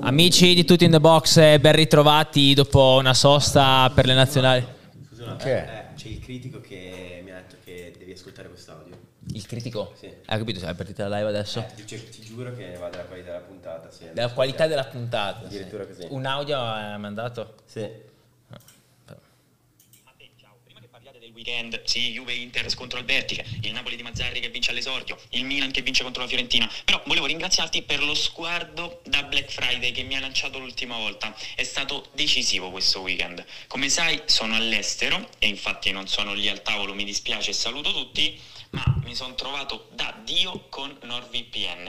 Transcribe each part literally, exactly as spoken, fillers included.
Amici di Tutti in the Box, ben ritrovati dopo una sosta per le nazionali. Scusa un attimo, eh, c'è il critico che mi ha detto che devi ascoltare quest'audio. Il critico? Sì. Hai capito? È partita la live adesso? Eh, cioè, ti giuro che va dalla qualità della puntata. Sì, della qualità della puntata. Addirittura sì. così. Un audio hai mandato? Sì. Weekend, sì, Juve Inter scontro al vertice, il Napoli di Mazzarri che vince all'esordio, il Milan che vince contro la Fiorentina. Però volevo ringraziarti per lo sguardo da Black Friday che mi ha lanciato l'ultima volta. È stato decisivo questo weekend. Come sai, sono all'estero e infatti non sono lì al tavolo, mi dispiace e saluto tutti, ma mi sono trovato da Dio con NordVPN.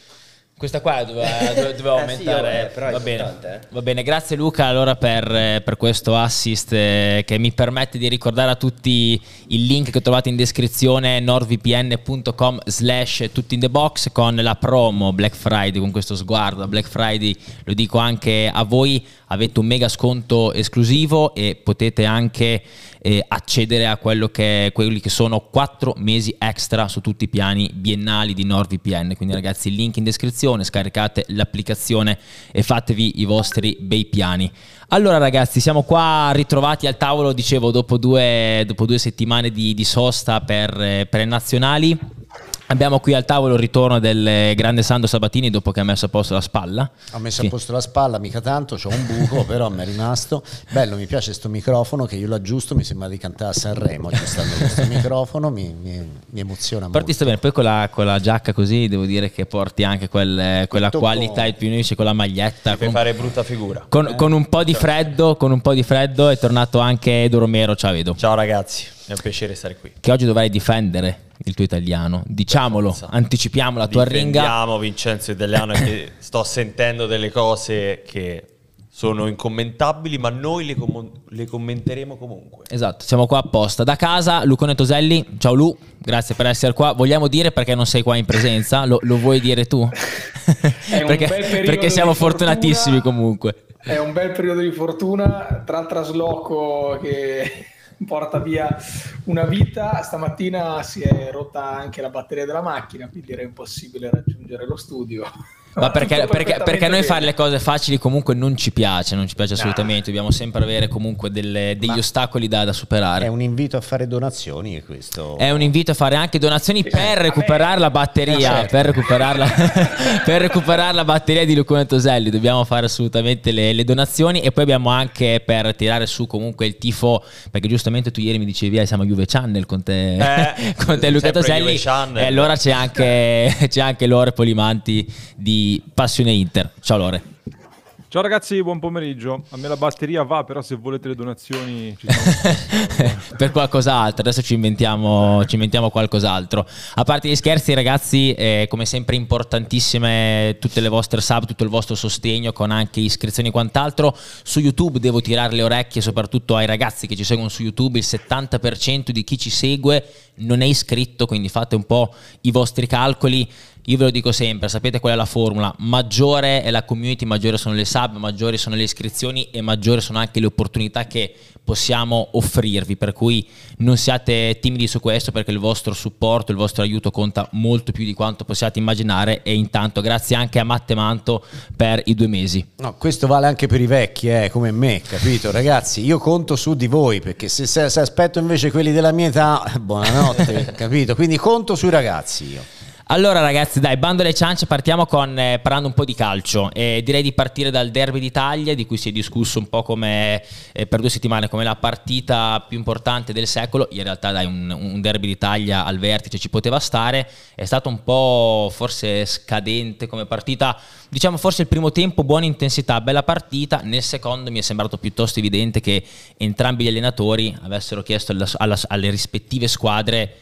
Questa qua doveva, dovevo Eh aumentare, sì, oh, eh, però è va bene, importante, eh. va bene, grazie Luca allora per, per questo assist eh, che mi permette di ricordare a tutti il link che trovate in descrizione, nordvpn.com slash tutti in the box con la promo Black Friday, con questo sguardo a Black Friday, lo dico anche a voi, avete un mega sconto esclusivo e potete anche eh, accedere a quello che, quelli che sono quattro mesi extra su tutti i piani biennali di NordVPN, quindi ragazzi il link in descrizione, scaricate l'applicazione e fatevi i vostri bei piani. Allora ragazzi, siamo qua ritrovati al tavolo, dicevo, dopo due, dopo due settimane di, di sosta per, per le nazionali. Abbiamo qui al tavolo il ritorno del grande Sandro Sabatini dopo che ha messo a posto la spalla. Ho messo Sì. a posto la spalla, mica tanto, c'ho un buco, però mi è rimasto. Bello, mi piace sto microfono che io lo aggiusto, mi sembra di cantare a Sanremo, aggiustando questo microfono, mi, mi, mi emoziona molto. Porti sta bene, poi con la, con la giacca così devo dire che porti anche quel, quella Tocco- qualità, il più unici con la maglietta. Per Con, fare brutta figura. con, con un po' di freddo, con un po' di freddo è tornato anche Edo Romero, ciao Edo. Ciao ragazzi, è un piacere stare qui. Che oggi dovrai difendere il tuo italiano, diciamolo, anticipiamo la tua ringa. Difendiamo Vincenzo Italiano che sto sentendo delle cose che sono incommentabili, ma noi le, com- le commenteremo comunque. Esatto, siamo qua apposta. Da casa, Lucone Toselli, ciao Lu, grazie per essere qua. Vogliamo dire perché non sei qua in presenza? Lo, lo vuoi dire tu? È un perché, bel periodo perché siamo di fortuna. fortunatissimi comunque. È un bel periodo di fortuna tra il trasloco che porta via una vita. Stamattina si è rotta anche la batteria della macchina, quindi era impossibile raggiungere lo studio. Ma perché, Tutto perché, perfettamente perché noi bene. fare le cose facili comunque non ci piace, non ci piace assolutamente, dobbiamo sempre avere comunque delle- degli Ma ostacoli da, da superare. È un invito a fare donazioni e questo... È un invito a fare anche donazioni per recuperare la batteria, Eh, certo. per, recuperarla, per recuperare la batteria di Lucone Toselli. Dobbiamo fare assolutamente le, le donazioni e poi abbiamo anche per tirare su comunque il tifo, perché giustamente tu ieri mi dicevi eh, siamo Juve Channel con te, Eh, con te Luca sempre Toselli Juve Channel. e allora c'è anche, c'è anche Lore Polimanti di Passione Inter. Ciao Lore. Ciao ragazzi, buon pomeriggio. A me la batteria va, però se volete le donazioni ci sono. Per qualcos'altro, adesso ci inventiamo, ci inventiamo qualcos'altro. A parte gli scherzi ragazzi, eh, come sempre importantissime tutte le vostre sub, tutto il vostro sostegno con anche iscrizioni e quant'altro. Su YouTube devo tirare le orecchie soprattutto ai ragazzi che ci seguono su YouTube, il settanta per cento di chi ci segue non è iscritto, quindi fate un po' i vostri calcoli. Io ve lo dico sempre, sapete qual è la formula: maggiore è la community, maggiore sono le sub, maggiori sono le iscrizioni e maggiori sono anche le opportunità che possiamo offrirvi, per cui non siate timidi su questo, perché il vostro supporto, il vostro aiuto conta molto più di quanto possiate immaginare. E intanto grazie anche a Matte Manto per i due mesi. No, questo vale anche per i vecchi, eh, come me, capito? Ragazzi, io conto su di voi, perché se, se, se aspetto invece quelli della mia età, buonanotte, capito? Quindi conto sui ragazzi io. Allora ragazzi, dai, bando alle ciance, partiamo con eh, parlando un po' di calcio. Eh, direi di partire dal derby d'Italia, di cui si è discusso un po' come eh, per due settimane come la partita più importante del secolo. In realtà dai, un, un derby d'Italia al vertice ci poteva stare. È stato un po' forse scadente come partita. Diciamo forse il primo tempo buona intensità, bella partita. Nel secondo mi è sembrato piuttosto evidente che entrambi gli allenatori avessero chiesto alla, alla, alle rispettive squadre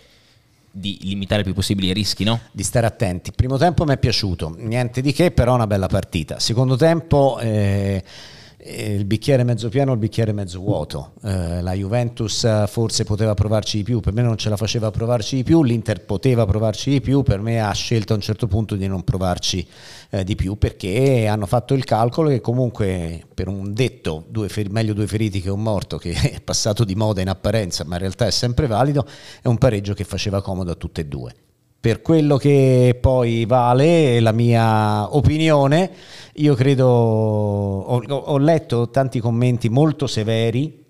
di limitare il più possibile i rischi, no? Di stare attenti. Primo tempo mi è piaciuto, niente di che, però una bella partita. Secondo tempo eh, eh, il bicchiere mezzo pieno, il bicchiere mezzo vuoto. Eh, la Juventus forse poteva provarci di più, per me non ce la faceva provarci di più, l'Inter poteva provarci di più, per me ha scelto a un certo punto di non provarci eh, di più, perché hanno fatto il calcolo che comunque, per un detto, due fer- meglio due feriti che un morto, che è passato di moda in apparenza ma in realtà è sempre valido, è un pareggio che faceva comodo a tutte e due. per quello che poi vale la mia opinione, io credo, ho, ho letto tanti commenti molto severi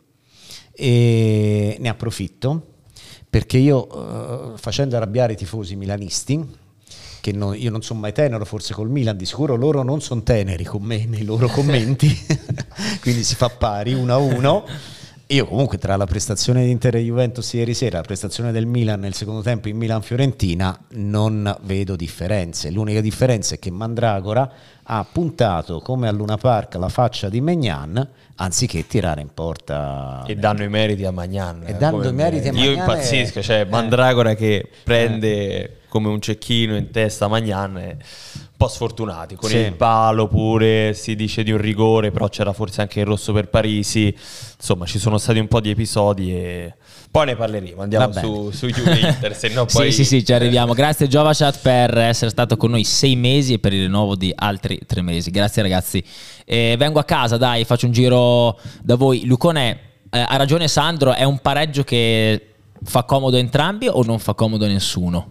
e ne approfitto, perché io, eh, facendo arrabbiare i tifosi milanisti, che non, io non sono mai tenero forse col Milan, di sicuro loro non sono teneri con me nei loro commenti, quindi si fa pari uno a uno. Io comunque tra la prestazione di Inter e Juventus ieri sera e la prestazione del Milan nel secondo tempo in Milan-Fiorentina non vedo differenze. L'unica differenza è che Mandragora ha puntato come a Luna Park la faccia di Maignan anziché tirare in porta, e danno i meriti a Maignan, e danno i meriti a Maignan. Io impazzisco, cioè Mandragora eh. che prende eh. come un cecchino in testa a Maignan, un po' sfortunati con sì. il palo, pure si dice di un rigore, però c'era forse anche il rosso per Parisi. Insomma, ci sono stati un po' di episodi e poi ne parleremo. Andiamo su, su Juve-Inter, se no poi... Sì, sì, sì, ci arriviamo. Grazie Giovachat per essere stato con noi sei mesi e per il rinnovo di altri tre mesi. Grazie ragazzi. Eh, vengo a casa, dai, faccio un giro da voi. Lucone, eh, ha ragione Sandro, è un pareggio che fa comodo a entrambi o non fa comodo a nessuno?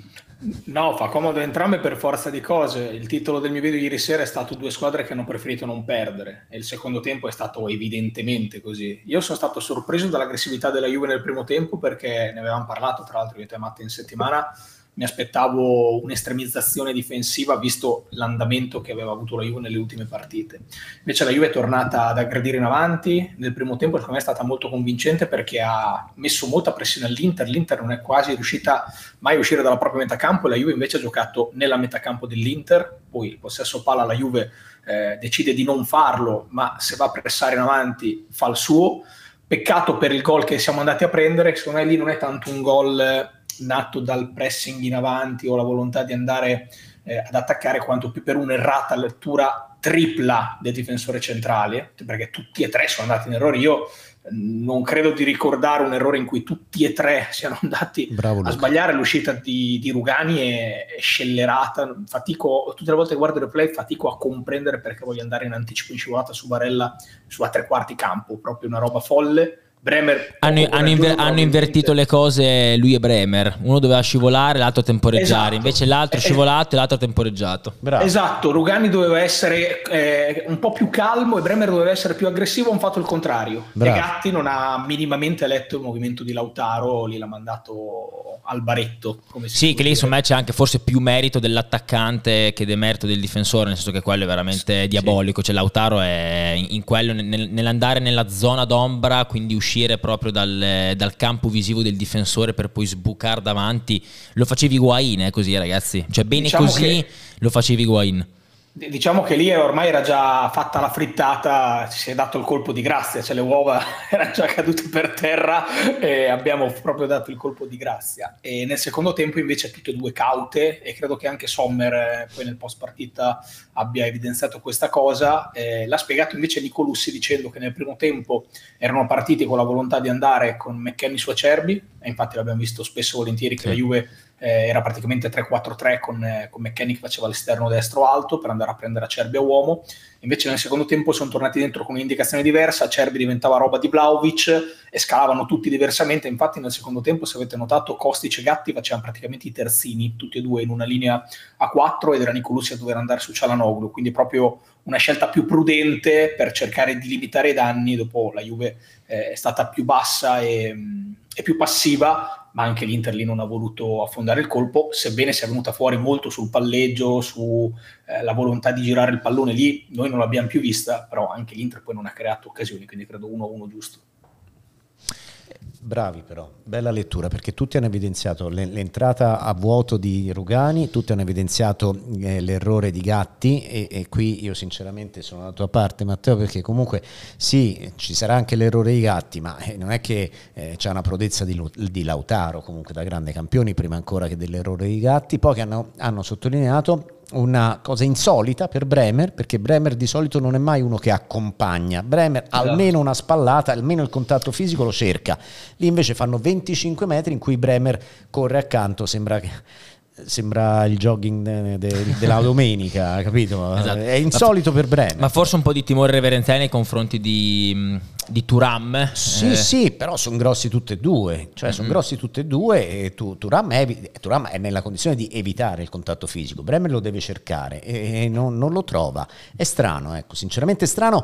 No, fa comodo a entrambe per forza di cose. Il titolo del mio video ieri sera è stato due squadre che hanno preferito non perdere e il secondo tempo è stato evidentemente così. Io sono stato sorpreso dall'aggressività della Juve nel primo tempo, perché ne avevamo parlato tra l'altro io e te Matte in settimana. Mi aspettavo un'estremizzazione difensiva visto l'andamento che aveva avuto la Juve nelle ultime partite. Invece la Juve è tornata ad aggredire in avanti. Nel primo tempo secondo me è stata molto convincente perché ha messo molta pressione all'Inter. L'Inter non è quasi riuscita mai a uscire dalla propria metacampo e la Juve invece ha giocato nella metacampo dell'Inter. Poi il possesso palla la Juve eh, decide di non farlo, ma se va a pressare in avanti fa il suo. Peccato per il gol che siamo andati a prendere, secondo me lì non è tanto un gol nato dal pressing in avanti o la volontà di andare eh, ad attaccare, quanto più per un'errata lettura tripla del difensore centrale, perché tutti e tre sono andati in errore. Io non credo di ricordare un errore in cui tutti e tre siano andati Bravo, a sbagliare. L'uscita di, di Rugani è, è scellerata, fatico, tutte le volte che guardo il replay fatico a comprendere perché voglio andare in anticipo in scivolata su Barella sulla tre quarti campo, proprio una roba folle. Bremer hanno, hanno, inver- hanno invertito le cose lui e Bremer, uno doveva scivolare, l'altro temporeggiare, esatto. Invece l'altro eh, scivolato e l'altro temporeggiato. Bravo. Esatto, Rugani doveva essere eh, un po' più calmo e Bremer doveva essere più aggressivo, hanno fatto il contrario. Bravo. E Gatti non ha minimamente letto il movimento di Lautaro, lì l'ha mandato al baretto, come si sì, che lì insomma c'è anche forse più merito dell'attaccante che demerito del difensore, nel senso che quello è veramente sì, diabolico, cioè Lautaro è in, in quello nel, nell'andare nella zona d'ombra, quindi uscire proprio dal, dal campo visivo del difensore per poi sbucare davanti. Lo facevi Higuain, eh, così ragazzi, cioè bene diciamo così che... lo facevi Higuain. Diciamo che lì ormai era già fatta la frittata, ci si è dato il colpo di grazia, cioè le uova erano già cadute per terra e abbiamo proprio dato il colpo di grazia. E nel secondo tempo invece tutte e due caute, e credo che anche Sommer eh, poi nel post partita abbia evidenziato questa cosa. Eh, l'ha spiegato invece Nicolussi dicendo che nel primo tempo erano partiti con la volontà di andare con McKennie su Acerbi, e infatti l'abbiamo visto spesso e volentieri che sì. La Juve Eh, era praticamente tre quattro tre con, eh, con McKennie che faceva l'esterno destro alto per andare a prendere Acerbi a uomo. Invece nel secondo tempo sono tornati dentro con un'indicazione diversa, Acerbi diventava roba di Vlahovic e scalavano tutti diversamente. Infatti nel secondo tempo, se avete notato, Kostic e Gatti facevano praticamente i terzini, tutti e due in una linea a quattro, ed era Nicolussi a dover andare su Çalhanoğlu, quindi proprio una scelta più prudente per cercare di limitare i danni. Dopo la Juve eh, è stata più bassa e, e più passiva, ma anche l'Inter lì non ha voluto affondare il colpo, sebbene sia venuta fuori molto sul palleggio, su eh, la volontà di girare il pallone. Lì noi non l'abbiamo più vista, però anche l'Inter poi non ha creato occasioni, quindi credo uno a uno giusto. Bravi però, bella lettura, perché tutti hanno evidenziato l'entrata a vuoto di Rugani, tutti hanno evidenziato eh, l'errore di Gatti e, e qui io sinceramente sono dalla tua parte, Matteo, perché comunque sì, ci sarà anche l'errore di Gatti, ma eh, non è che eh, c'è una prodezza di, di Lautaro comunque da grande campione prima ancora che dell'errore di Gatti. Poi che hanno, hanno sottolineato una cosa insolita per Bremer, perché Bremer di solito non è mai uno che accompagna. Bremer esatto. Almeno una spallata, almeno il contatto fisico lo cerca. Lì invece fanno venticinque metri in cui Bremer corre accanto, sembra che sembra il jogging de, de, della domenica, capito? Esatto. È insolito per Bremer. Ma forse un po' di timore reverenziale nei confronti di, di Thuram. Sì, eh. sì, però sono grossi tutti e due, cioè sono Mm-hmm. grossi tutti e due e tu, Thuram, è, Thuram è nella condizione di evitare il contatto fisico, Bremer lo deve cercare e non, non lo trova. È strano, ecco, sinceramente strano.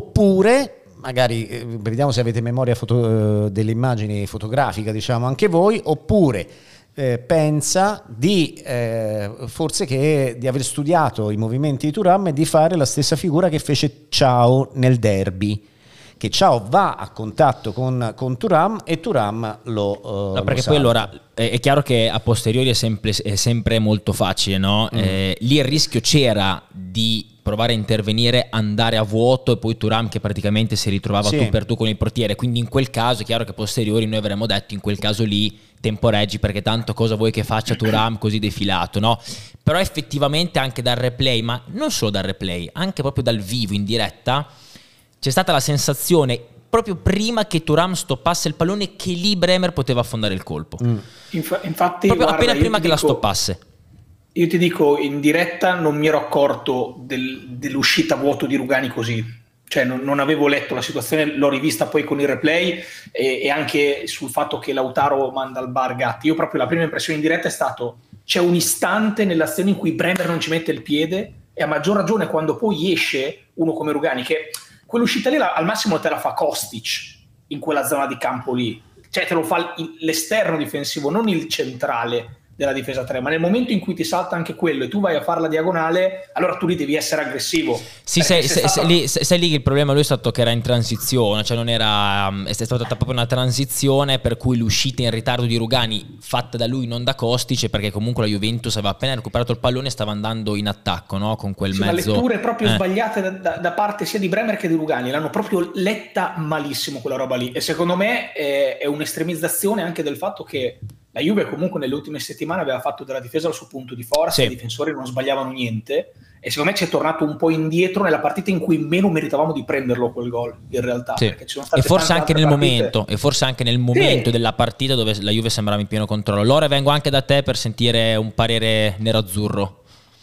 Oppure magari eh, vediamo se avete memoria foto, eh, delle immagini fotografiche, diciamo anche voi, oppure eh, pensa di eh, forse che di aver studiato i movimenti di Thuram e di fare la stessa figura che fece Ciao nel derby, che Ciao va a contatto con, con Thuram e Thuram lo uh, No, perché lo poi allora è, è chiaro che a posteriori è sempre, è sempre molto facile, no? Mm. Eh, lì il rischio c'era di provare a intervenire, andare a vuoto e poi Thuram che praticamente si ritrovava Sì. tu per tu con il portiere, quindi in quel caso è chiaro che a posteriori noi avremmo detto in quel caso lì temporeggi, perché tanto cosa vuoi che faccia Thuram così defilato, no? Però effettivamente anche dal replay, ma non solo dal replay, anche proprio dal vivo in diretta c'è stata la sensazione proprio prima che Thuram stoppasse il pallone che lì Bremer poteva affondare il colpo. Mm. Inf- infatti, Proprio guarda, appena io prima ti che la dico- stoppasse. Io ti dico, in diretta non mi ero accorto del- dell'uscita a vuoto di Rugani così. Cioè non, non avevo letto la situazione, l'ho rivista poi con il replay e, e anche sul fatto che Lautaro manda al bar Gatti. Io proprio la prima impressione in diretta è stato: c'è un istante nell'azione in cui Bremer non ci mette il piede, e a maggior ragione quando poi esce uno come Rugani, che quell'uscita lì la, al massimo te la fa Kostic in quella zona di campo lì, cioè te lo fa il, l'esterno difensivo, non il centrale della difesa tre, ma nel momento in cui ti salta anche quello e tu vai a fare la diagonale, allora tu lì devi essere aggressivo. Sì, sei, sei sei, stato... sei, lì, sei, sei lì che il problema lui è stato che era in transizione, cioè non era, è stata proprio una transizione per cui l'uscita in ritardo di Rugani fatta da lui, non da Kostic, perché comunque la Juventus aveva appena recuperato il pallone e stava andando in attacco, no? Con quel sì, mezzo... ma letture proprio eh. sbagliate da, da, da parte sia di Bremer che di Rugani, l'hanno proprio letta malissimo quella roba lì, e secondo me è, è un'estremizzazione anche del fatto che la Juve comunque nelle ultime settimane aveva fatto della difesa il suo punto di forza, sì. I difensori non sbagliavano niente, e secondo me ci è tornato un po' indietro nella partita in cui meno meritavamo di prenderlo quel gol in realtà, sì. perché ci sono state e forse tante anche nel altre partite. momento e forse anche nel momento Sì. della partita dove la Juve sembrava in pieno controllo. Lore, vengo anche da te per sentire un parere nerazzurro.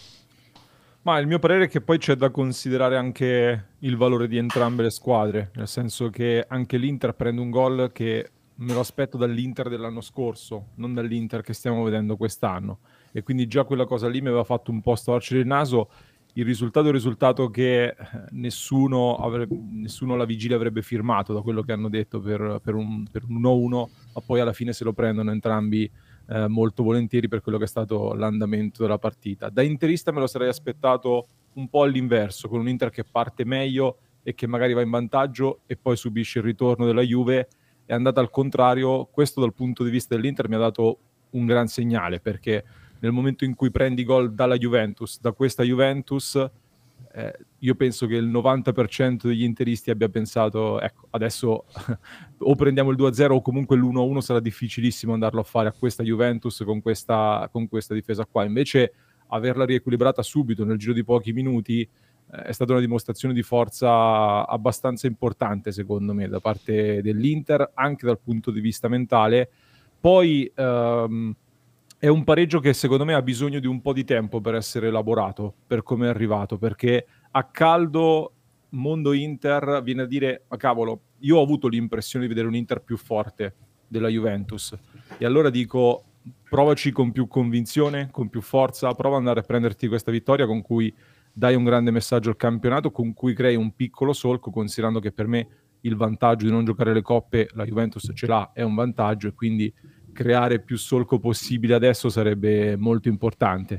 Ma il mio parere è che poi c'è da considerare anche il valore di entrambe le squadre, nel senso che anche l'Inter prende un gol che me lo aspetto dall'Inter dell'anno scorso, non dall'Inter che stiamo vedendo quest'anno, e quindi già quella cosa lì mi aveva fatto un po' storcere il naso. Il risultato è un risultato che nessuno, avrebbe, nessuno alla vigilia avrebbe firmato, da quello che hanno detto, per, per un per un uno a uno, ma poi alla fine se lo prendono entrambi eh, molto volentieri per quello che è stato l'andamento della partita. Da interista me lo sarei aspettato un po' all'inverso, con un Inter che parte meglio e che magari va in vantaggio e poi subisce il ritorno della Juve. È andata al contrario. Questo dal punto di vista dell'Inter mi ha dato un gran segnale, perché nel momento in cui prendi gol dalla Juventus, da questa Juventus, eh, io penso che il novanta per cento degli interisti abbia pensato, ecco, adesso o prendiamo il due a zero o comunque l'uno a uno sarà difficilissimo andarlo a fare a questa Juventus con questa, con questa difesa qua. Invece averla riequilibrata subito nel giro di pochi minuti è stata una dimostrazione di forza abbastanza importante, secondo me, da parte dell'Inter, anche dal punto di vista mentale. Poi ehm, è un pareggio che secondo me ha bisogno di un po' di tempo per essere elaborato, per come è arrivato, perché a caldo mondo Inter viene a dire: ma cavolo, io ho avuto l'impressione di vedere un Inter più forte della Juventus, e allora dico: provaci con più convinzione, con più forza, prova ad andare a prenderti questa vittoria con cui dai un grande messaggio al campionato, con cui crei un piccolo solco, considerando che per me il vantaggio di non giocare le coppe la Juventus ce l'ha, è un vantaggio, e quindi creare più solco possibile adesso sarebbe molto importante.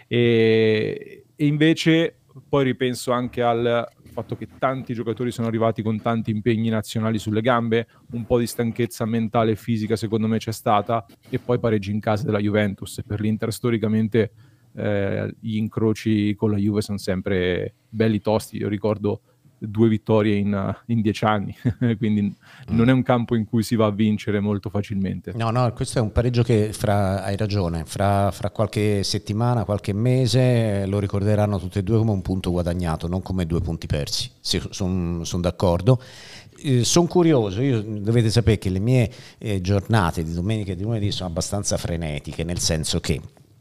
E, e invece poi ripenso anche al fatto che tanti giocatori sono arrivati con tanti impegni nazionali sulle gambe, un po' di stanchezza mentale e fisica secondo me c'è stata, e poi pareggi in casa della Juventus. E per l'Inter storicamente Eh, gli incroci con la Juve sono sempre belli tosti. Io ricordo due vittorie in, in dieci anni quindi mm. non è un campo in cui si va a vincere molto facilmente. No, no, questo è un pareggio che, fra, hai ragione, fra, fra qualche settimana, qualche mese lo ricorderanno tutti e due come un punto guadagnato, non come due punti persi. Sono son d'accordo. Eh, sono curioso, io, dovete sapere che le mie eh, giornate di domenica e di lunedì sono abbastanza frenetiche, nel senso che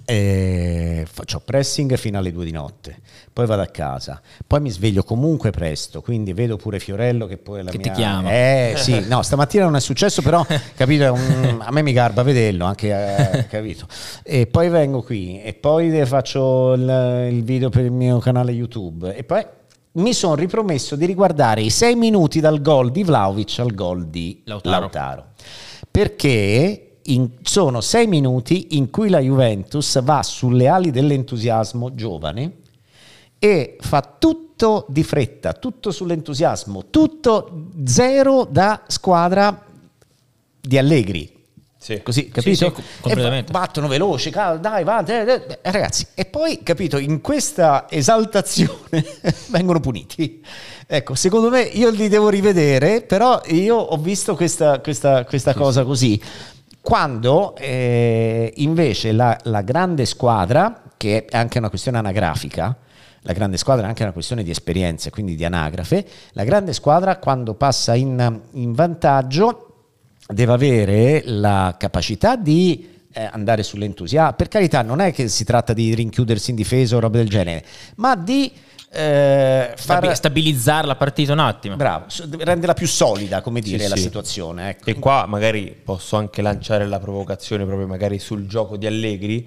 E faccio pressing fino alle due di notte, poi vado a casa, poi mi sveglio comunque presto, quindi vedo pure Fiorello che poi è la che mia... ti chiama. Eh sì, no, stamattina non è successo, però capito, è un... a me mi garba vederlo anche, eh, capito. E poi vengo qui e poi faccio il, il video per il mio canale YouTube e poi mi sono ripromesso di riguardare i sei minuti dal gol di Vlahovic al gol di Lautaro, Lautaro. Perché In, sono sei minuti in cui la Juventus va sulle ali dell'entusiasmo giovane e fa tutto di fretta, tutto sull'entusiasmo, tutto zero da squadra di Allegri. Sì. Così, capito? Sì, sì, completamente. E battono veloci, dai, va, eh, ragazzi. E poi, capito, in questa esaltazione vengono puniti. Ecco, secondo me io li devo rivedere, però io ho visto questa, questa, questa sì, cosa sì. così. Quando eh, invece la, la grande squadra, che è anche una questione anagrafica, la grande squadra è anche una questione di esperienze, quindi di anagrafe, la grande squadra quando passa in, in vantaggio deve avere la capacità di eh, andare sull'entusiasmo. Per carità, non è che si tratta di rinchiudersi in difesa o roba del genere, ma di Eh, far... stabilizzare la partita un attimo, bravo, renderla più solida, come dire, sì, la sì. situazione, ecco. E qua magari posso anche lanciare la provocazione proprio magari sul gioco di Allegri,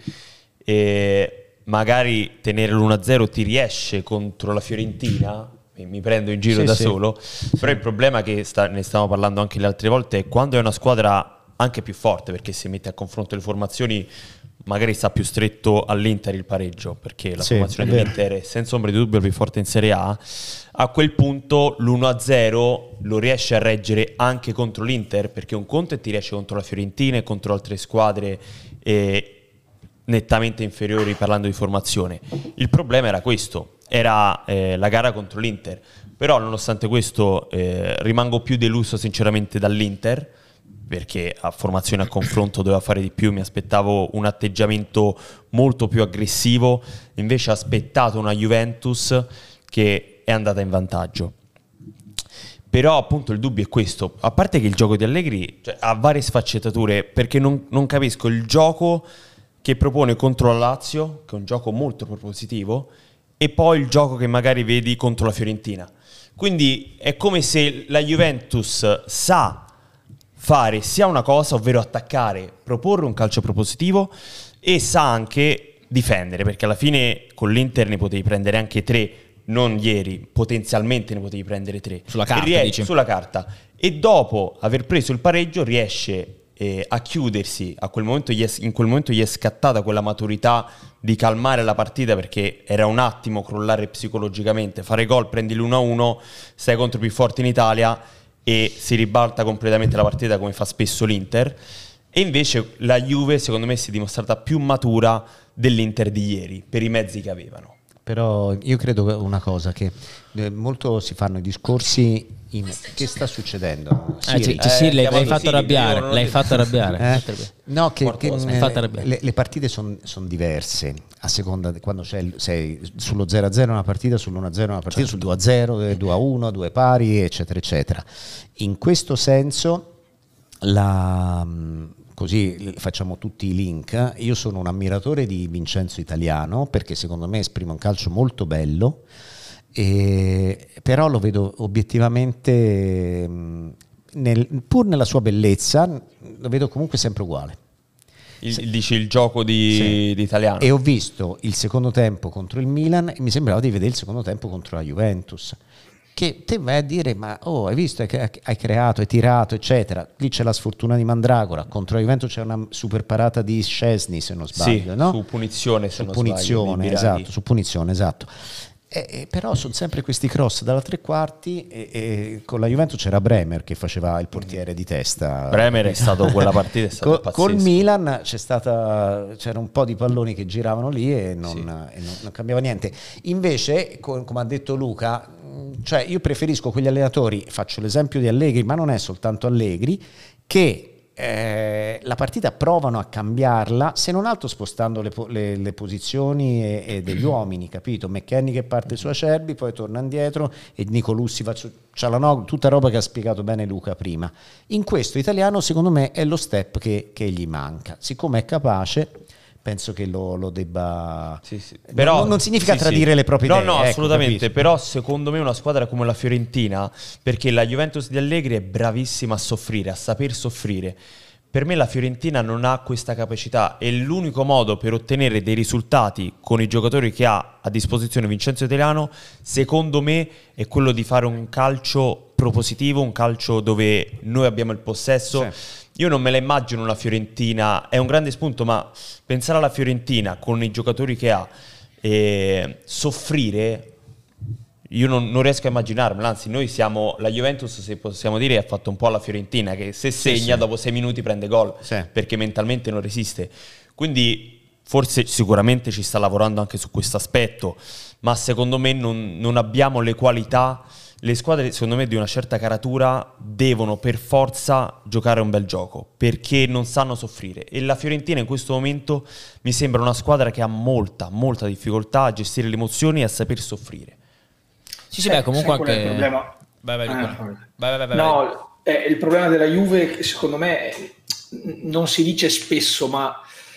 e magari tenere l'uno a zero ti riesce contro la Fiorentina, mi prendo in giro sì, da sì. solo, sì. Però il problema che sta, ne stavamo parlando anche le altre volte è quando è una squadra anche più forte, perché se mette a confronto le formazioni magari sta più stretto all'Inter il pareggio, perché la sì, formazione dell'Inter è senza ombra di dubbio più forte in Serie A. A quel punto l'uno a zero lo riesce a reggere anche contro l'Inter, perché un conto ti riesce contro la Fiorentina e contro altre squadre eh, nettamente inferiori parlando di formazione. Il problema era questo, era eh, la gara contro l'Inter, però nonostante questo eh, rimango più deluso sinceramente dall'Inter, perché a formazione a confronto doveva fare di più, mi aspettavo un atteggiamento molto più aggressivo, invece ha aspettato una Juventus che è andata in vantaggio. Però appunto il dubbio è questo, a parte che il gioco di Allegri, cioè, ha varie sfaccettature, perché non, non capisco il gioco che propone contro la Lazio, che è un gioco molto propositivo, e poi il gioco che magari vedi contro la Fiorentina. Quindi è come se la Juventus sa fare sia una cosa, ovvero attaccare, proporre un calcio propositivo, e sa anche difendere, perché alla fine con l'Inter ne potevi prendere anche tre, non ieri, potenzialmente ne potevi prendere tre. Sulla carta, ries- dici? Sulla carta. E dopo aver preso il pareggio riesce eh, a chiudersi, a quel momento gli è, in quel momento gli è scattata quella maturità di calmare la partita, perché era un attimo crollare psicologicamente, fare gol, prendi l'uno a uno, stai contro i più forti in Italia e si ribalta completamente la partita come fa spesso l'Inter. E invece la Juve secondo me si è dimostrata più matura dell'Inter di ieri per i mezzi che avevano. Però io credo una cosa, che eh, molto si fanno i discorsi in... che sta succedendo? Eh, Siri? c- Siri, Eh, l'hai, l'hai chiamato fatto Siri, arrabbiare, io non l'hai ho fatto arrabbiare. Eh? No, che, che Qualcosa. Hai fatto arrabbiare. le, le partite sono son diverse a seconda di quando c'è il, sei sullo zero a zero una partita, sull'uno a zero una partita, sul due a zero, due a uno, due pari, eccetera, eccetera. In questo senso, la, così facciamo tutti i link, io sono un ammiratore di Vincenzo Italiano, perché secondo me esprime un calcio molto bello, e, però lo vedo obiettivamente, nel, pur nella sua bellezza, lo vedo comunque sempre uguale. Il, dici il gioco di, Sì. di Italiano. E ho visto il secondo tempo contro il Milan e mi sembrava di vedere il secondo tempo contro la Juventus, che te vai a dire ma oh, hai visto, hai, hai creato, hai tirato, eccetera. Lì c'è la sfortuna di Mandragora, contro la Juventus c'è una super parata di Szczesny, se non sbaglio, sì, no? su punizione, se su non punizione, sbaglio, esatto, su punizione, esatto. E, e però sono sempre questi cross dalla tre quarti, e, e con la Juventus c'era Bremer che faceva il portiere di testa. Bremer è stato quella partita, è stato Co- pazzesco. col Milan c'è stata, c'era un po' di palloni che giravano lì e non, Sì. e non, non cambiava niente. Invece, co- come ha detto Luca, mh, cioè io preferisco quegli allenatori, faccio l'esempio di Allegri, ma non è soltanto Allegri, che Eh, la partita provano a cambiarla, se non altro spostando le, po- le, le posizioni e, e degli uomini, capito? McKennie che parte su Acerbi, poi torna indietro, e Nicolussi fa Cialanoglu, tutta roba che ha spiegato bene Luca prima. In questo Italiano secondo me è lo step che, che gli manca, siccome è capace penso che lo, lo debba... Sì, sì. Però, non, non significa sì, tradire sì. le proprie no, idee. No, no, ecco, assolutamente. capito? Però secondo me una squadra come la Fiorentina, perché la Juventus di Allegri è bravissima a soffrire, a saper soffrire. Per me la Fiorentina non ha questa capacità e l'unico modo per ottenere dei risultati con i giocatori che ha a disposizione Vincenzo Italiano, secondo me, è quello di fare un calcio propositivo, un calcio dove noi abbiamo il possesso. Sì. Io non me la immagino una Fiorentina, è un grande spunto, ma pensare alla Fiorentina con i giocatori che ha e soffrire, io non, non riesco a immaginarmelo. Anzi, noi siamo la Juventus, se possiamo dire, ha fatto un po' alla Fiorentina, che se segna sì, sì. dopo sei minuti prende gol, sì. perché mentalmente non resiste. Quindi forse sicuramente ci sta lavorando anche su questo aspetto, ma secondo me non, non abbiamo le qualità. Le squadre, secondo me, di una certa caratura devono per forza giocare un bel gioco, perché non sanno soffrire. E la Fiorentina in questo momento mi sembra una squadra che ha molta, molta difficoltà a gestire le emozioni e a saper soffrire. Sì, sì, beh, comunque anche... il problema? Vai, vai, ah, vai, vai, vai, vai. No, eh, il problema della Juve, secondo me, non si dice spesso, ma...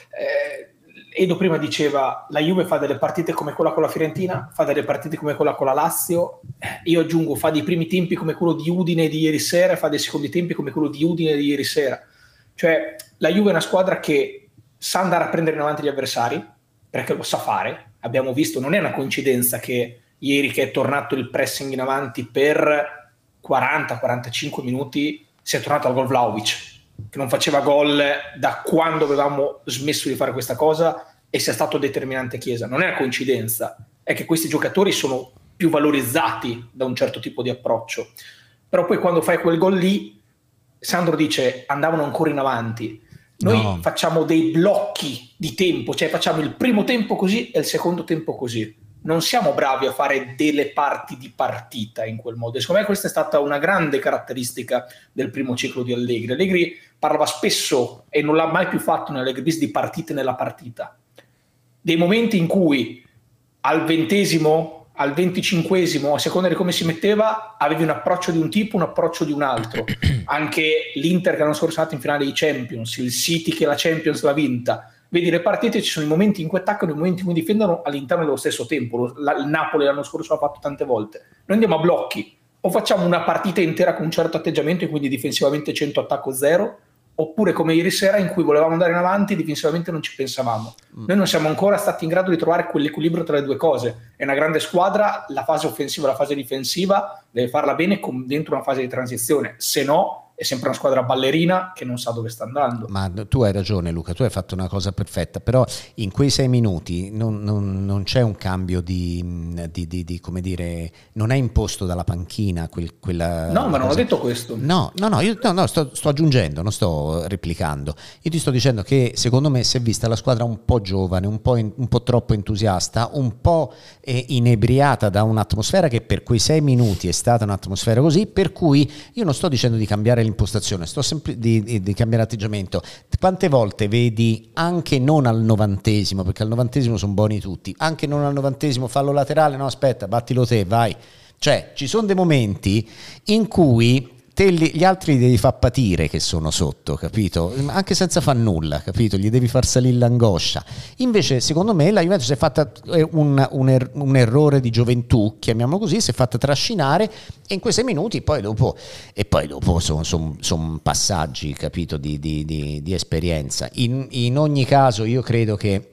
Eh, Edo prima diceva la Juve fa delle partite come quella con la Fiorentina, fa delle partite come quella con la Lazio, io aggiungo fa dei primi tempi come quello di Udine di ieri sera, fa dei secondi tempi come quello di Udine di ieri sera. Cioè la Juve è una squadra che sa andare a prendere in avanti gli avversari, perché lo sa fare. Abbiamo visto, non è una coincidenza che ieri, che è tornato il pressing in avanti per quaranta quarantacinque minuti, sia tornato al gol Vlahovic, che non faceva gol da quando avevamo smesso di fare questa cosa, e sia stato determinante Chiesa. Non è una coincidenza, è che questi giocatori sono più valorizzati da un certo tipo di approccio. Però poi quando fai quel gol lì, Sandro dice andavano ancora in avanti, noi no. facciamo dei blocchi di tempo, cioè facciamo il primo tempo così e il secondo tempo così. Non siamo bravi a fare delle parti di partita in quel modo. E secondo me questa è stata una grande caratteristica del primo ciclo di Allegri. Allegri parlava spesso, e non l'ha mai più fatto nell'Allegri, di partite nella partita. Dei momenti in cui al ventesimo, al venticinquesimo, a seconda di come si metteva, avevi un approccio di un tipo, un approccio di un altro. Anche l'Inter che l'anno scorso è andato in finale di Champions, il City che la Champions l'ha vinta. Vedi, le partite ci sono i momenti in cui attaccano e i momenti in cui difendono all'interno dello stesso tempo. La, il Napoli l'anno scorso l'ha fatto tante volte. Noi andiamo a blocchi, o facciamo una partita intera con un certo atteggiamento e quindi difensivamente cento attacco zero, oppure come ieri sera in cui volevamo andare in avanti, difensivamente non ci pensavamo. Noi non siamo ancora stati in grado di trovare quell'equilibrio tra le due cose. È una grande squadra, la fase offensiva e la fase difensiva deve farla bene con, dentro una fase di transizione, se no è sempre una squadra ballerina che non sa dove sta andando. Ma tu hai ragione Luca, tu hai fatto una cosa perfetta, però in quei sei minuti non, non, non c'è un cambio di, di, di, di, come dire, non è imposto dalla panchina quel, quella... No, ma non cosa. ho detto questo. No, no, no, io no, no, sto, sto aggiungendo, non sto replicando. Io ti sto dicendo che secondo me si è vista la squadra un po' giovane, un po', in, un po' troppo entusiasta, un po' eh, inebriata da un'atmosfera che per quei sei minuti è stata un'atmosfera così, per cui io non sto dicendo di cambiare l'impostazione, sto sempre di, di, di cambiare atteggiamento. Quante volte vedi, anche non al novantesimo, perché al novantesimo sono buoni tutti, anche non al novantesimo fallo laterale, no aspetta, battilo te, vai. Cioè ci sono dei momenti in cui te li, gli altri li devi far patire che sono sotto, capito? Anche senza far nulla, capito? Gli devi far salire l'angoscia. Invece secondo me la Juventus si è fatta un, un, er, un errore di gioventù, chiamiamolo così, si è fatta trascinare e in quei sei minuti poi dopo, e poi dopo sono son, son passaggi, capito, di, di, di, di esperienza. In, in ogni caso io credo che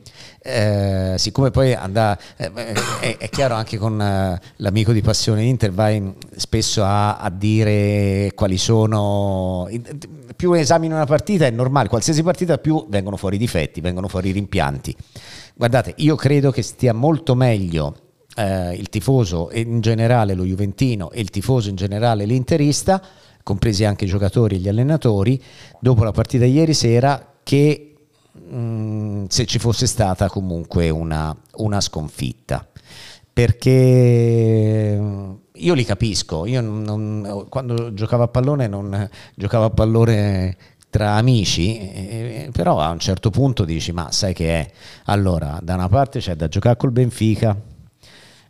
Eh, siccome poi andà, eh, è, è chiaro anche con eh, l'amico di Passione Inter vai spesso a, a dire quali sono, più esamini una partita è normale, qualsiasi partita più vengono fuori i difetti, vengono fuori i rimpianti. Guardate, io credo che stia molto meglio eh, il tifoso in generale, lo juventino, e il tifoso in generale, l'interista, compresi anche i giocatori e gli allenatori, dopo la partita di ieri sera, che se ci fosse stata comunque una, una sconfitta, perché io li capisco, io non, quando giocavo a pallone non giocavo a pallone tra amici, eh, però a un certo punto dici ma sai che è, allora da una parte c'è da giocare col Benfica,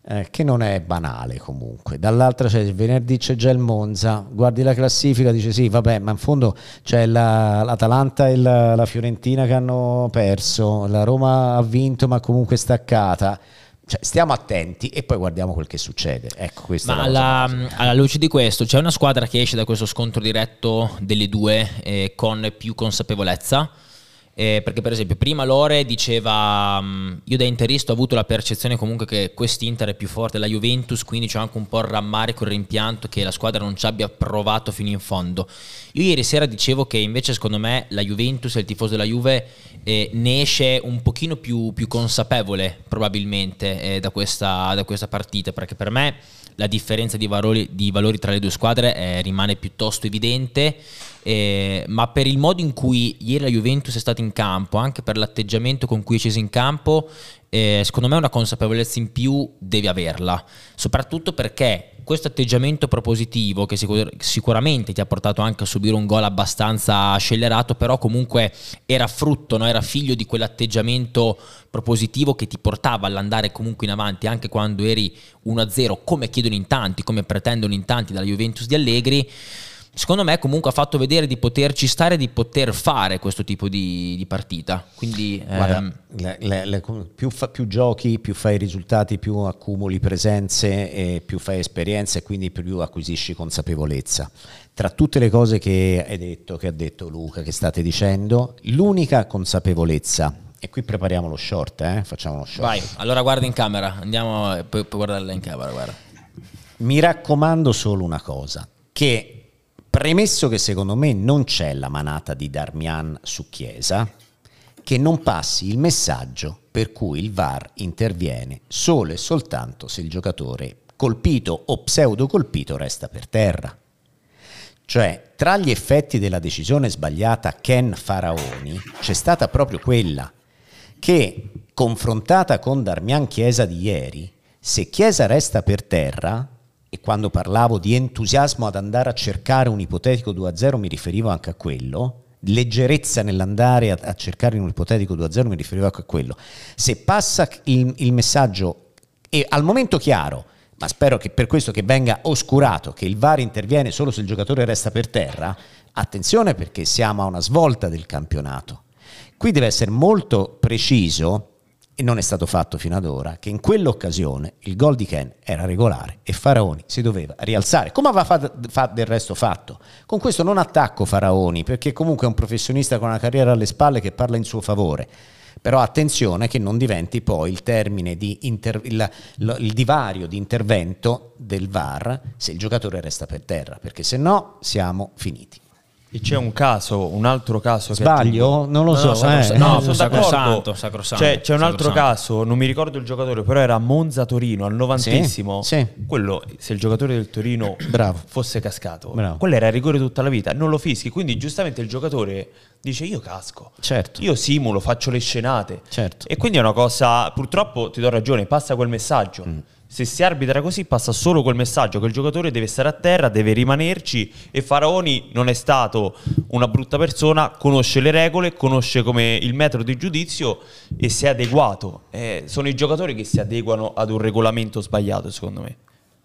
eh, che non è banale comunque. Dall'altra c'è il venerdì, c'è già il Monza, guardi la classifica, dice sì vabbè, ma in fondo c'è la, l'Atalanta e la, la Fiorentina che hanno perso, la Roma ha vinto ma comunque staccata. Cioè, stiamo attenti e poi guardiamo quel che succede. Ecco, questa Ma è la alla, cosa. alla luce di questo, c'è una squadra che esce da questo scontro diretto delle due eh, con più consapevolezza? Eh, perché per esempio prima Lore diceva mh, io da interista ho avuto la percezione comunque che quest'Inter è più forte della Juventus, quindi c'è anche un po' il rammarico, il rimpianto che la squadra non ci abbia provato fino in fondo. Io ieri sera dicevo che invece secondo me la Juventus e il tifoso della Juve eh, ne esce un pochino più, più consapevole probabilmente eh, da, questa, da questa partita, perché per me la differenza di valori, di valori tra le due squadre eh, rimane piuttosto evidente. Eh, ma per il modo in cui ieri la Juventus è stata in campo, anche per l'atteggiamento con cui è scesa in campo, eh, secondo me una consapevolezza in più deve averla, soprattutto perché questo atteggiamento propositivo che sicur- sicuramente ti ha portato anche a subire un gol abbastanza scellerato, però comunque era frutto, no? Era figlio di quell'atteggiamento propositivo che ti portava all'andare comunque in avanti anche quando eri uno a zero, come chiedono in tanti, come pretendono in tanti dalla Juventus di Allegri. Secondo me comunque ha fatto vedere di poterci stare, di poter fare questo tipo di, di partita. Quindi Guarda, ehm... le, le, le, più, fa, più giochi, più fai risultati, più accumuli presenze e più fai esperienza e quindi più acquisisci consapevolezza. Tra tutte le cose che hai detto, che ha detto Luca, che state dicendo, l'unica consapevolezza, e qui prepariamo lo short, eh? Facciamo lo short. Vai, allora guarda in camera, andiamo, puoi, puoi guardarla in camera, guarda. Mi raccomando solo una cosa, che premesso che secondo me non c'è la manata di Darmian su Chiesa, che non passi il messaggio per cui il V A R interviene solo e soltanto se il giocatore colpito o pseudo colpito resta per terra. Cioè, tra gli effetti della decisione sbagliata Ken Faraoni c'è stata proprio quella che, confrontata con Darmian Chiesa di ieri, se Chiesa resta per terra, e quando parlavo di entusiasmo ad andare a cercare un ipotetico due a zero mi riferivo anche a quello, leggerezza nell'andare a, a cercare un ipotetico due a zero mi riferivo anche a quello. Se passa il, il messaggio, e al momento chiaro, ma spero che per questo che venga oscurato, che il V A R interviene solo se il giocatore resta per terra, attenzione perché siamo a una svolta del campionato. Qui deve essere molto preciso, e non è stato fatto fino ad ora, che in quell'occasione il gol di Ken era regolare e Faraoni si doveva rialzare, come aveva fa, fa del resto fatto. Con questo non attacco Faraoni, perché comunque è un professionista con una carriera alle spalle che parla in suo favore, però attenzione che non diventi poi il termine di inter, il, il, il divario di intervento del V A R se il giocatore resta per terra, perché se no siamo finiti. E c'è un caso, un altro caso che sbaglio? aggiungo. Non lo No, so, no, sacrosanto, eh. no, No, sono sacrosanto, d'accordo. sacrosanto, C'è, c'è un altro sacrosanto. caso, non mi ricordo il giocatore, però era Monza-Torino al novantesimo. Sì, sì. Quello, se il giocatore del Torino Bravo. fosse cascato, Bravo. quello era rigore tutta la vita, non lo fischi. Quindi giustamente il giocatore dice io casco, Certo. io simulo, faccio le scenate. Certo. E quindi è una cosa, purtroppo ti do ragione, passa quel messaggio. Mm. Se si arbitra così passa solo quel messaggio che il giocatore deve stare a terra, deve rimanerci, e Faraoni non è stato una brutta persona, conosce le regole, conosce come il metodo di giudizio e si è adeguato. Eh, sono i giocatori che si adeguano ad un regolamento sbagliato, secondo me.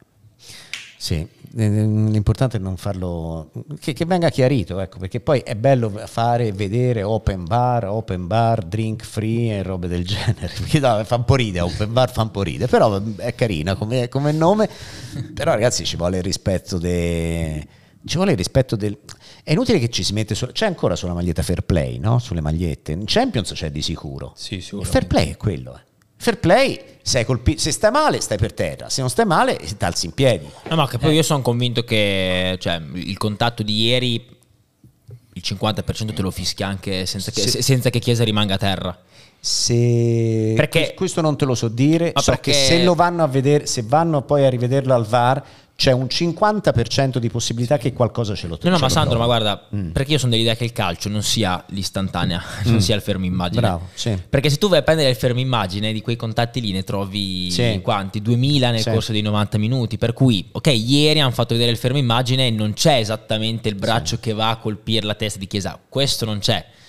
Sì, l'importante è non farlo, che, che venga chiarito, ecco, perché poi è bello fare, vedere open bar, open bar, drink free e robe del genere, perché no, fa un po' ride, open bar fa un po' ride, però è carina come, come nome, però ragazzi ci vuole il rispetto de... ci vuole il rispetto del... È inutile che ci si mette su... C'è ancora sulla maglietta fair play, no? Sulle magliette, in Champions c'è di sicuro. Sì, Il sicuramente. fair play è quello, eh. Fair play, sei colpi- se stai male stai per terra, se non stai male ti alzi in piedi. No, ma che poi Eh. io sono convinto che cioè, il contatto di ieri il cinquanta per cento te lo fischia anche senza che, Sì. senza che Chiesa rimanga a terra. Se Perché- questo non te lo so dire, Ma so perché- che se lo vanno a vedere, se vanno poi a rivederlo al V A R, c'è un cinquanta per cento di possibilità che qualcosa ce lo No, no, ce ma lo Sandro, ma trovi. guarda, Mm. perché io sono dell'idea che il calcio non sia l'istantanea, non sia il fermo immagine. Bravo, sì. Perché se tu vai a prendere il fermo immagine di quei contatti lì ne trovi Sì. quanti? duemila nel Sì. corso dei novanta minuti. Per cui, ok, ieri hanno fatto vedere il fermo immagine e non c'è esattamente il braccio che va a colpire la testa di Chiesa. Questo non c'è.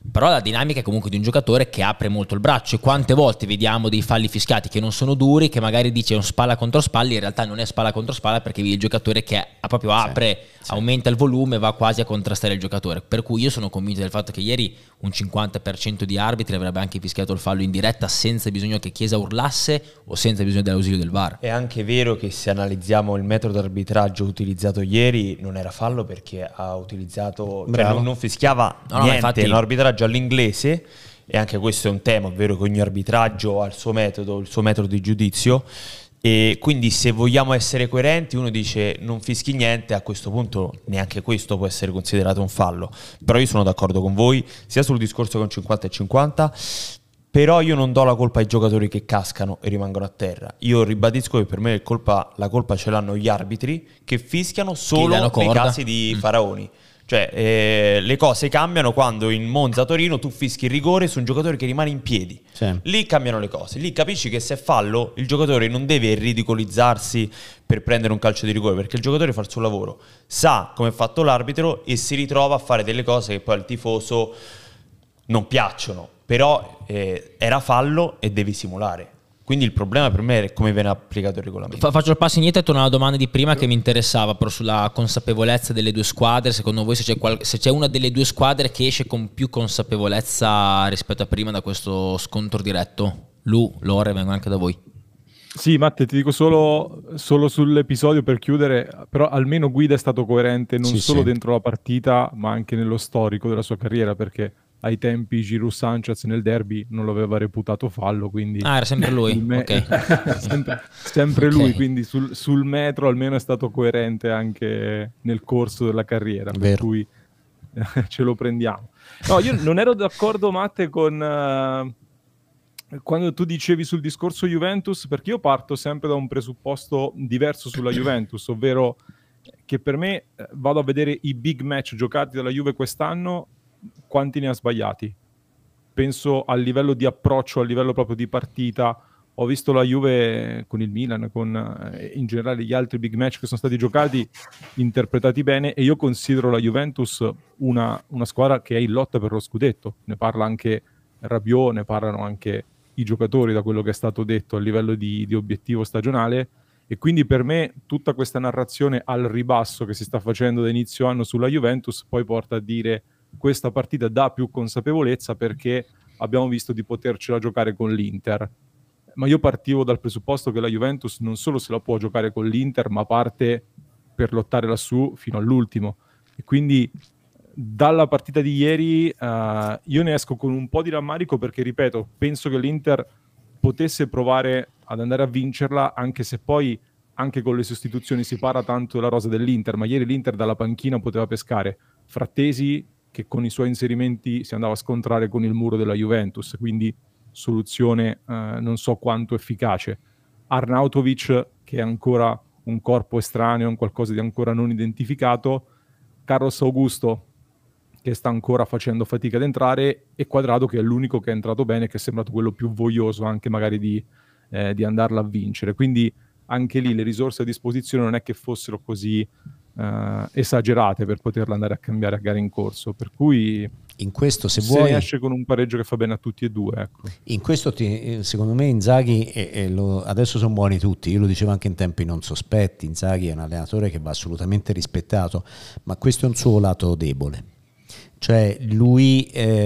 però la dinamica è comunque di un giocatore che apre molto il braccio, e quante volte vediamo dei falli fischiati che non sono duri, che magari dice un spalla contro spalla, in realtà non è spalla contro spalla, perché vedi il giocatore che proprio apre, sì, sì. aumenta il volume, va quasi a contrastare il giocatore. Per cui io sono convinto del fatto che ieri un cinquanta per cento di arbitri avrebbe anche fischiato il fallo in diretta senza bisogno che Chiesa urlasse o senza bisogno dell'ausilio del V A R. È anche vero che se analizziamo il metodo d'arbitraggio utilizzato ieri non era fallo, perché ha utilizzato, cioè non, non fischiava no, no, niente, infatti... è un arbitraggio all'inglese, e anche questo è un tema, ovvero che ogni arbitraggio ha il suo metodo, il suo metodo di giudizio, e quindi se vogliamo essere coerenti, uno dice non fischi niente, a questo punto neanche questo può essere considerato un fallo. Però io sono d'accordo con voi sia sul discorso con cinquanta e cinquanta, però io non do la colpa ai giocatori che cascano e rimangono a terra. Io ribadisco che per me il colpa, la colpa ce l'hanno gli arbitri che fischiano solo nei casi di Faraoni. Cioè eh, le cose cambiano quando in Monza Torino tu fischi il rigore su un giocatore che rimane in piedi, sì. Lì cambiano le cose, lì capisci che se è fallo il giocatore non deve ridicolizzarsi per prendere un calcio di rigore, perché il giocatore fa il suo lavoro, sa come è fatto l'arbitro e si ritrova a fare delle cose che poi al tifoso non piacciono, però eh, era fallo e devi simulare. Quindi il problema per me è come viene applicato il regolamento. Faccio il passo indietro e torno alla domanda di prima che mi interessava, però sulla consapevolezza delle due squadre. Secondo voi se c'è, qual- se c'è una delle due squadre che esce con più consapevolezza rispetto a prima da questo scontro diretto? Lu, Lore, vengo anche da voi. Sì, Matte, ti dico solo, solo sull'episodio per chiudere, però almeno Guida è stato coerente non sì, solo sì. dentro la partita, ma anche nello storico della sua carriera, perché ai tempi Giroud Sanchez nel derby non lo aveva reputato fallo, quindi ah era sempre lui me- okay. sempre, sempre okay. lui, quindi sul, sul metro almeno è stato coerente anche nel corso della carriera, per Vero. cui ce lo prendiamo. No, io non ero d'accordo, Matte, con uh, quando tu dicevi sul discorso Juventus, perché io parto sempre da un presupposto diverso sulla Juventus, ovvero che per me vado a vedere i big match giocati dalla Juve quest'anno, quanti ne ha sbagliati. Penso al livello di approccio, al livello proprio di partita. Ho visto la Juve con il Milan, con eh, in generale gli altri big match che sono stati giocati, interpretati bene, e io considero la Juventus una, una squadra che è in lotta per lo scudetto. Ne parla anche Rabiot, ne parlano anche i giocatori, da quello che è stato detto a livello di, di obiettivo stagionale, e quindi per me tutta questa narrazione al ribasso che si sta facendo da inizio anno sulla Juventus poi porta a dire questa partita dà più consapevolezza perché abbiamo visto di potercela giocare con l'Inter. Ma io partivo dal presupposto che la Juventus non solo se la può giocare con l'Inter, ma parte per lottare lassù fino all'ultimo. E quindi dalla partita di ieri uh, io ne esco con un po' di rammarico, perché ripeto, penso che l'Inter potesse provare ad andare a vincerla, anche se poi anche con le sostituzioni si parla tanto della rosa dell'Inter, ma ieri l'Inter dalla panchina poteva pescare Frattesi, che con i suoi inserimenti si andava a scontrare con il muro della Juventus, quindi soluzione eh, non so quanto efficace. Arnautovic, che è ancora un corpo estraneo, un qualcosa di ancora non identificato, Carlos Augusto, che sta ancora facendo fatica ad entrare, e Quadrado, che è l'unico che è entrato bene, che è sembrato quello più voglioso anche magari di, eh, di andarla a vincere. Quindi anche lì le risorse a disposizione non è che fossero così Uh, esagerate per poterla andare a cambiare a gara in corso, per cui in questo se, se vuoi ne esce con un pareggio che fa bene a tutti e due, ecco. In questo ti, secondo me Inzaghi e, e lo, adesso sono buoni tutti, io lo dicevo anche in tempi non sospetti, Inzaghi è un allenatore che va assolutamente rispettato, ma questo è un suo lato debole, cioè lui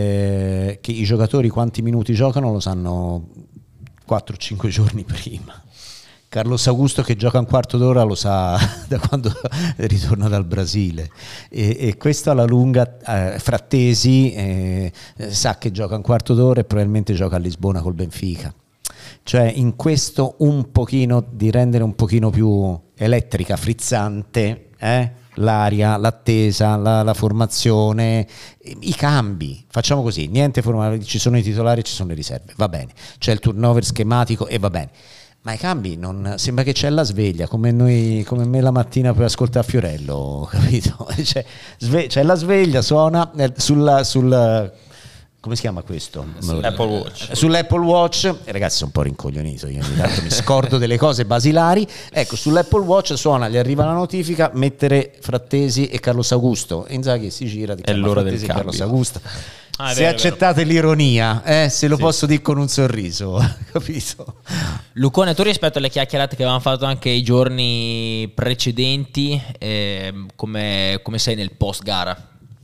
eh, che i giocatori quanti minuti giocano lo sanno quattro cinque giorni prima. Carlos Augusto che gioca un quarto d'ora lo sa da quando ritorna dal Brasile, e, e questo alla lunga eh, Frattesi eh, sa che gioca un quarto d'ora e probabilmente gioca a Lisbona col Benfica. Cioè in questo un pochino di rendere un pochino più elettrica, frizzante eh? l'aria, l'attesa, la, la formazione, i cambi, facciamo così, niente forma, ci sono i titolari, ci sono le riserve, va bene, c'è il turnover schematico e va bene. Ma i cambi non sembra che c'è la sveglia, come noi, come me la mattina per ascoltare Fiorello, capito? C'è, sve, c'è la sveglia, suona sulla, sul come si chiama questo? Sull'Apple Watch. Sull'Apple Watch, eh, ragazzi sono un po' rincoglionito, io ogni tanto mi scordo delle cose basilari. Ecco, sull'Apple Watch suona, gli arriva la notifica, mettere Frattesi e Carlos Augusto. Inzaghi si gira, di è l'ora Frattesi del e Carlos Augusto. Ah, se vero, accettate vero. l'ironia, eh, se lo Sì. posso dire con un sorriso, capito? Lucone, tu rispetto alle chiacchierate che avevamo fatto anche i giorni precedenti, eh, come, come sei nel post gara?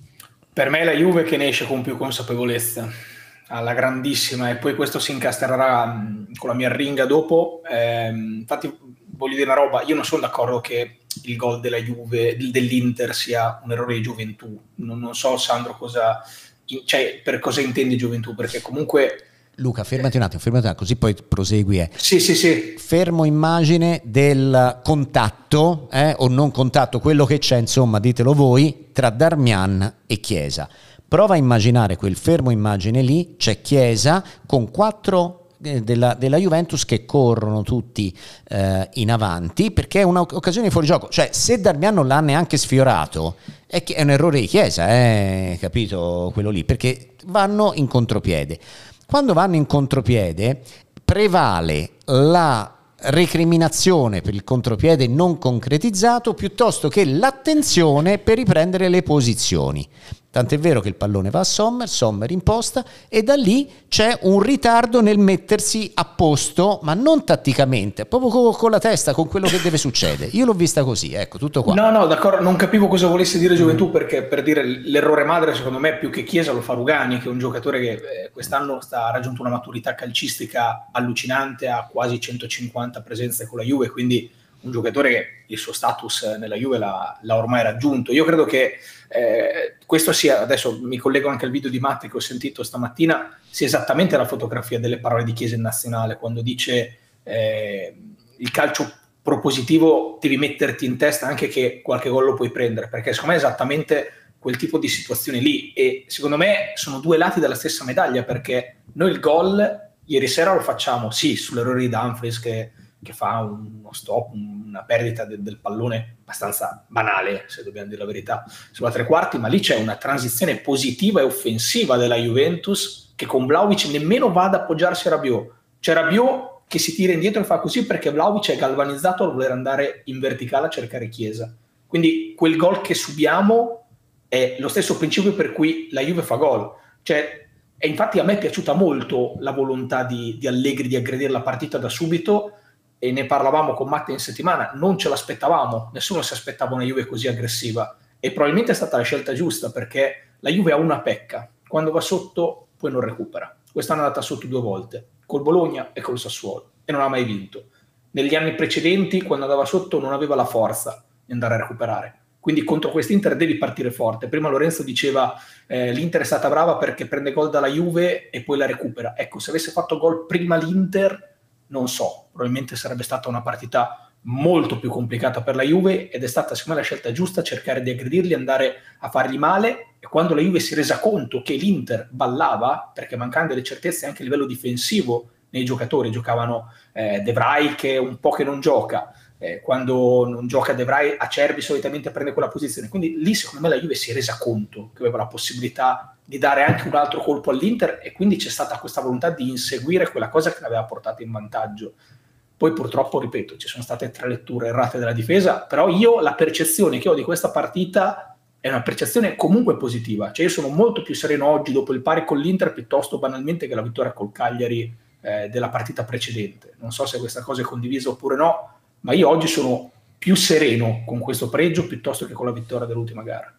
Per me è la Juve che ne esce con più consapevolezza, alla grandissima, e poi questo si incastrerà mh, con la mia ringa dopo. Ehm, infatti voglio dire una roba, io non sono d'accordo che il gol della Juve, dell'Inter sia un errore di gioventù. Non, non so, Sandro, cosa, cioè, per cosa intendi gioventù, perché comunque... Luca, fermati un attimo, fermati un attimo, così poi prosegui. Eh. Sì, sì, sì. Fermo immagine del contatto, eh, o non contatto, quello che c'è, insomma, ditelo voi, tra Darmian e Chiesa. Prova a immaginare quel fermo immagine lì, c'è Chiesa con quattro eh, della, della Juventus che corrono tutti eh, in avanti, perché è un'occasione di fuorigioco. Cioè, se Darmian non l'ha neanche sfiorato, è, che è un errore di Chiesa, eh, capito quello lì, perché vanno in contropiede. Quando vanno in contropiede prevale la recriminazione per il contropiede non concretizzato piuttosto che l'attenzione per riprendere le posizioni. Tant'è vero che il pallone va a Sommer, Sommer imposta e da lì c'è un ritardo nel mettersi a posto, ma non tatticamente, proprio con, con la testa, con quello che deve succedere. Io l'ho vista così, ecco, tutto qua. No, no, d'accordo, non capivo cosa volesse dire Gioventù, perché per dire l'errore madre secondo me più che Chiesa lo fa Rugani, che è un giocatore che eh, quest'anno sta, ha raggiunto una maturità calcistica allucinante, ha quasi centocinquanta presenze con la Juve, quindi un giocatore che il suo status nella Juve l'ha, l'ha ormai raggiunto. Io credo che eh, questo sia, adesso mi collego anche al video di Matti che ho sentito stamattina, sia esattamente la fotografia delle parole di Chiesa in nazionale, quando dice eh, il calcio propositivo devi metterti in testa anche che qualche gol lo puoi prendere, perché secondo me è esattamente quel tipo di situazione lì, e secondo me sono due lati della stessa medaglia, perché noi il gol ieri sera lo facciamo sì sull'errore di Dumfries che che fa uno stop, una perdita de- del pallone abbastanza banale, se dobbiamo dire la verità, sulla tre quarti, ma lì c'è una transizione positiva e offensiva della Juventus che con Vlahovic nemmeno va ad appoggiarsi a Rabiot. C'è Rabiot che si tira indietro e fa così perché Vlahovic è galvanizzato a voler andare in verticale a cercare Chiesa. Quindi quel gol che subiamo è lo stesso principio per cui la Juve fa gol. Cioè, e infatti a me è piaciuta molto la volontà di, di Allegri di aggredire la partita da subito, e ne parlavamo con Matte in settimana, non ce l'aspettavamo, nessuno si aspettava una Juve così aggressiva, e probabilmente è stata la scelta giusta, perché la Juve ha una pecca: quando va sotto poi non recupera. Quest'anno è andata sotto due volte, col Bologna e col Sassuolo, e non ha mai vinto. Negli anni precedenti, quando andava sotto, non aveva la forza di andare a recuperare, quindi contro quest'Inter devi partire forte. Prima Lorenzo diceva eh, l'Inter è stata brava perché prende gol dalla Juve e poi la recupera. Ecco, se avesse fatto gol prima l'Inter, non so, probabilmente sarebbe stata una partita molto più complicata per la Juve, ed è stata secondo me la scelta giusta cercare di aggredirli, andare a fargli male. E quando la Juve si è resa conto che l'Inter ballava, perché mancando delle certezze anche a livello difensivo nei giocatori, giocavano eh, De Vrij che un po' che non gioca, eh, quando non gioca De Vrij Acerbi solitamente prende quella posizione, quindi lì secondo me la Juve si è resa conto che aveva la possibilità di dare anche un altro colpo all'Inter, e quindi c'è stata questa volontà di inseguire quella cosa che l'aveva portata in vantaggio. Poi purtroppo, ripeto, ci sono state tre letture errate della difesa, però io la percezione che ho di questa partita è una percezione comunque positiva. Cioè io sono molto più sereno oggi dopo il pari con l'Inter piuttosto banalmente che la vittoria col Cagliari eh, della partita precedente. Non so se questa cosa è condivisa oppure no, ma io oggi sono più sereno con questo pregio piuttosto che con la vittoria dell'ultima gara.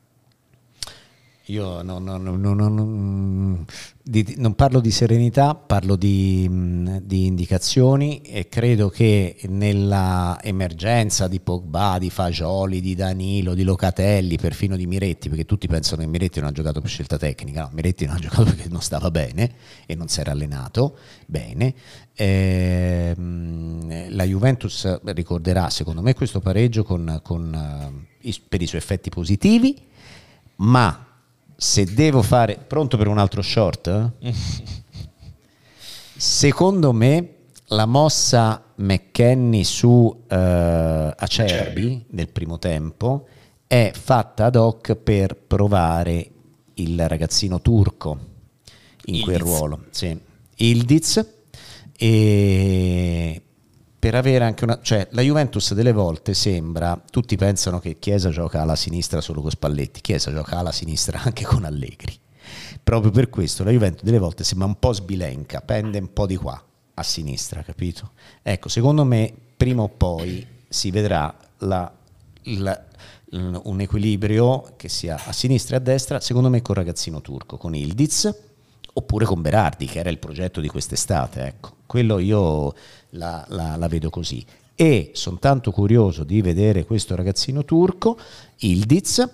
Io non, non, non, non, di, non parlo di serenità, parlo di, di indicazioni, e credo che nella emergenza di Pogba, di Fagioli, di Danilo, di Locatelli, perfino di Miretti, perché tutti pensano che Miretti non ha giocato per scelta tecnica, no, Miretti non ha giocato perché non stava bene e non si era allenato bene. Eh, la Juventus ricorderà secondo me questo pareggio con, con, uh, per i suoi effetti positivi, ma se devo fare, pronto per un altro short? Secondo me la mossa McKennie su uh, Acerbi nel primo tempo è fatta ad hoc per provare il ragazzino turco in Ildiz. quel ruolo, sì. Ildiz, e per avere anche una, cioè la Juventus delle volte sembra, tutti pensano che Chiesa gioca alla sinistra solo con Spalletti, Chiesa gioca alla sinistra anche con Allegri, proprio per questo la Juventus delle volte sembra un po' sbilenca, pende un po' di qua a sinistra, capito? Ecco, secondo me prima o poi si vedrà la, la, un equilibrio che sia a sinistra e a destra, secondo me col ragazzino turco, con Ildiz oppure con Berardi, che era il progetto di quest'estate, ecco, quello io la, la, la vedo così. E sono tanto curioso di vedere questo ragazzino turco, Ildiz,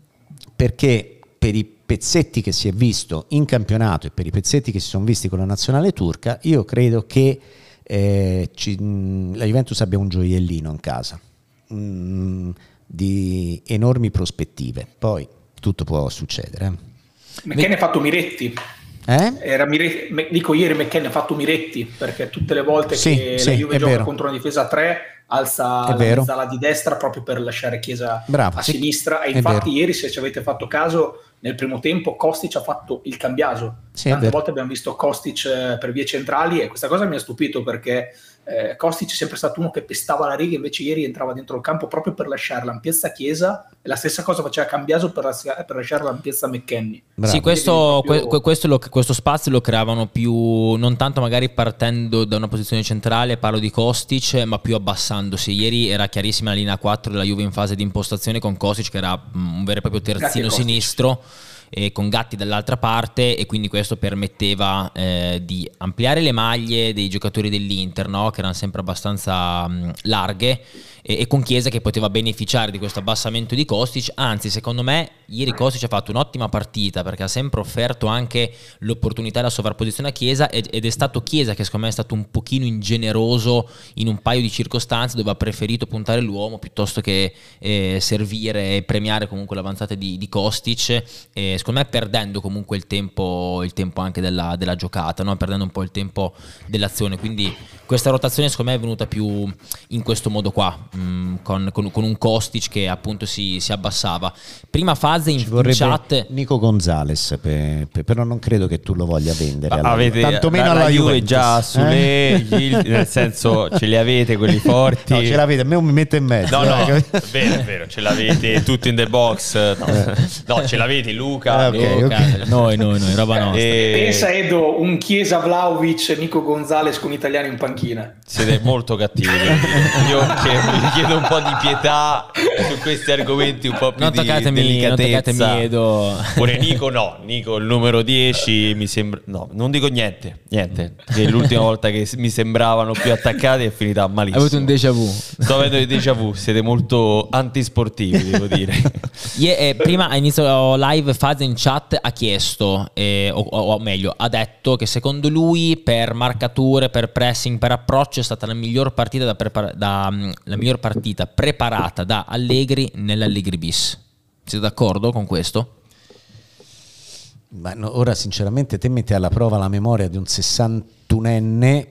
perché per i pezzetti che si è visto in campionato e per i pezzetti che si sono visti con la nazionale turca, io credo che eh, ci, la Juventus abbia un gioiellino in casa, mh, di enormi prospettive. Poi tutto può succedere. McKennie ha fatto Miretti. Eh? Era Miretti, dico ieri McKennie ha fatto Miretti, perché tutte le volte sì, che sì, la Juve gioca vero. contro una difesa a tre alza la mezzala di destra proprio per lasciare Chiesa Bravo, a sì, sinistra, e infatti ieri, se ci avete fatto caso, nel primo tempo Kostic ha fatto il cambiaso, sì, tante volte abbiamo visto Kostic per vie centrali e questa cosa mi ha stupito, perché eh, Kostic è sempre stato uno che pestava la riga, invece ieri entrava dentro il campo proprio per lasciare l'ampiezza a Chiesa, e la stessa cosa faceva Cambiaso per, la, per lasciare l'ampiezza a McKennie. Sì, questo, proprio... que, questo, lo, questo spazio lo creavano più, non tanto magari partendo da una posizione centrale, parlo di Kostic, ma più abbassandosi. Ieri era chiarissima la linea quattro della Juve in fase di impostazione, con Kostic che era un vero e proprio terzino sinistro e con Gatti dall'altra parte, e quindi questo permetteva eh, di ampliare le maglie dei giocatori dell'Inter, no? Che erano sempre abbastanza mh, larghe, e, e con Chiesa che poteva beneficiare di questo abbassamento di Kostic. Anzi, secondo me ieri Kostic ha fatto un'ottima partita, perché ha sempre offerto anche l'opportunità e la sovrapposizione a Chiesa, ed, ed è stato Chiesa che secondo me è stato un pochino ingeneroso in un paio di circostanze dove ha preferito puntare l'uomo piuttosto che eh, servire e premiare comunque l'avanzata di, di Kostic, eh, secondo me perdendo comunque il tempo, il tempo anche della, della giocata, no? Perdendo un po' il tempo dell'azione. Quindi questa rotazione secondo me è venuta più in questo modo qua, mh, con, con, con un Kostic che appunto si, si abbassava. Prima fase in, in chat Nico Gonzalez, per, per, però non credo che tu lo voglia vendere. Ma avete tantomeno alla Juve Juventus. Già sulle eh? Gil, nel senso ce li avete quelli forti. No, ce l'avete, a me mi mette in mezzo. No, no, è vero, è vero, ce l'avete tutto in the box. No, no, ce l'avete Luca, ah, okay, Luca. Okay. Noi, noi, noi, roba nostra. E... Pensa Edo, un Chiesa, Vlahovic, Nico Gonzalez con italiani in panchina. Siete molto cattivi. Io che vi chiedo un po' di pietà su questi argomenti un po' più non di toccatemi, delicatezza. Non toccatemi Edo. Pure Nico no, Nico il numero dieci mi sembra, no, non dico niente, niente, che l'ultima volta che mi sembravano più attaccati è finita malissimo. Hai avuto un déjà vu. Sto avendo il déjà vu, siete molto antisportivi, devo dire. Yeah, eh, prima a inizio live Faz in chat ha chiesto, eh, o, o meglio ha detto che secondo lui per marcature, per pressing, per approccio è stata la miglior partita da prepara- da, la miglior partita preparata da Allegri nell'Allegri bis. Siete d'accordo con questo? Ma no, ora sinceramente te metti alla prova la memoria di un sessantunenne.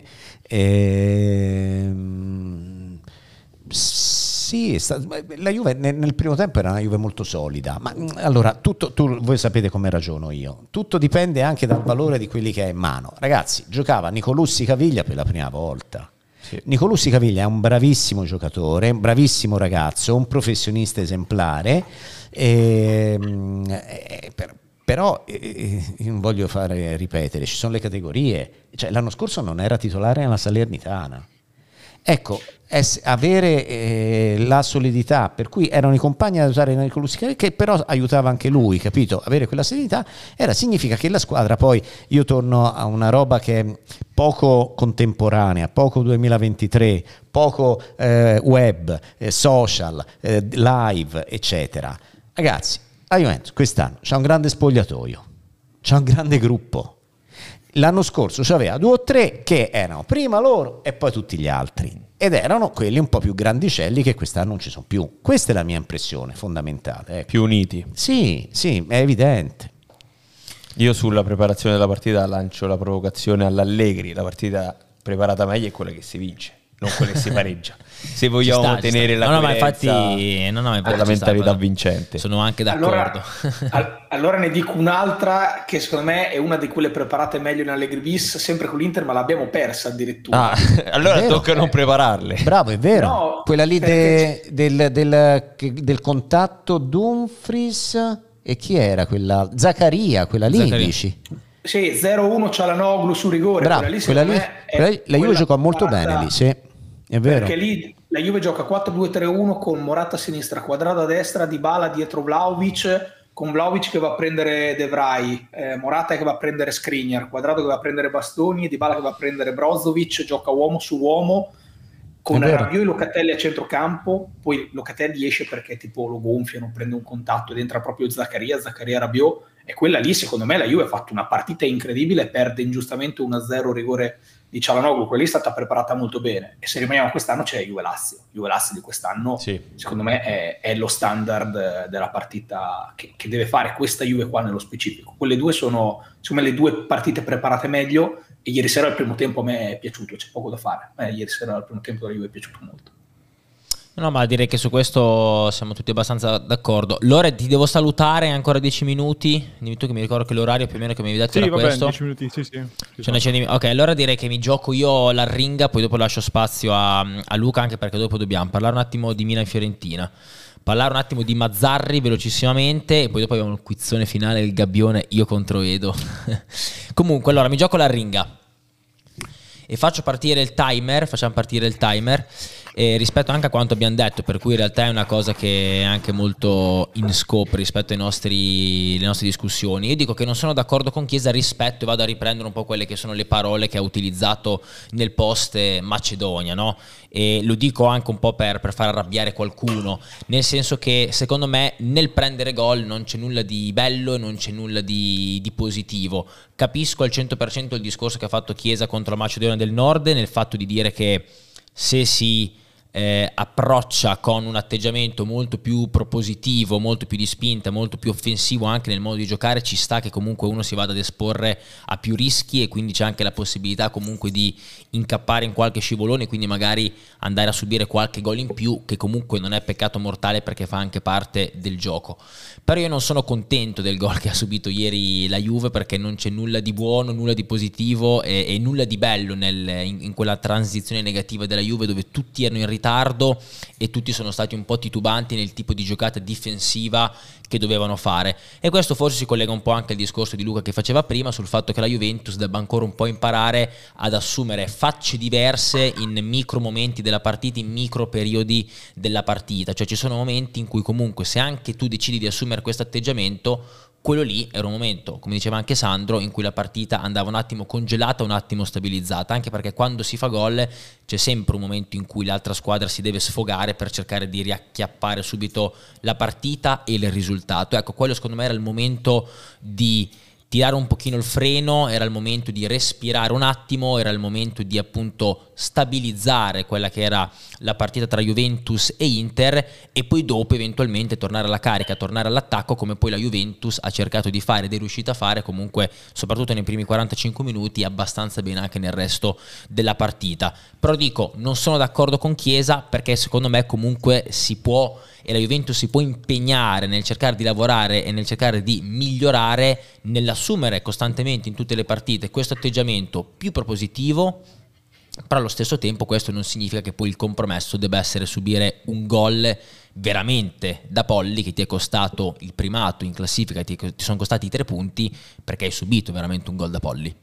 Ehm, sì, la Juve nel primo tempo era una Juve molto solida, ma allora tutto, tu, voi sapete come ragiono io, tutto dipende anche dal valore di quelli che hai in mano. Ragazzi, giocava Nicolussi Caviglia per la prima volta. Sì. Nicolussi Caviglia è un bravissimo giocatore, un bravissimo ragazzo, un professionista esemplare, e, e, per, però eh, non voglio fare ripetere, ci sono le categorie, cioè, l'anno scorso non era titolare nella Salernitana. Ecco, es- avere eh, la solidità, per cui erano i compagni ad usare Nicolussi Caviglia, che però aiutava anche lui, capito? Avere quella solidità era, significa che la squadra, poi io torno a una roba che è poco contemporanea, poco duemilaventitré, poco eh, web, eh, social, eh, live, eccetera. Ragazzi, la Juventus quest'anno c'ha un grande spogliatoio, c'ha un grande gruppo. L'anno scorso c'aveva due o tre che erano prima loro e poi tutti gli altri, ed erano quelli un po' più grandicelli che quest'anno non ci sono più. Questa è la mia impressione fondamentale. Ecco. Più uniti. Sì, sì, è evidente. Io sulla preparazione della partita lancio la provocazione all'Allegri. La partita preparata meglio è quella che si vince, non quella che si pareggia. Se vogliamo sta, tenere la no, no, ma infatti, no, no, infatti la mentalità sta, vincente. Sono anche d'accordo. Allora, allora ne dico un'altra che secondo me è una di quelle preparate meglio in Allegri bis, sempre con l'Inter, ma l'abbiamo persa addirittura. Ah, allora tocca non prepararle. Bravo, è vero. No, quella lì de, del, del, del contatto Dumfries E chi era quella? Zaccaria, quella lì Zaccaria. dici? Sì, zero uno Cialanoglu su rigore. Bravo, quella lì, quella secondo lì, me, è quella lì- la Juve quella gioca molto Morata- bene lì, sì, è vero. Perché lì la Juve gioca quattro due tre uno con Morata a sinistra, Quadrado a destra, Dybala dietro Vlahovic, con Vlahovic che va a prendere De Vrij, eh, Morata che va a prendere Skriniar, Quadrado che va a prendere Bastoni e Dybala che va a prendere Brozovic, gioca uomo su uomo con È vero. Rabiot e Locatelli a centrocampo. Poi Locatelli esce perché tipo lo gonfiano, prende un contatto ed entra proprio Zaccaria, Zaccaria Rabiot, e quella lì secondo me la Juve ha fatto una partita incredibile, perde ingiustamente uno a zero rigore di Cialanoglu, quella lì è stata preparata molto bene, e se rimaniamo quest'anno c'è Juve Lazio. Juve Lazio di quest'anno Sì. secondo me è, è lo standard eh, della partita che, che deve fare questa Juve qua nello specifico. Quelle due sono secondo me le due partite preparate meglio, e ieri sera al primo tempo a me è piaciuto, c'è poco da fare. A me ieri sera al primo tempo della Juve è piaciuto molto. No, ma direi che su questo siamo tutti abbastanza d'accordo. Lore, ti devo salutare, ancora dieci minuti. Dimmi tu che mi ricordo che l'orario più o meno che mi avevi detto Sì, era va bene, questo. dieci minuti, sì, sì. Ci Ce ne sono. c'è di- Ok, allora direi che mi gioco io la ringa, poi dopo lascio spazio a, a Luca, anche perché dopo dobbiamo parlare un attimo di Milan-Fiorentina, parlare un attimo di Mazzarri velocissimamente, e poi dopo abbiamo il quizzone finale, il gabbione io contro Edo. Comunque, allora mi gioco la ringa e faccio partire il timer, facciamo partire il timer eh, rispetto anche a quanto abbiamo detto, per cui in realtà è una cosa che è anche molto in scope rispetto ai nostri, alle nostre discussioni. Io dico che non sono d'accordo con Chiesa rispetto, e vado a riprendere un po' quelle che sono le parole che ha utilizzato nel post Macedonia, no? E lo dico anche un po' per, per far arrabbiare qualcuno, nel senso che secondo me nel prendere gol non c'è nulla di bello e non c'è nulla di, di positivo. Capisco al cento per cento il discorso che ha fatto Chiesa contro la Macedonia del Nord, nel fatto di dire che se si eh, approccia con un atteggiamento molto più propositivo, molto più di spinta, molto più offensivo anche nel modo di giocare, ci sta che comunque uno si vada ad esporre a più rischi, e quindi c'è anche la possibilità comunque di incappare in qualche scivolone, quindi magari andare a subire qualche gol in più, che comunque non è peccato mortale perché fa anche parte del gioco. Però io non sono contento del gol che ha subito ieri la Juve, perché non c'è nulla di buono, nulla di positivo e, e nulla di bello nel, in, in quella transizione negativa della Juve, dove tutti erano in ritardo e tutti sono stati un po' titubanti nel tipo di giocata difensiva che dovevano fare. E questo forse si collega un po' anche al discorso di Luca che faceva prima sul fatto che la Juventus debba ancora un po' imparare ad assumere facce diverse in micro momenti della partita, in micro periodi della partita. Cioè ci sono momenti in cui comunque, se anche tu decidi di assumere questo atteggiamento, quello lì era un momento, come diceva anche Sandro, in cui la partita andava un attimo congelata, un attimo stabilizzata, anche perché quando si fa gol c'è sempre un momento in cui l'altra squadra si deve sfogare per cercare di riacchiappare subito la partita e il risultato. Ecco, quello secondo me era il momento di tirare un pochino il freno, era il momento di respirare un attimo, era il momento di appunto stabilizzare quella che era la partita tra Juventus e Inter, e poi dopo eventualmente tornare alla carica, tornare all'attacco, come poi la Juventus ha cercato di fare ed è riuscita a fare comunque soprattutto nei primi quarantacinque minuti, abbastanza bene anche nel resto della partita. Però dico, non sono d'accordo con Chiesa, perché secondo me comunque si può, e la Juventus si può impegnare nel cercare di lavorare e nel cercare di migliorare, nell'assumere costantemente in tutte le partite questo atteggiamento più propositivo. Però allo stesso tempo questo non significa che poi il compromesso debba essere subire un gol veramente da polli che ti è costato il primato in classifica, ti, ti sono costati i tre punti perché hai subito veramente un gol da polli.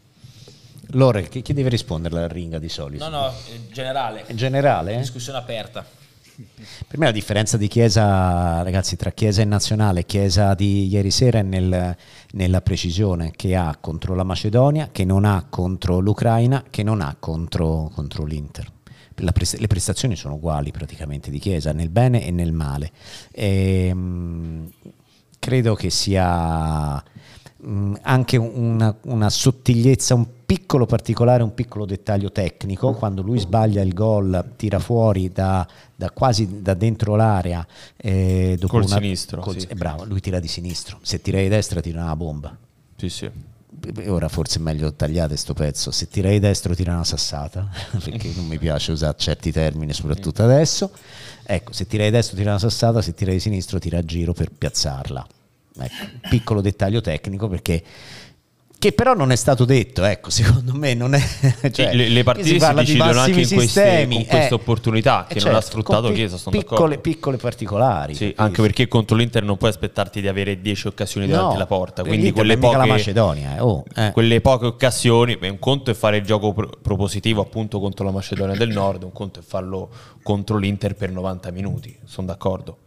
Lore, chi, chi deve rispondere alla ringa di solito? No, no, in generale. In generale? Discussione aperta. Per me la differenza di Chiesa, ragazzi, tra Chiesa e Nazionale, Chiesa di ieri sera è nel, nella precisione che ha contro la Macedonia, che non ha contro l'Ucraina, che non ha contro, contro l'Inter. La pre- le prestazioni sono uguali praticamente di Chiesa, nel bene e nel male. E, mh, credo che sia mh, anche una, una sottigliezza, un piccolo particolare, un piccolo dettaglio tecnico. Quando lui sbaglia il gol, tira fuori da, da quasi da dentro l'area eh, dopo col una, sinistro col, sì. eh, bravo, lui tira di sinistro, se tira di destra tira una bomba. Sì, sì. Ora forse è meglio tagliate sto pezzo, se tira di destro tira una sassata perché non mi piace usare certi termini, soprattutto adesso. Ecco, se tira di destro tira una sassata, se tira di sinistro tira a giro per piazzarla. Ecco, piccolo dettaglio tecnico, perché che però non è stato detto, ecco, secondo me non è, cioè, le, le partite si, si decidono anche in queste, con queste eh, opportunità che eh, non certo, ha sfruttato pic- Chiesa, sono piccole, d'accordo. Piccole particolari. Sì, anche perché contro l'Inter non puoi aspettarti di avere dieci occasioni davanti no, alla porta, quindi quelle poche, la Macedonia, eh. Oh, eh. quelle poche occasioni, un conto è fare il gioco pro- propositivo appunto contro la Macedonia del Nord, un conto è farlo contro l'Inter per novanta minuti, sono d'accordo.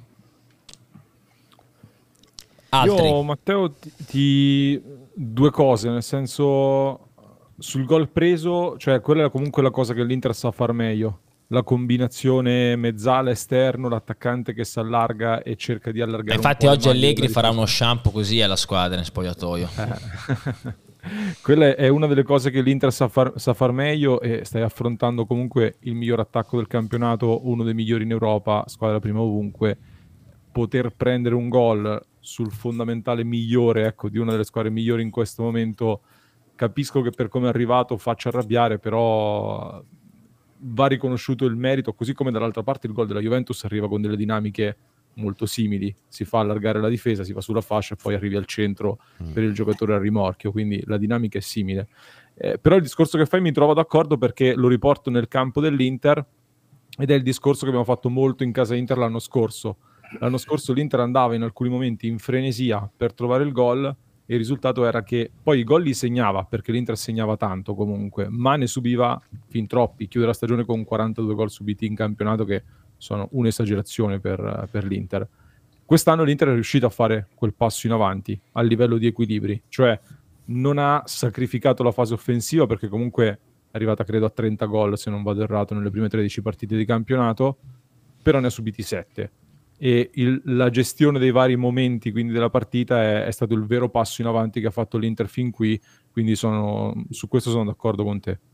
Altri. Io, Matteo, ti, ti due cose, nel senso, sul gol preso, cioè quella è comunque la cosa che l'Inter sa far meglio, la combinazione mezzala esterno, l'attaccante che si allarga e cerca di allargare. Infatti oggi Allegri farà uno shampoo così alla squadra in spogliatoio. Eh. Quella è una delle cose che l'Inter sa far, sa far meglio, e stai affrontando comunque il miglior attacco del campionato, uno dei migliori in Europa, squadra prima ovunque. Poter prendere un gol sul fondamentale migliore, ecco, di una delle squadre migliori in questo momento, capisco che per come è arrivato faccia arrabbiare, però va riconosciuto il merito, così come dall'altra parte il gol della Juventus arriva con delle dinamiche molto simili, si fa allargare la difesa, si va sulla fascia e poi arrivi al centro mm. per il giocatore al rimorchio, quindi la dinamica è simile. Eh, però il discorso che fai mi trovo d'accordo, perché lo riporto nel campo dell'Inter ed è il discorso che abbiamo fatto molto in casa Inter l'anno scorso. L'anno scorso l'Inter andava in alcuni momenti in frenesia per trovare il gol e il risultato era che poi i gol li segnava, perché l'Inter segnava tanto comunque, ma ne subiva fin troppi. Chiude la stagione con quarantadue gol subiti in campionato, che sono un'esagerazione per, per l'Inter. Quest'anno l'Inter è riuscito a fare quel passo in avanti a livello di equilibri, cioè non ha sacrificato la fase offensiva, perché comunque è arrivata credo a trenta gol, se non vado errato, nelle prime tredici partite di campionato, però ne ha subiti sette. E il, la gestione dei vari momenti quindi della partita è, è stato il vero passo in avanti che ha fatto l'Inter fin qui, quindi sono, su questo sono d'accordo con te.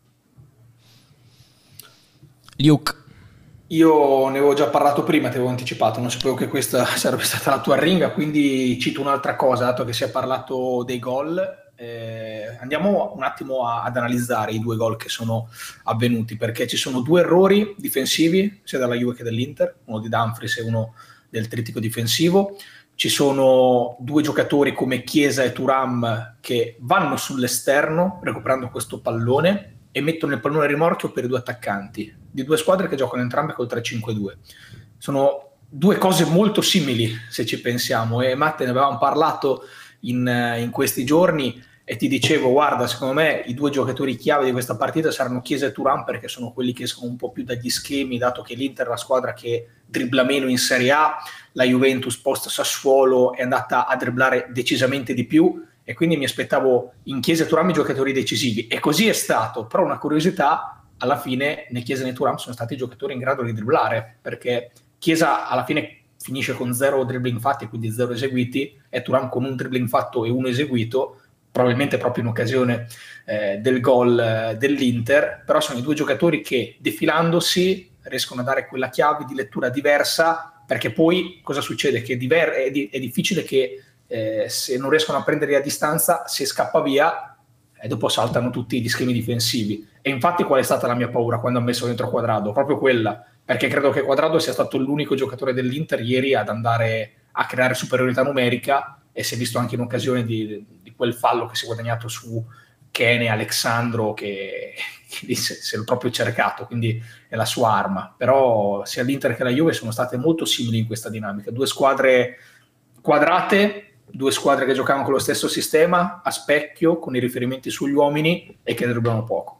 Luke. Io ne avevo già parlato prima, ti avevo anticipato, non sapevo che questa sarebbe stata la tua ringa, quindi cito un'altra cosa, dato che si è parlato dei gol. Eh, andiamo un attimo a, ad analizzare i due gol che sono avvenuti, perché ci sono due errori difensivi sia dalla Juve che dall'Inter, uno di Dumfries e uno del trittico difensivo. Ci sono due giocatori come Chiesa e Thuram che vanno sull'esterno recuperando questo pallone e mettono il pallone a rimorchio per i due attaccanti di due squadre che giocano entrambe col tre cinque due. Sono due cose molto simili se ci pensiamo, e Matte ne avevamo parlato in, in questi giorni e ti dicevo, guarda, secondo me i due giocatori chiave di questa partita saranno Chiesa e Thuram, perché sono quelli che escono un po' più dagli schemi, dato che l'Inter è la squadra che dribbla meno in Serie A, la Juventus post Sassuolo è andata a dribblare decisamente di più, e quindi mi aspettavo in Chiesa e Thuram i giocatori decisivi, e così è stato. Però una curiosità, alla fine né Chiesa né Thuram sono stati giocatori in grado di dribblare, perché Chiesa alla fine finisce con zero dribbling fatti, quindi zero eseguiti, e Thuram con un dribbling fatto e uno eseguito, probabilmente proprio in occasione eh, del gol eh, dell'Inter. Però sono i due giocatori che defilandosi riescono a dare quella chiave di lettura diversa, perché poi cosa succede? Che è, diver- è, di- è difficile che eh, se non riescono a prenderli a distanza, se scappa via e dopo saltano tutti gli schemi difensivi. E infatti qual è stata la mia paura quando ho messo dentro Quadrado? Proprio quella, perché credo che Quadrado sia stato l'unico giocatore dell'Inter ieri ad andare a creare superiorità numerica, e si è visto anche in occasione di, di quel fallo che si è guadagnato su Kene Alexandro, che, che se, se l'ho proprio cercato, quindi è la sua arma. Però sia l'Inter che la Juve sono state molto simili in questa dinamica, due squadre quadrate, due squadre che giocavano con lo stesso sistema, a specchio, con i riferimenti sugli uomini, e che dribblavano poco.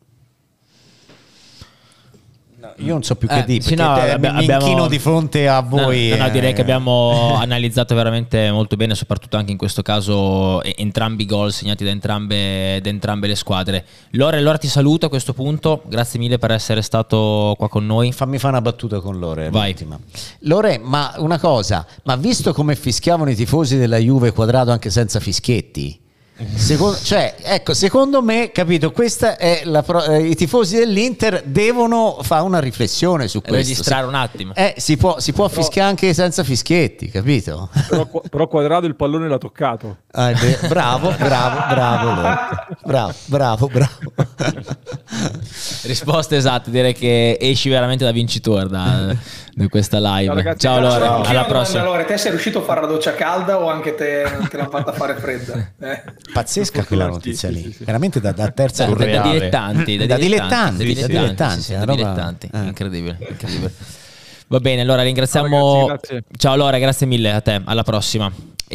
Io non so più che eh, dire, sì, perché no, te, abbiamo, mi inchino di fronte a voi. No, no, no, direi eh. che abbiamo analizzato veramente molto bene, soprattutto anche in questo caso entrambi i gol segnati da entrambe, da entrambe le squadre. Lore, allora ti saluto a questo punto, grazie mille per essere stato qua con noi. Fammi fare una battuta con Lore. Vai. L'ultima. Lore, ma una cosa, ma visto come fischiavano i tifosi della Juve Quadrado anche senza fischietti? Secondo, cioè, ecco, secondo me, capito, questa è la pro, eh, i tifosi dell'Inter devono fare una riflessione su questo. Registrare si, un attimo. Eh, si può, si può però, fischiare anche senza fischietti, capito? Però, però Quadrado il pallone l'ha toccato. Ah, beh, bravo, bravo, bravo, Lore. bravo, bravo, bravo. Risposta esatta, direi che esci veramente da vincitore da, di questa live. Ciao, ragazzi. Ciao Lore, Ciao, alla prossima. Allora, te sei riuscito a fare la doccia calda o anche te non te l'ha fatta fare fredda? Eh. Pazzesca quella notizia lì, veramente da, da terza Da, da, da Surreale. dilettanti, da Da dilettanti, dilettanti, da da dilettanti, sì, sì, una da roba- dilettanti. eh. Incredibile, incredibile. Va bene, allora ringraziamo. Ciao, ragazzi, grazie. Ciao Lore, grazie mille a te. Alla prossima.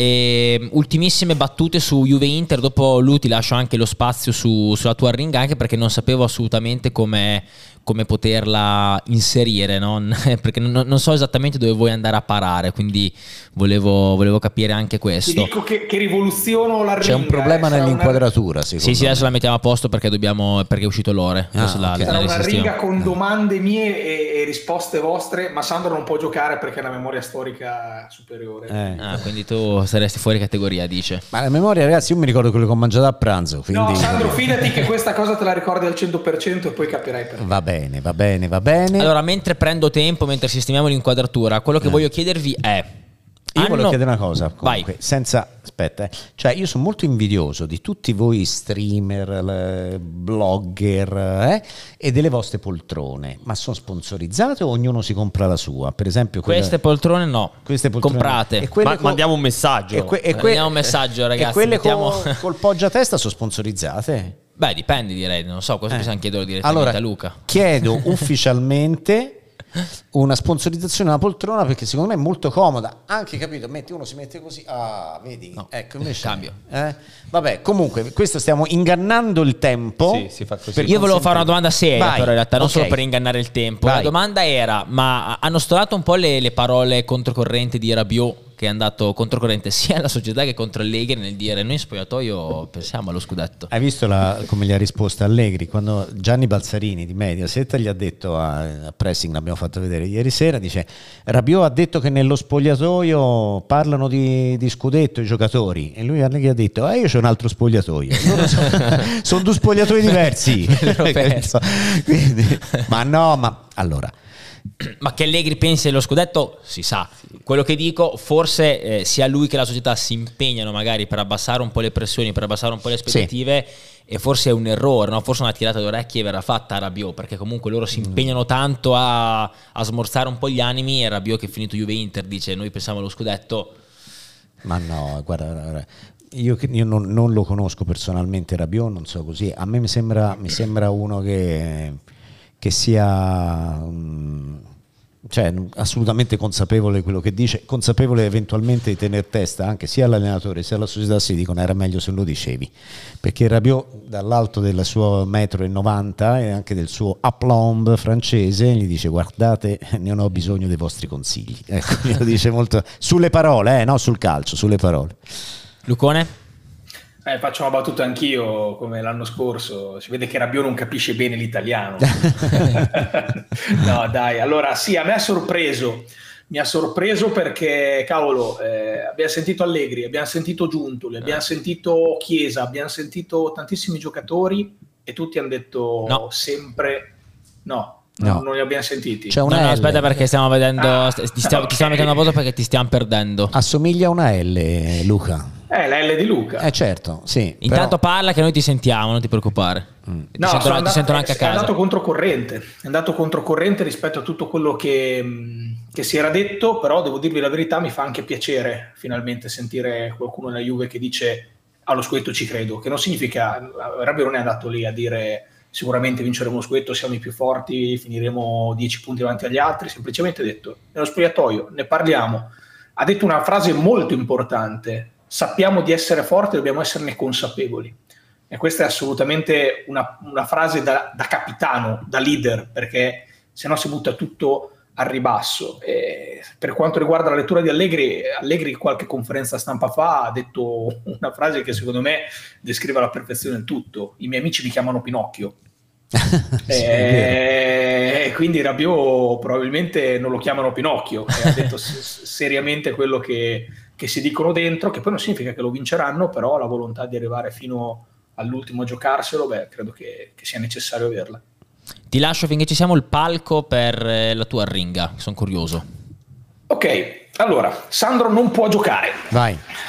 E, ultimissime battute su Juve Inter. Dopo Lu ti lascio anche lo spazio su, sulla tua arringa, anche perché non sapevo assolutamente come, come poterla inserire, no? Perché non, non so esattamente dove vuoi andare a parare, quindi volevo, volevo capire anche Ti questo. dico che, che rivoluziono la C'è un ringa, problema eh, sarà nell'inquadratura, secondo Sì, sì, me. adesso la mettiamo a posto perché dobbiamo perché è uscito Lore. Ah, Adesso la- ok. la Sarà una risistemiamo. ringa con domande mie e, e risposte vostre, ma Sandro non può giocare perché ha una memoria storica superiore. Eh. Ah, quindi tu saresti fuori categoria, dice. Ma la memoria, ragazzi, io mi ricordo quello che ho mangiato a pranzo, quindi... No, Sandro, fidati che questa cosa te la ricordi al cento per cento e poi capirai perché. Va bene, va bene, va bene. Allora, mentre prendo tempo, mentre sistemiamo l'inquadratura, quello che Eh. voglio chiedervi è... Io hanno- volevo chiedere una cosa, Vai. comunque, senza... Aspetta, eh. Cioè io sono molto invidioso di tutti voi streamer, le- blogger eh, e delle vostre poltrone, ma sono sponsorizzate o ognuno si compra la sua? Per esempio quelle- Queste poltrone no, queste poltrone- comprate. e quelle Ma- co- mandiamo un messaggio. e, que- e que- Mandiamo un messaggio, ragazzi, E quelle mettiamo- co- col poggiatesta sono sponsorizzate? Beh, dipende, direi, non so, questo Eh. possiamo chiederlo direttamente Allora, a Luca. chiedo ufficialmente una sponsorizzazione della poltrona perché secondo me è molto comoda, anche capito, metti uno si mette così, ah vedi, No, ecco invece cambio. eh? Vabbè, comunque questo stiamo ingannando il tempo. Sì, si fa così. per Io volevo consentire- fare una domanda seria, Vai, però in realtà non ok. solo per ingannare il tempo. Vai. La domanda era, ma hanno stonato un po' le, le parole controcorrente di Rabiot, che è andato controcorrente sia alla società che contro Allegri nel dire noi in spogliatoio pensiamo allo scudetto. Hai visto la- come gli ha risposto Allegri quando Gianni Balzarini di Mediaset gli ha detto a, a Pressing, l'abbiamo fatto vedere ieri sera, dice Rabiot ha detto che nello spogliatoio parlano di, di scudetto i giocatori e lui Allegri ha detto ah io c'ho un altro spogliatoio. Loro sono, sono due spogliatoi diversi. Quindi, ma no, ma allora Ma che Allegri pensi dello scudetto si sa. Quello che dico, forse eh, sia lui che la società si impegnano magari per abbassare un po' le pressioni, per abbassare un po' le aspettative, e forse è un errore, no? Forse una tirata d'orecchie verrà fatta a Rabiot, perché comunque loro si impegnano tanto a, a smorzare un po' gli animi, e Rabiot che è finito Juve Inter dice noi pensiamo allo scudetto. Ma no, guarda, guarda, io, che- io non, non lo conosco personalmente Rabiot, non so così, a me mi sembra, mi sembra uno che, che sia mm, cioè, assolutamente consapevole di quello che dice, consapevole eventualmente di tenere testa anche sia all'allenatore sia alla società, si dicono era meglio se lo dicevi, perché Rabiot dall'alto del suo metro e novanta e anche del suo aplomb francese gli dice guardate non ho bisogno dei vostri consigli, ecco, glielo dice molto sulle parole, eh, no sul calcio, sulle parole. Lucone? Eh, faccio una battuta anch'io come l'anno scorso, si vede che Rabiot non capisce bene l'italiano. No dai, allora sì, a me ha sorpreso, mi ha sorpreso perché cavolo, eh, abbiamo sentito Allegri, abbiamo sentito Giuntoli, abbiamo sentito Chiesa, abbiamo sentito tantissimi giocatori e tutti hanno detto No. sempre no. No. No, non li abbiamo sentiti. C'è No, una no, L. aspetta perché stiamo vedendo, Ah, ti, stiamo, ti stiamo ok. mettendo a voto perché ti stiamo perdendo. Assomiglia a una L, Luca. Eh, la L di Luca. Eh certo, sì. Intanto però- parla che noi ti sentiamo, non ti preoccupare. Ti, No, sentono, sono ti andato, sentono anche a è casa. andato controcorrente, è andato controcorrente rispetto a tutto quello che, mh, che si era detto, però devo dirvi la verità, mi fa anche piacere finalmente sentire qualcuno nella Juve che dice allo scudetto ci credo, che non significa, Rabiot non è andato lì a dire sicuramente vinceremo lo scudetto, siamo i più forti, finiremo dieci punti davanti agli altri, semplicemente ha detto nello spogliatoio ne parliamo, ha detto una frase molto importante, sappiamo di essere forti, dobbiamo esserne consapevoli. E questa è assolutamente una, una frase da, da capitano, da leader, perché se no si butta tutto al ribasso. E per quanto riguarda la lettura di Allegri, Allegri qualche conferenza stampa fa ha detto una frase che secondo me descrive alla perfezione il tutto. I miei amici mi chiamano Pinocchio. Sì, è vero. E quindi Rabiot probabilmente non lo chiamano Pinocchio, e ha detto s- seriamente quello che, che si dicono dentro, che poi non significa che lo vinceranno, però la volontà di arrivare fino all'ultimo a giocarselo, beh, credo che, che sia necessario averla. Ti lascio finché ci siamo il palco per eh, la tua ringa, sono curioso. Ok, allora, Sandro non può giocare. Vai.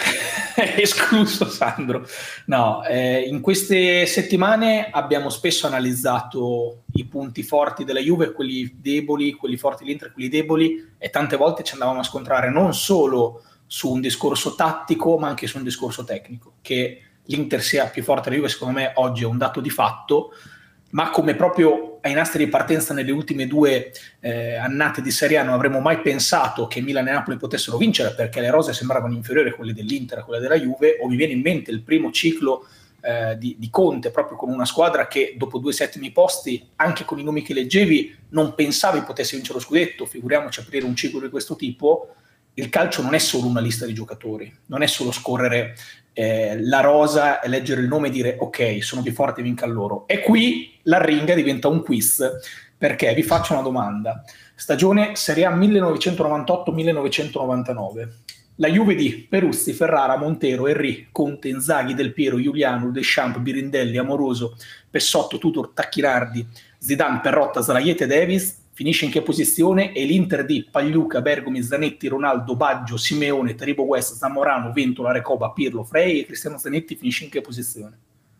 escluso Sandro. No, eh, in queste settimane abbiamo spesso analizzato i punti forti della Juve, quelli deboli, quelli forti dell'Inter, quelli deboli, e tante volte ci andavamo a scontrare non solo su un discorso tattico, ma anche su un discorso tecnico. Che l'Inter sia più forte della Juve, secondo me, oggi è un dato di fatto, ma come proprio ai nastri di partenza nelle ultime due eh, annate di Serie A non avremmo mai pensato che Milan e Napoli potessero vincere, perché le rose sembravano inferiori a quelle dell'Inter, a quelle della Juve. O mi viene in mente il primo ciclo eh, di, di Conte, proprio con una squadra che dopo due settimi posti, anche con i nomi che leggevi, non pensavi potesse vincere lo scudetto, figuriamoci aprire un ciclo di questo tipo. Il calcio non è solo una lista di giocatori, non è solo scorrere eh, la rosa e leggere il nome e dire ok, sono più forte, vinca loro. E qui l'arringa diventa un quiz, perché vi faccio una domanda. Stagione Serie A millenovecentonovantotto millenovecentonovantanove. La Juve di Peruzzi, Ferrara, Montero, Henry, Conte, Inzaghi, Del Piero, Giuliano, Deschamps, Birindelli, Amoroso, Pessotto, Tudor, Tacchinardi, Zidane, Perrotta, Zalaiete, Davis finisce in che posizione? E l'Inter di Pagliuca, Bergomi, Zanetti, Ronaldo, Baggio, Simeone, Taribo West, Zamorano, Ventola, Recoba, Pirlo, Frey e Cristiano Zanetti finisce in che posizione?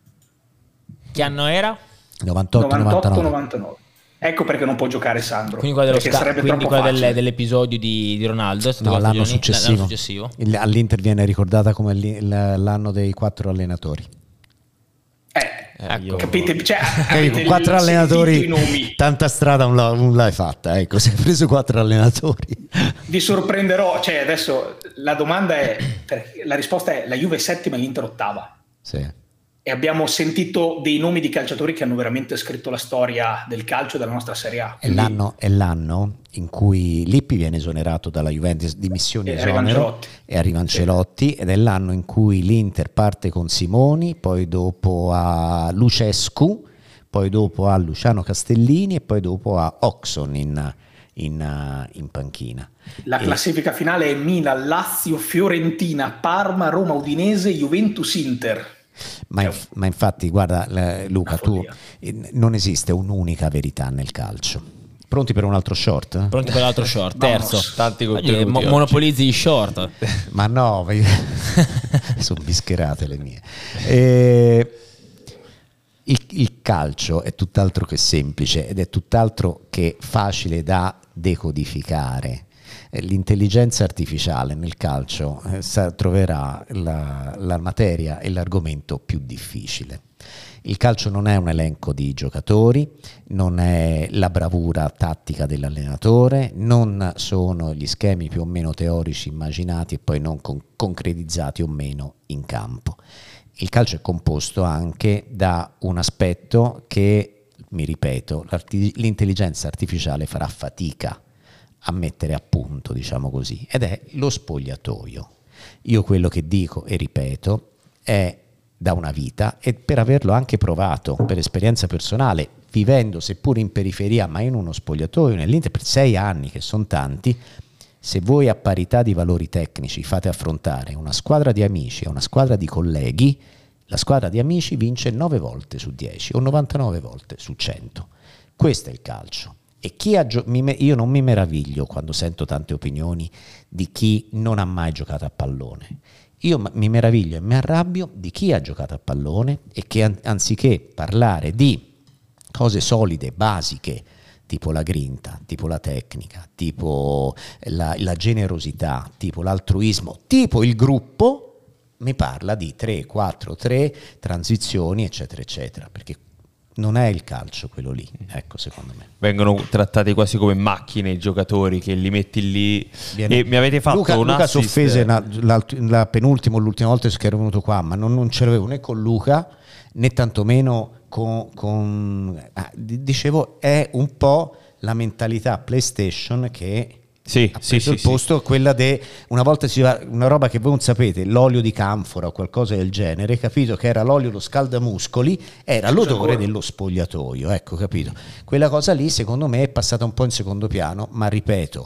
Che anno era? novantotto novantanove. novantanove. Ecco perché non può giocare Sandro. Quindi quella, dello perché sca- sarebbe quindi troppo quella del, facile. dell'episodio di, di Ronaldo è stato No, quella l'anno stagione- successivo. l'anno successivo. Il- all'Inter viene ricordata come l'i- l'anno dei quattro allenatori. Eh, Ecco. capite? Cioè, Eh, avete con quattro sentito allenatori, i nomi. tanta strada non, l'ha- non l'hai fatta. Ecco, si è preso quattro allenatori. Vi sorprenderò. Cioè, adesso la domanda è: perché la risposta è la Juve è settima e l'Inter ottava. Sì. E abbiamo sentito dei nomi di calciatori che hanno veramente scritto la storia del calcio della nostra Serie A. È l'anno, è l'anno in cui Lippi viene esonerato dalla Juventus, dimissioni E arriva esonero, Ancelotti. e arriva Ancelotti, ed è l'anno in cui l'Inter parte con Simoni, poi dopo a Lucescu, poi dopo a Luciano Castellini e poi dopo a Oxon in, in, in panchina. La E- classifica finale è Milan, Lazio, Fiorentina, Parma, Roma, Udinese, Juventus, Inter. Ma, inf- ma infatti, guarda, eh, Luca, Una tu follia. eh, non esiste un'unica verità nel calcio. Pronti per un altro short? Pronti per l'altro short, Vamos. terzo. Tanti Oggi contenuti mo- oggi. monopolizzi i short. Ma no, sono bischerate le mie. Eh, il, il calcio è tutt'altro che semplice ed è tutt'altro che facile da decodificare. Eh, L'intelligenza artificiale nel calcio eh, sa- troverà la, la materia e l'argomento più difficile. Il calcio non è un elenco di giocatori, non è la bravura tattica dell'allenatore, non sono gli schemi più o meno teorici immaginati e poi non con- concretizzati o meno in campo. Il calcio è composto anche da un aspetto che, mi ripeto, l'arti- l'intelligenza artificiale farà fatica a mettere a punto, diciamo così, ed è lo spogliatoio. Io quello che dico e ripeto è da una vita, e per averlo anche provato per esperienza personale, vivendo seppur in periferia ma in uno spogliatoio nell'Inter per sei anni, che sono tanti. Se voi a parità di valori tecnici fate affrontare una squadra di amici e una squadra di colleghi, la squadra di amici vince nove volte su dieci o novantanove volte su cento. Questo è il calcio. E chi ha gio- mi me- io non mi meraviglio quando sento tante opinioni di chi non ha mai giocato a pallone. Io m- mi meraviglio e mi arrabbio di chi ha giocato a pallone e che an- anziché parlare di cose solide, basiche, tipo la grinta, tipo la tecnica, tipo la, la generosità, tipo l'altruismo, tipo il gruppo, mi parla di tre, quattro, tre transizioni, eccetera, eccetera, perché non è il calcio quello lì, ecco, secondo me. Vengono trattati quasi come macchine i giocatori, che li metti lì. Viene- E mi avete fatto Luca, un Luca si assist. offese la, la, la penultima o l'ultima volta che ero venuto qua, ma non, non ce l'avevo né con Luca né tantomeno con, con ah, di- dicevo, è un po' la mentalità PlayStation che Sì, ha sì, preso sì, il sì. posto, quella de una volta si va, una roba che voi non sapete, l'olio di canfora o qualcosa del genere, capito, che era l'olio, lo scaldamuscoli, era l'odore dello spogliatoio, ecco, capito, quella cosa lì secondo me è passata un po' in secondo piano, ma ripeto,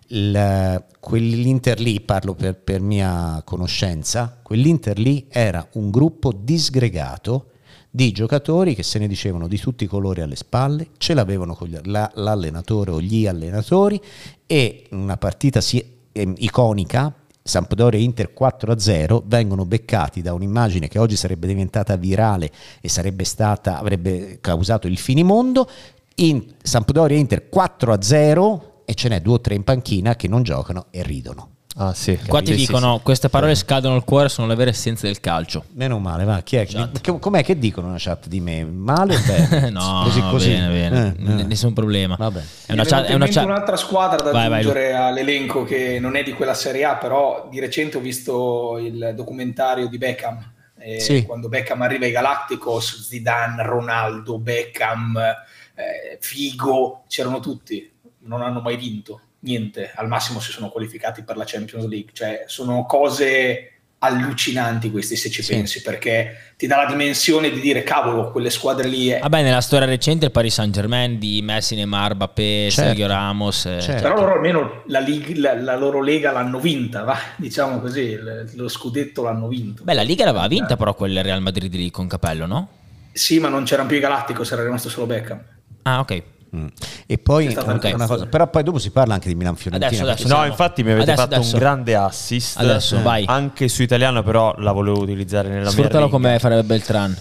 il, quell'Inter lì, parlo per, per mia conoscenza, quell'Inter lì era un gruppo disgregato di giocatori che se ne dicevano di tutti i colori alle spalle, ce l'avevano con gli- la- l'allenatore o gli allenatori, e una partita si- eh, iconica, Sampdoria Inter quattro a zero, vengono beccati da un'immagine che oggi sarebbe diventata virale e sarebbe stata, avrebbe causato il finimondo. In Sampdoria Inter quattro a zero e ce n'è due o tre in panchina che non giocano e ridono. Ah, sì. Qua ti Sì, dicono, sì, sì. queste parole scadono il cuore, sono le vere essenze del calcio. Meno male, va. Chi è? Esatto. Che- Com'è che dicono una chat di me? Male o bene? No, così, così. bene, bene. Eh, N- eh. nessun problema. Vabbè. È una Mi chat, venuta è in una mente chat. un'altra squadra da Vai, vai, aggiungere all'elenco che non è di quella Serie A, però di recente ho visto il documentario di Beckham. E Sì. Quando Beckham arriva ai Galacticos, Zidane, Ronaldo, Beckham, eh, Figo, c'erano tutti, non hanno mai vinto niente, al massimo si sono qualificati per la Champions League. Cioè sono cose allucinanti questi, se ci Sì. pensi, perché ti dà la dimensione di dire cavolo, quelle squadre lì è... Vabbè, nella storia recente il Paris Saint-Germain di Messi, Neymar, Mbappé, Certo. Sergio Ramos. eh, Certo. Però loro almeno la, lig- la, la loro lega l'hanno vinta, va? Diciamo così, il- lo scudetto l'hanno vinto. Beh, la Liga l'aveva vinta però quel Real Madrid lì con Capello, no? Sì, ma non c'erano più i Galacticos, era rimasto solo Beckham. Ah, ok. Mm. E poi C'è stata anche anche una cosa, però poi dopo si parla anche di Milan-Fiorentina. Adesso, adesso. perché- No, Siamo- infatti mi avete adesso, fatto adesso. un grande assist. Adesso, vai. Anche su italiano, però la volevo utilizzare nella Sfruttalo mia ringa. come farebbe Beltran.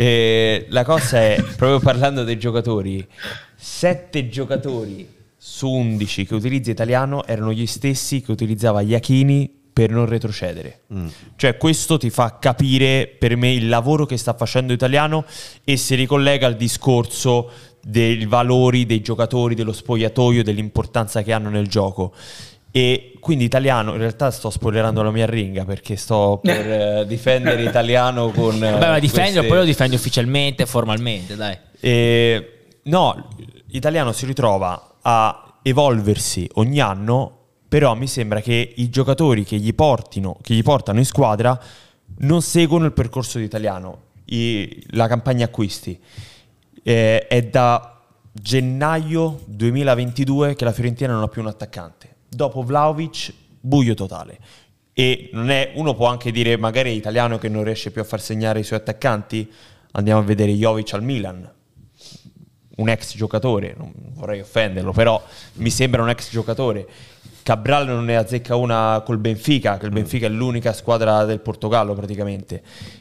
E la cosa è, proprio parlando dei giocatori, sette giocatori su undici che utilizza italiano erano gli stessi che utilizzava Iachini per non retrocedere. Mm. Cioè questo ti fa capire per me il lavoro che sta facendo italiano e si ricollega al discorso dei valori dei giocatori, dello spogliatoio, dell'importanza che hanno nel gioco. E quindi italiano, in realtà sto spoilerando la mia ringa perché sto per eh, difendere italiano con... Vabbè, ma difendilo, queste- poi lo difendi ufficialmente, formalmente, dai. E, no, italiano si ritrova a evolversi ogni anno, però mi sembra che i giocatori che gli portino, che gli portano in squadra non seguono il percorso di italiano, i- la campagna acquisti. Eh, è da gennaio duemilaventidue che la Fiorentina non ha più un attaccante. Dopo Vlahovic, buio totale. E non è, uno può anche dire magari è italiano che non riesce più a far segnare i suoi attaccanti. Andiamo a vedere Jovic al Milan, un ex giocatore, non vorrei offenderlo, però mi sembra un ex giocatore. Cabral non ne azzecca una col Benfica, che il Benfica è l'unica squadra del Portogallo praticamente.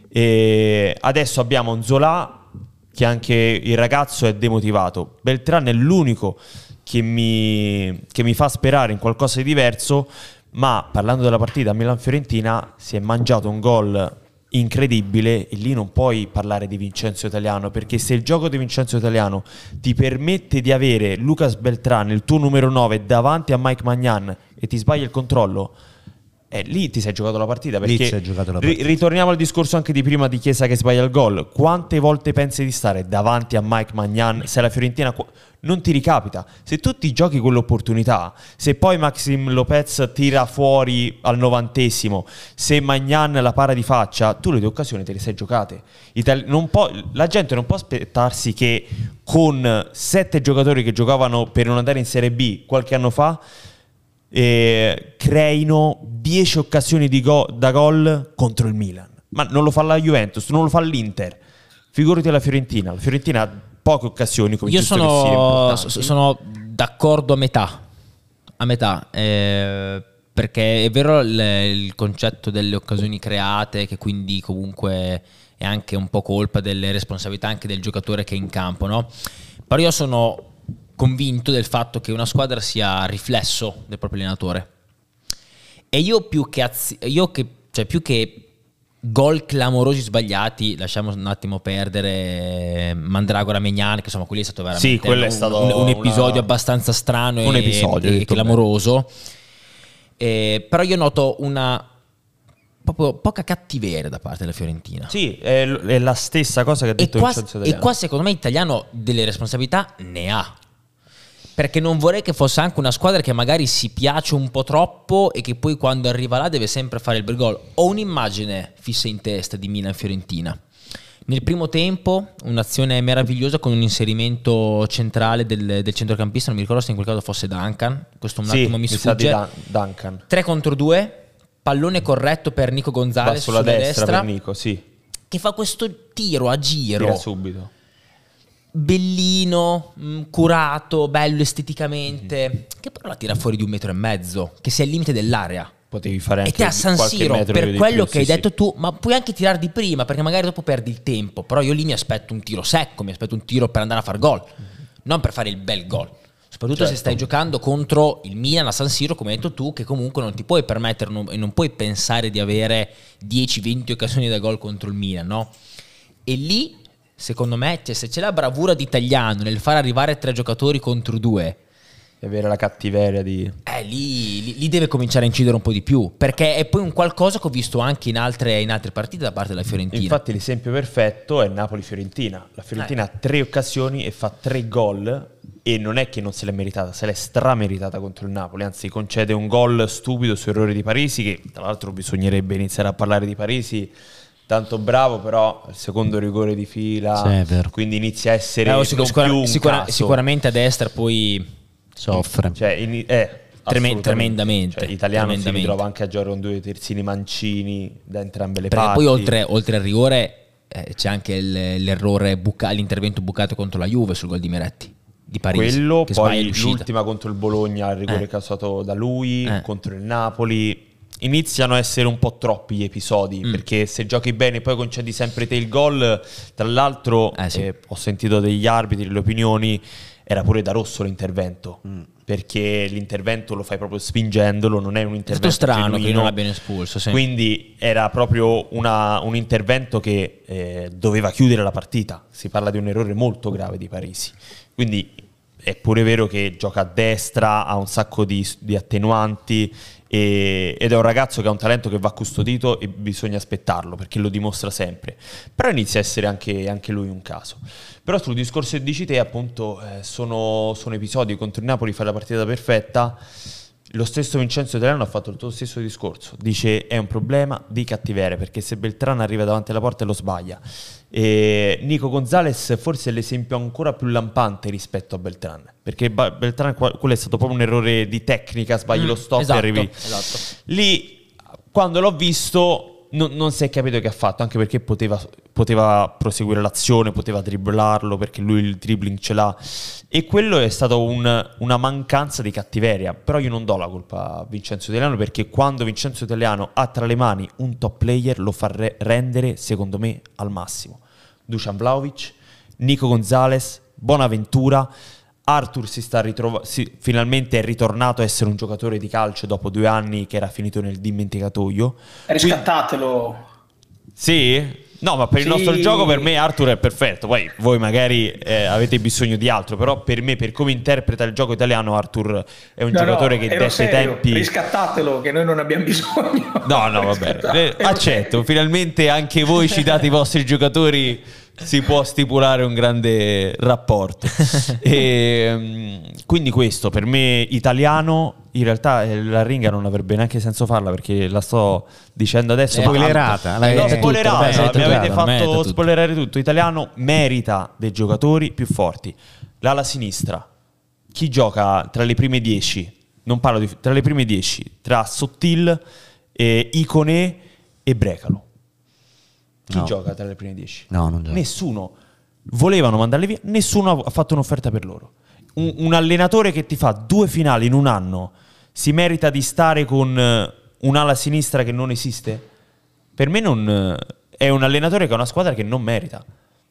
E adesso abbiamo Nzola, che anche il ragazzo è demotivato. Beltran è l'unico che mi, che mi fa sperare in qualcosa di diverso, ma parlando della partita Milan-Fiorentina si è mangiato un gol incredibile e lì non puoi parlare di Vincenzo Italiano, perché se il gioco di Vincenzo Italiano ti permette di avere Lucas Beltran, il tuo numero nove, davanti a Mike Magnan e ti sbaglia il controllo, eh, lì ti sei giocato la partita. Lì Perché ti sei giocato la ri- partita. ritorniamo al discorso anche di prima di Chiesa che sbaglia il gol. Quante volte pensi di stare davanti a Mike Magnan se la Fiorentina qu- non ti ricapita? Se tu ti giochi quell'opportunità, se poi Maxim Lopez tira fuori al novantesimo, se Magnan la para di faccia, tu le tue occasioni te le sei giocate. Itali- non può- la gente non può aspettarsi che con sette giocatori che giocavano per non andare in Serie B qualche anno fa eh, creino dieci occasioni di go- da gol contro il Milan. Ma non lo fa la Juventus, non lo fa l'Inter. Figurati la Fiorentina. La Fiorentina ha poche occasioni come Io giusto che sono, siano importanti. so- sono d'accordo a metà, a metà, eh, perché è vero il, il concetto delle occasioni create, che quindi comunque è anche un po' colpa delle responsabilità anche del giocatore che è in campo, no? Però io sono convinto del fatto che una squadra sia riflesso del proprio allenatore, e io più che, azzi- io che, cioè più che gol clamorosi sbagliati, lasciamo un attimo perdere Mandragora Megnan, che insomma quelli è stato veramente Sì, quello è un, stato un, un episodio una- abbastanza strano Un e, episodio, e detto clamoroso. Eh, però io noto una proprio poca cattiveria da parte della Fiorentina. Sì, è, l- è la stessa cosa che ha E detto qua, Vincenzo e Italiano. qua secondo me Italiano delle responsabilità ne ha, perché non vorrei che fosse anche una squadra che magari si piace un po' troppo e che poi quando arriva là deve sempre fare il bel gol. Ho un'immagine fissa in testa di Milan-Fiorentina. Nel primo tempo un'azione meravigliosa con un inserimento centrale del, del centrocampista, non mi ricordo se in quel caso fosse Duncan, questo un Sì, attimo mi sa di sfugge. Dan- Duncan. tre contro due, pallone corretto per Nico Va Gonzalez sulla sulla destra, destra, per Nico, sì. che fa questo tiro a giro Tira subito. bellino, mh, curato, bello esteticamente, che però la tira fuori di un metro e mezzo, che sia al limite dell'area. potevi fare anche e te a San qualche Siro, metro per di quello più, che hai sì, detto sì. tu, ma puoi anche tirare di prima, perché magari dopo perdi il tempo, però io lì mi aspetto un tiro secco, mi aspetto un tiro per andare a far gol, non per fare il bel gol. Soprattutto Certo. se stai giocando contro il Milan a San Siro, come hai detto tu, che comunque non ti puoi permettere non, e non puoi pensare di avere dieci venti occasioni da gol contro il Milan, no? E lì, secondo me, cioè, se c'è la bravura di Italiano nel far arrivare tre giocatori contro due, E avere la cattiveria di... eh, lì, lì, lì deve cominciare a incidere un po' di più, perché è poi un qualcosa che ho visto anche in altre, in altre partite da parte della Fiorentina. Infatti l'esempio perfetto è Napoli-Fiorentina. La Fiorentina Eh. ha tre occasioni e fa tre gol, e non è che non se l'è meritata, se l'è strameritata contro il Napoli, anzi concede un gol stupido su errore di Parisi, che tra l'altro bisognerebbe iniziare a parlare di Parisi, tanto bravo, però il secondo rigore di fila, Sì, è vero. quindi inizia a essere Eh, non sicura- più un sicura- caso. sicuramente a destra poi Soffre. Cioè, in- eh, Tremen- assolutamente. tremendamente, Cioè, Italiano si tremendamente. ritrova anche a giocare con due terzini mancini da entrambe le perché parti. poi oltre, oltre al rigore eh, c'è anche il- l'errore buca- l'intervento bucato contro la Juve sul gol di Meretti di Parisi, Quello, che sbaglia poi l'uscita. l'ultima contro il Bologna, il rigore Eh. causato da lui, Eh. contro il Napoli. Iniziano a essere un po' troppi gli episodi, Mm. perché se giochi bene e poi concedi sempre te il gol, tra l'altro Eh, sì. eh, ho sentito degli arbitri, le opinioni, era pure da rosso l'intervento, perché l'intervento lo fai proprio spingendolo, non è un È intervento stato strano che genuino. non l'abbiano espulso, sì. Quindi era proprio una- un intervento che eh, doveva chiudere la partita. Si parla di un errore molto grave di Parisi. Quindi è pure vero che gioca a destra, ha un sacco di, di attenuanti, e- ed è un ragazzo che ha un talento che va custodito e bisogna aspettarlo, perché lo dimostra sempre. Però inizia a essere anche, anche lui un caso. Però sul discorso che dici te, appunto, eh, sono, sono episodi. Contro il Napoli fai la partita perfetta. Lo stesso Vincenzo Italiano ha fatto il tuo stesso discorso, dice è un problema di cattiveria, perché se Beltrán arriva davanti alla porta e lo sbaglia, e Nico Gonzalez forse è l'esempio ancora più lampante rispetto a Beltrán, perché Ba- Beltrán qua- quello è stato proprio un errore di tecnica, sbagli Mm, lo stop esatto, e arrivi esatto. lì. Quando l'ho visto non, non si è capito che ha fatto, anche perché poteva, poteva proseguire l'azione, poteva dribblarlo, perché lui il dribbling ce l'ha, e quello è stato un- una mancanza di cattiveria. Però io non do la colpa a Vincenzo Italiano, perché quando Vincenzo Italiano ha tra le mani un top player lo fa re- rendere secondo me al massimo. Dusan Vlahovic, Nico Gonzalez, Bonaventura. Arthur si sta ritrova- si- finalmente è ritornato a essere un giocatore di calcio dopo due anni che era finito nel dimenticatoio. Riscattatelo. Sì? No, ma per il Sì. nostro gioco per me Arthur è perfetto. Poi voi magari eh, avete bisogno di altro, però per me, per come interpreta il gioco italiano, Arthur è un No, giocatore no, che ero dai serio. tempi... Riscattatelo, che noi non abbiamo bisogno. No, no, va bene. Eh, Ero accetto, serio. finalmente anche voi citate i vostri giocatori, si può stipulare un grande rapporto. E, mm, quindi questo, per me italiano, in realtà eh, la ringa non avrebbe neanche senso farla, perché la sto dicendo adesso. Eh, ma spoilerata, tanto. l'hai L'ho detto tutto, spoilerata, ormai, mi hai detto avete tutto, ormai hai fatto detto tutto. spoilerare tutto. Italiano merita dei giocatori più forti. L'ala sinistra, chi gioca tra le prime dieci? Non parlo di tra le prime dieci, tra Sottil, eh, Icone e Brecalo. Chi No. gioca tra le prime dieci? No, non gioca. Nessuno. Volevano mandarli via, nessuno ha fatto un'offerta per loro. Un, un allenatore che ti fa due finali in un anno si merita di stare con eh, un'ala sinistra che non esiste? Per me non eh, è un allenatore che ha una squadra che non merita.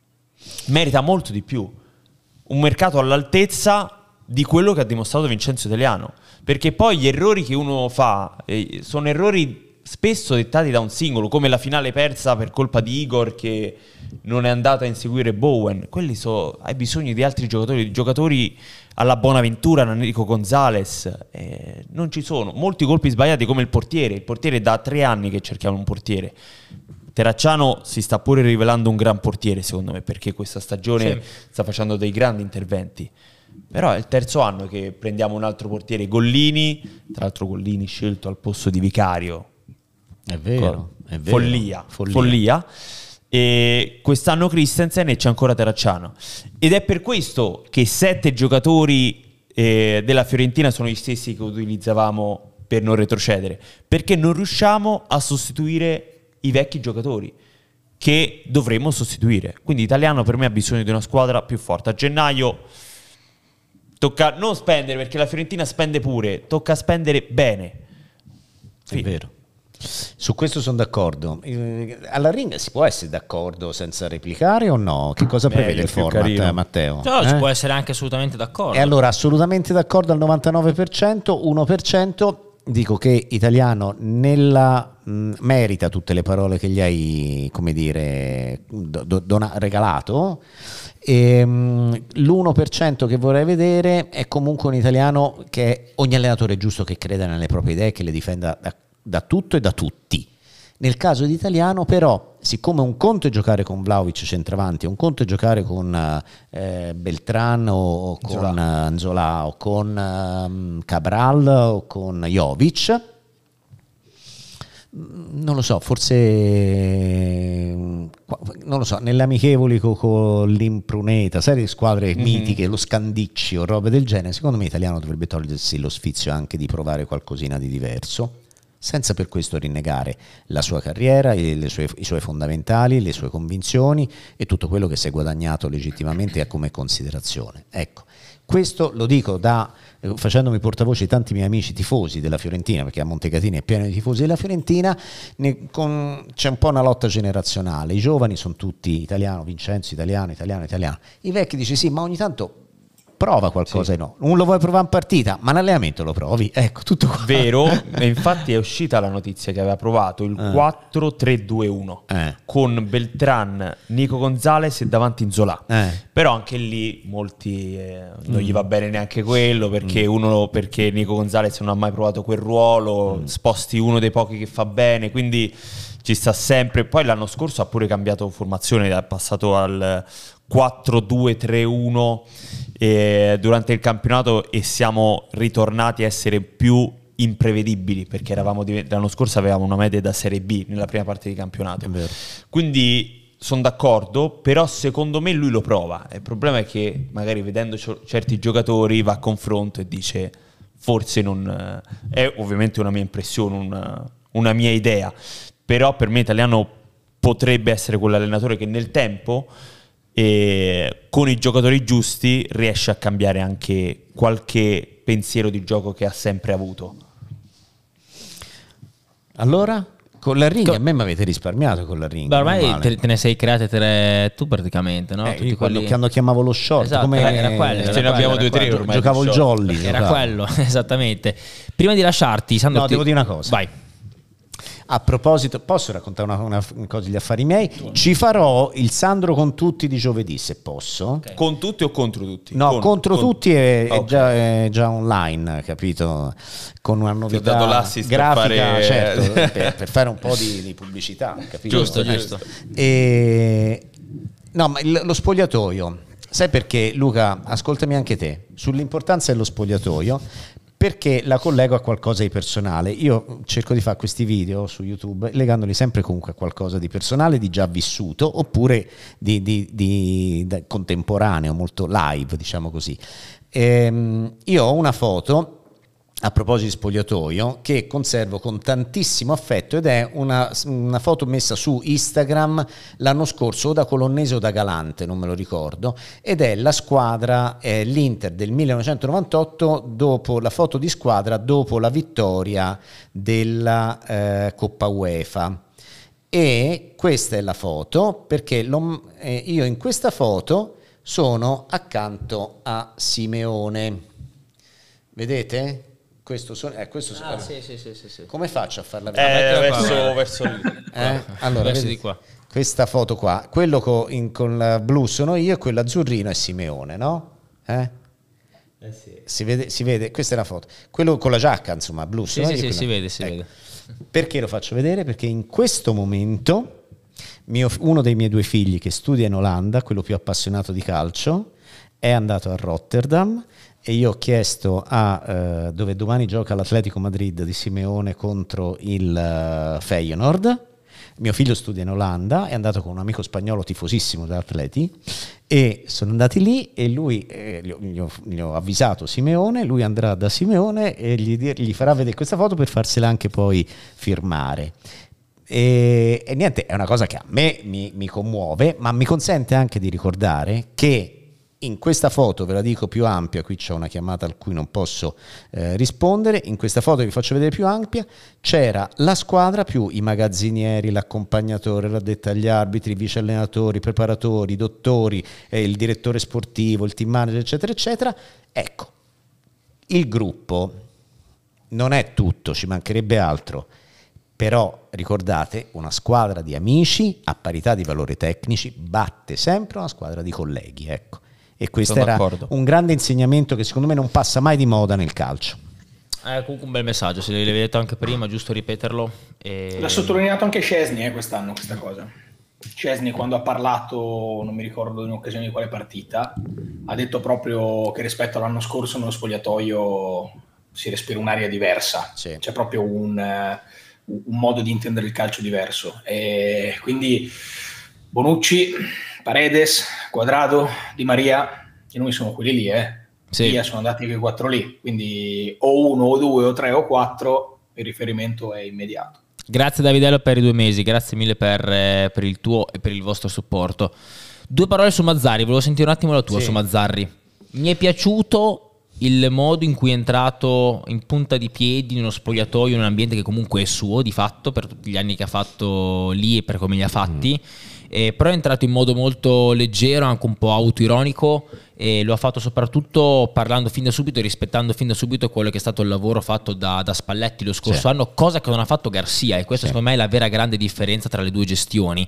Merita molto di più. Un mercato all'altezza di quello che ha dimostrato Vincenzo Italiano. Perché poi gli errori che uno fa eh, sono errori spesso dettati da un singolo, come la finale persa per colpa di Igor che non è andata a inseguire Bowen. Quelli so, hai bisogno di altri giocatori, di giocatori alla Bonaventura, Nico Gonzalez, eh, non ci sono. Molti colpi sbagliati, come il portiere. Il portiere è da tre anni che cerchiamo un portiere. Terracciano si sta pure rivelando un gran portiere, secondo me, perché questa stagione Sì. sta facendo dei grandi interventi. Però è il terzo anno che prendiamo un altro portiere, Gollini, tra l'altro Gollini scelto al posto di Vicario. È vero, è vero. Follia, follia. E quest'anno Christensen e c'è ancora Terracciano. Ed è per questo che sette giocatori eh, della Fiorentina sono gli stessi che utilizzavamo per non retrocedere, perché non riusciamo a sostituire i vecchi giocatori che dovremmo sostituire. Quindi Italiano per me ha bisogno di una squadra più forte. A gennaio tocca non spendere, perché la Fiorentina spende pure, tocca spendere bene. È vero. Su questo sono d'accordo. Eh, alla ring si può essere d'accordo senza replicare o no? Che cosa Meglio, prevede il più format, carino. Matteo? No, Eh? si può essere anche assolutamente d'accordo. E allora assolutamente d'accordo al novantanove per cento, uno per cento dico che Italiano nella mh, merita tutte le parole che gli hai, come dire, do, do, dona- regalato. E, mh, l'uno per cento che vorrei vedere è comunque un italiano che è ogni allenatore è giusto che creda nelle proprie idee, che le difenda da, da tutto e da tutti. Nel caso di Italiano però, siccome un conto è giocare con Vlahovic centravanti, un conto è giocare con eh, Beltran o con Nzola. Uh, Nzola o con um, Cabral o con Jovic, non lo so, forse non lo so, nelle amichevoli con, con l'Impruneta, sai, le squadre mm-hmm. mitiche, lo Scandicci o robe del genere, secondo me Italiano dovrebbe togliersi lo sfizio anche di provare qualcosina di diverso, senza per questo rinnegare la sua carriera, le sue, i suoi fondamentali, le sue convinzioni e tutto quello che si è guadagnato legittimamente come considerazione. Ecco, questo lo dico da facendomi portavoce di tanti miei amici tifosi della Fiorentina, perché a Montecatini è pieno di tifosi della Fiorentina, ne, con, c'è un po' una lotta generazionale, i giovani sono tutti italiano, Vincenzo italiano, italiano, italiano, i vecchi dice sì, ma ogni tanto prova qualcosa, sì. No, non lo vuoi provare in partita, ma l'allenamento lo provi, ecco, tutto qua. Vero, e infatti è uscita la notizia che aveva provato il eh. quattro tre due uno eh. con Beltran, Nico Gonzalez e davanti Nzola, eh. però anche lì molti eh, non mm. gli va bene neanche quello, perché mm. uno perché Nico Gonzalez non ha mai provato quel ruolo, mm. sposti uno dei pochi che fa bene, quindi ci sta sempre. Poi l'anno scorso ha pure cambiato formazione, è passato al quattro due tre uno eh, durante il campionato e siamo ritornati a essere più imprevedibili, perché eravamo l'anno scorso avevamo una media da Serie B nella prima parte di campionato, quindi sono d'accordo, però secondo me lui lo prova. Il problema è che magari vedendo certi giocatori va a confronto e dice forse non è, ovviamente una mia impressione, una, una mia idea, però per me Italiano potrebbe essere quell'allenatore che nel tempo e con i giocatori giusti riesce a cambiare anche qualche pensiero di gioco che ha sempre avuto. Allora, con la ring, Co- a me mi avete risparmiato con la ring. Beh, ormai te, te ne sei create tre tu praticamente, no? Eh, Tutti io quelli... quando, quando chiamavo lo short, esatto, come era quello, ce ne abbiamo due o tre ormai. Giocavo il jolly. Era giocavo. quello, esattamente. Prima di lasciarti, Sandro, no, ti... devo dire una cosa. Vai. A proposito, posso raccontare una, una, una cosa degli affari miei? Ci farò il Sandro con tutti di giovedì, se posso. Okay. Con tutti o contro tutti? No, con, contro con... tutti è, okay. è, già, è già online, capito? Con una novità dato l'assist grafica, per fare... certo, per, per fare un po' di, di pubblicità, capito? Giusto, giusto. E... No, ma il, lo spogliatoio, sai perché, Luca? Ascoltami anche te, sull'importanza dello spogliatoio, perché la collego a qualcosa di personale. Io cerco di fare questi video su YouTube legandoli sempre comunque a qualcosa di personale, di già vissuto, oppure di, di, di, di contemporaneo, molto live, diciamo così. Ehm, io ho una foto, a proposito di spogliatoio, che conservo con tantissimo affetto ed è una, una foto messa su Instagram l'anno scorso o da Colonnese o da Galante, non me lo ricordo, ed è la squadra, è l'Inter del millenovecentonovantotto, dopo la foto di squadra dopo la vittoria della eh, Coppa UEFA. E questa è la foto, perché lo, eh, io in questa foto sono accanto a Simeone, vedete? Questo sono, eh, questo sono, ah, sì, sì, sì, sì, sì. Come faccio a farla vedere? Eh, verso, verso lì. Eh? Allora, verso di qua. Questa foto qua, quello co, in, con la blu sono io e quello azzurrino è Simeone, no? Eh? Eh sì. Si vede, si vede, questa è la foto. Quello con la giacca, insomma, blu. Sì, sì, sì, si vede, si ecco. vede. Perché lo faccio vedere? Perché in questo momento mio, uno dei miei due figli che studia in Olanda, quello più appassionato di calcio, è andato a Rotterdam e io ho chiesto a eh, dove domani gioca l'Atletico Madrid di Simeone contro il uh, Feyenoord. Mio figlio studia in Olanda, è andato con un amico spagnolo tifosissimo dell'Atleti e sono andati lì e lui eh, gli, ho, gli, ho, gli ho avvisato Simeone, lui andrà da Simeone e gli, gli farà vedere questa foto per farsela anche poi firmare. E, e niente, è una cosa che a me mi, mi commuove, ma mi consente anche di ricordare che In questa foto, ve la dico più ampia, qui c'è una chiamata a cui non posso eh, rispondere, in questa foto che vi faccio vedere più ampia, c'era la squadra più i magazzinieri, l'accompagnatore, l'addetto agli arbitri, i vice allenatori, i preparatori, i dottori, eh, il direttore sportivo, il team manager, eccetera, eccetera. Ecco, il gruppo non è tutto, ci mancherebbe altro, però ricordate, una squadra di amici a parità di valori tecnici batte sempre una squadra di colleghi, ecco. E questo Sono era d'accordo. un grande insegnamento che secondo me non passa mai di moda nel calcio. Eh, comunque un bel messaggio, se l'avevi detto anche prima, giusto ripeterlo. E... L'ha sottolineato anche Szczesny eh, quest'anno questa cosa. Szczesny quando ha parlato, non mi ricordo in occasione di quale partita, ha detto proprio che rispetto all'anno scorso nello spogliatoio si respira un'aria diversa, Sì. c'è proprio un, uh, un modo di intendere il calcio diverso. E quindi Bonucci, Paredes, Cuadrado, Di Maria, i nomi sono quelli lì, eh. Sì. Via sono andati quei quattro lì, quindi o uno o due o tre o quattro, il riferimento è immediato. Grazie Davidello per i due mesi, grazie mille per, eh, per il tuo e per il vostro supporto. Due parole su Mazzarri, volevo sentire un attimo la tua Sì. su Mazzarri. Mi è piaciuto il modo in cui è entrato in punta di piedi in uno spogliatoio, in un ambiente che comunque è suo di fatto per tutti gli anni che ha fatto lì e per come li ha fatti. Mm. Eh, però è entrato in modo molto leggero, anche un po' autoironico, e lo ha fatto soprattutto parlando fin da subito e rispettando fin da subito quello che è stato il lavoro fatto da, da Spalletti lo scorso Sì. anno, cosa che non ha fatto Garcia, e questa Sì. secondo me è la vera grande differenza tra le due gestioni.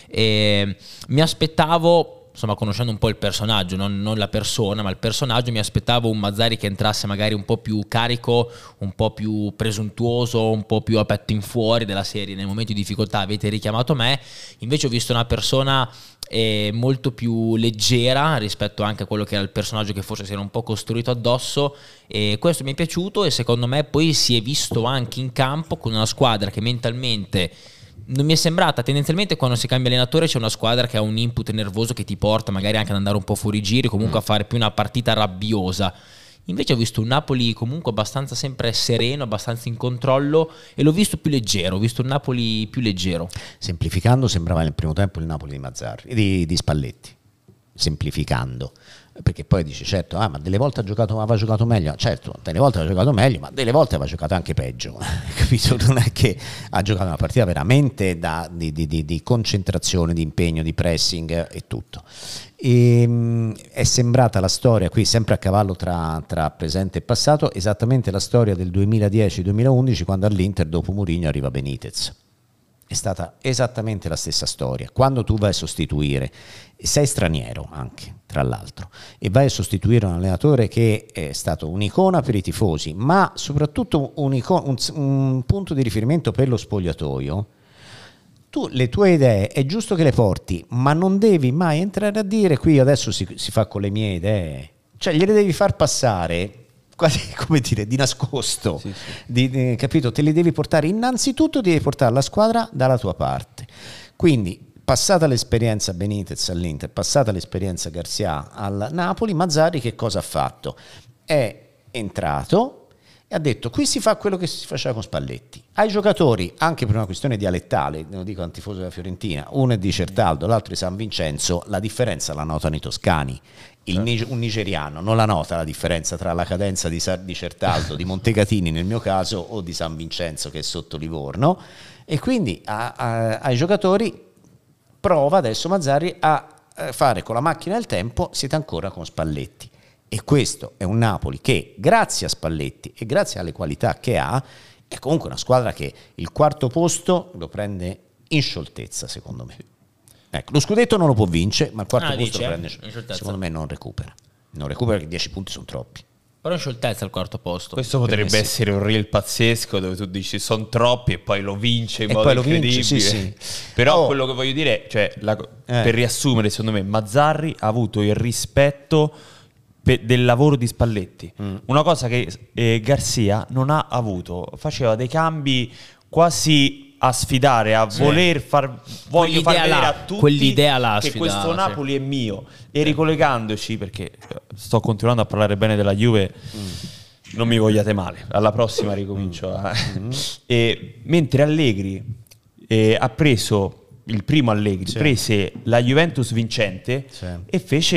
E mi aspettavo, insomma, conoscendo un po' il personaggio, non, non la persona, ma il personaggio, mi aspettavo un Mazzarri che entrasse magari un po' più carico, un po' più presuntuoso, un po' più a petto in fuori della serie. Nel momento di difficoltà avete richiamato me, invece ho visto una persona eh, molto più leggera rispetto anche a quello che era il personaggio che forse si era un po' costruito addosso, e questo mi è piaciuto, e secondo me poi si è visto anche in campo con una squadra che mentalmente non mi è sembrata, tendenzialmente quando si cambia allenatore c'è una squadra che ha un input nervoso che ti porta magari anche ad andare un po' fuori giri, comunque mm. a fare più una partita rabbiosa. Invece ho visto un Napoli comunque abbastanza sempre sereno, abbastanza in controllo, e l'ho visto più leggero, ho visto un Napoli più leggero. Semplificando, sembrava nel primo tempo il Napoli di Mazzarri, di, di Spalletti, semplificando, perché poi dice certo, ah, ma delle volte ha giocato, aveva giocato meglio, certo, delle volte aveva giocato meglio, ma delle volte aveva giocato anche peggio, capito? Non è che ha giocato una partita veramente da, di, di, di, di concentrazione, di impegno, di pressing e tutto. E, mh, è sembrata la storia qui, sempre a cavallo tra, tra presente e passato, esattamente la storia del duemiladieci duemilaundici, quando all'Inter dopo Mourinho arriva Benitez. È stata esattamente la stessa storia. Quando tu vai a sostituire, sei straniero anche tra l'altro, e vai a sostituire un allenatore che è stato un'icona per i tifosi, ma soprattutto un, un, un punto di riferimento per lo spogliatoio, tu le tue idee è giusto che le porti, ma non devi mai entrare a dire qui adesso si, si fa con le mie idee, cioè gliele devi far passare quasi, come dire, di nascosto, sì, sì. Di, di, capito? Te li devi portare, innanzitutto devi portare la squadra dalla tua parte. Quindi passata l'esperienza Benitez all'Inter, passata l'esperienza Garcia al Napoli, Mazzarri che cosa ha fatto? È entrato e ha detto qui si fa quello che si faceva con Spalletti. Ai giocatori, anche per una questione dialettale, lo dico a un tifoso della Fiorentina, uno è di Certaldo, l'altro di San Vincenzo, la differenza la notano i toscani. Il, un nigeriano non la nota la differenza tra la cadenza di, di Certaldo, di Montecatini nel mio caso, o di San Vincenzo che è sotto Livorno, e quindi a, a, ai giocatori prova adesso Mazzarri a fare con la macchina del tempo, siete ancora con Spalletti, e questo è un Napoli che grazie a Spalletti e grazie alle qualità che ha è comunque una squadra che il quarto posto lo prende in scioltezza, secondo me. Ecco, lo scudetto non lo può vincere, ma il quarto ah, posto dice, lo prende, secondo me non recupera. Non recupera perché dieci punti sono troppi. Però in scioltezza al quarto posto. Questo potrebbe essere un reel pazzesco dove tu dici sono troppi e poi lo vince in e modo poi lo incredibile. Vince, sì, sì. Però oh. quello che voglio dire, cioè, la, eh. per riassumere, secondo me Mazzarri ha avuto il rispetto pe- del lavoro di Spalletti. Mm. Una cosa che eh, Garcia non ha avuto. Faceva dei cambi quasi a sfidare, a sì. voler far voglio far vedere là, a tutti quell'idea là che sfidava, questo Napoli sì. è mio. E ricollegandoci, perché sto continuando a parlare bene della Juve, mm. non mi vogliate male, alla prossima ricomincio mm. a... mm. E mentre Allegri eh, ha preso il primo Allegri, sì. prese la Juventus vincente sì. e fece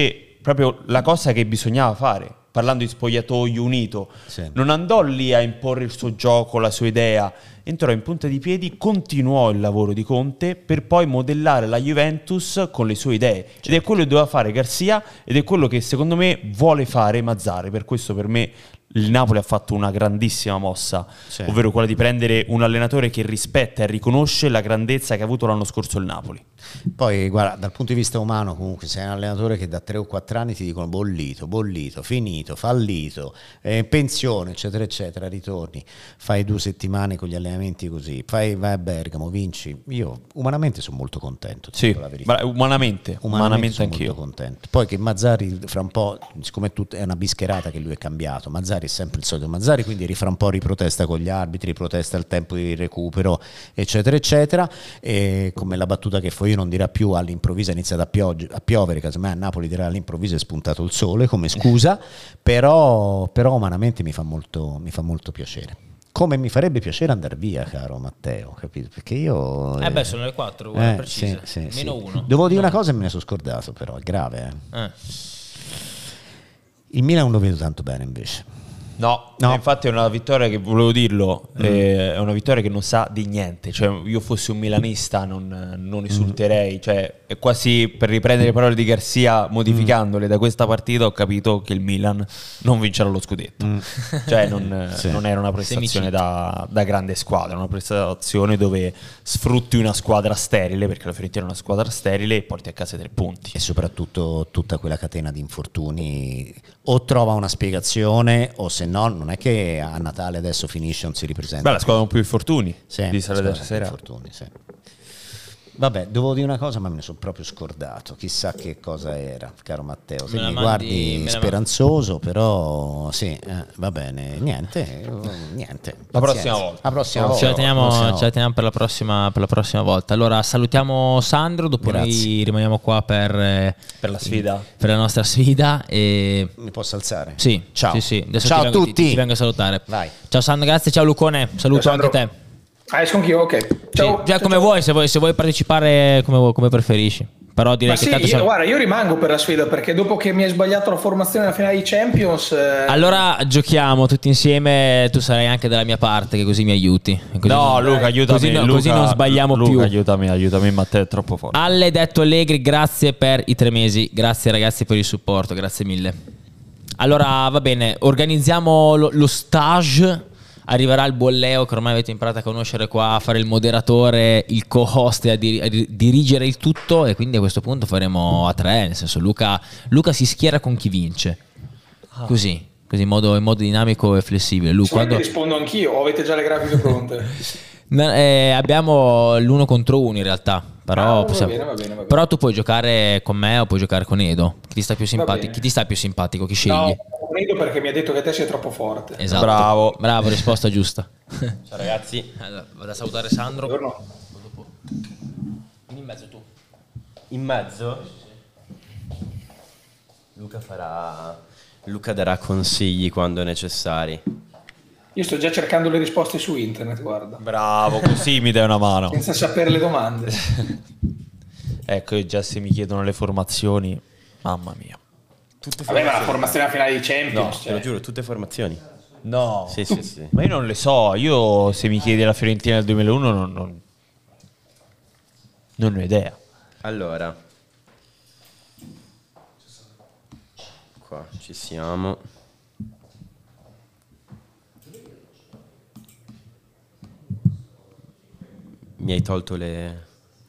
proprio la cosa che bisognava fare, parlando di spogliatoio unito, Sì. non andò lì a imporre il suo gioco, la sua idea, entrò in punta di piedi, continuò il lavoro di Conte per poi modellare la Juventus con le sue idee, ed è quello che doveva fare Garcia ed è quello che secondo me vuole fare Mazzarri. Per questo per me il Napoli ha fatto una grandissima mossa, Sì. ovvero quella di prendere un allenatore che rispetta e riconosce la grandezza che ha avuto l'anno scorso il Napoli. Poi guarda, dal punto di vista umano comunque sei un allenatore che da tre o quattro anni ti dicono bollito, bollito, finito, fallito, eh, pensione, eccetera eccetera, ritorni, fai due settimane con gli allenamenti così, fai, vai a Bergamo, vinci. Io umanamente sono molto contento, ti Sì, dico la verità. ma- umanamente, umanamente sono anch'io. molto contento. Poi che Mazzarri fra un po', siccome tut- è una bischerata che lui è cambiato, Mazzarri è sempre il solito Mazzarri, quindi fra un po' riprotesta con gli arbitri, riprotesta il tempo di recupero, eccetera eccetera, e come la battuta che fu io non dirà più all'improvviso è iniziato a, piogge- a piovere, casomai a Napoli dirà all'improvviso è spuntato il sole come scusa, però, però umanamente mi fa molto, mi fa molto piacere. Come mi farebbe piacere andare via, caro Matteo, capito? Perché io... Eh beh, sono le quattro, guarda, Eh, precise. sì, sì, Meno sì. uno. Devo dire No. una cosa e me ne sono scordato, però è grave. Eh. Eh. Il Milan non lo vedo tanto bene invece. No, No. infatti è una vittoria che, volevo dirlo, eh, è una vittoria che non sa di niente. Cioè, io fossi un milanista non, non esulterei. Cioè, è quasi, per riprendere le parole di Garcia, modificandole da questa partita, ho capito che il Milan non vincerà lo scudetto. Cioè, non, Sì. non era una prestazione da, da grande squadra, una prestazione dove sfrutti una squadra sterile, perché la Fiorentina è una squadra sterile, e porti a casa tre punti. E soprattutto tutta quella catena di infortuni o trova una spiegazione o se no non è che a Natale adesso finisce e non si ripresenta. Beh, la squadra con più infortuni Sì, di Saturday scusa, sera. infortuni, sì. Vabbè, devo dire una cosa, ma me ne sono proprio scordato. Chissà che cosa era, caro Matteo. Se Me la mi mandi- guardi me la speranzoso, però sì, eh, va bene. Niente, eh, niente. La prossima Pazienza. volta. La prossima Ce volta. la teniamo, prossima ce la volta. teniamo per, la prossima, per la prossima volta. Allora salutiamo Sandro, dopo noi Grazie. rimaniamo qua per, eh, Per la sfida. per la nostra sfida. E... Mi posso alzare? Sì, Ciao. sì, sì. Adesso Ciao ti a vengo, tutti. Ti, ti vengo a salutare. Vai. Ciao Sandro, grazie. Ciao Lucone, saluto Ciao, anche Sandro. te. Ah, esco anch'io, ok. Sì, Ciao. già ciao, come ciao. vuoi, se vuoi, se vuoi partecipare come, vuoi- come preferisci. Però direi Ma che sì, tanto io, siamo- guarda, io rimango per la sfida perché dopo che mi hai sbagliato la formazione nella finale di Champions, eh, Allora giochiamo tutti insieme, tu sarai anche dalla mia parte, che così mi aiuti. E così No, non- Luca, aiutami. Così, no- Luca, così non sbagliamo Luca, più. aiutami, aiutami, Matteo è troppo forte. Alle Detto Allegri, grazie per i tre mesi, grazie ragazzi per il supporto, grazie mille. Allora va bene, organizziamo lo, lo stage, arriverà il buon Leo che ormai avete imparato a conoscere qua, a fare il moderatore, il co-host e a, dir- a dir- dirigere il tutto, e quindi a questo punto faremo a tre, nel senso Luca, Luca si schiera con chi vince, così, così in modo, in modo dinamico e flessibile. Luca, se vuoi quando... ti rispondo anch'io, o avete già le grafiche pronte? No, eh, abbiamo l'uno contro uno in realtà, però, Ah, va possiamo- bene, va bene, va bene. però tu puoi giocare con me o puoi giocare con Edo. Chi ti sta più simpatico? bene. Chi ti sta più simpatico? Chi scegli? No, credo perché mi ha detto che te sei troppo forte. Esatto. Bravo. Bravo, risposta giusta. Ciao ragazzi. Allora, vado a salutare Sandro. Buongiorno. Vieni in mezzo tu. In mezzo Luca farà Luca darà consigli quando necessari. Io sto già cercando le risposte su internet, guarda, Bravo, così mi dai una mano. senza sapere le domande. Ecco, già se mi chiedono le formazioni, mamma mia. Tutte Vabbè, ma la formazioni. formazione alla finale di No, Champions, te lo cioè. giuro, tutte formazioni. No, Sì, sì, sì. ma io non le so. Io se mi chiedi la Fiorentina del duemilauno non, non, non ho idea. Allora, qua ci siamo. Mi hai tolto le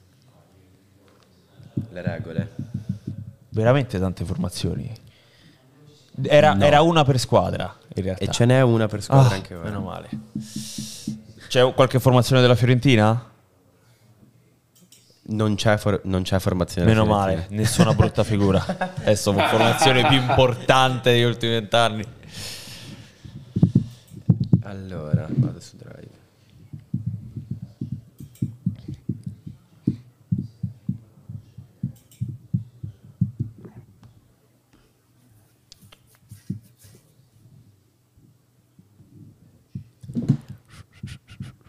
le regole. Veramente tante formazioni. Era, No. era una per squadra, in realtà. E ce n'è una per squadra Ah, anche ora. meno male. C'è qualche formazione della Fiorentina? Non c'è, for- non c'è formazione. Meno alla male, Fiorentina. nessuna brutta figura. Adesso la formazione più importante degli ultimi vent'anni. Allora, vado su Drive.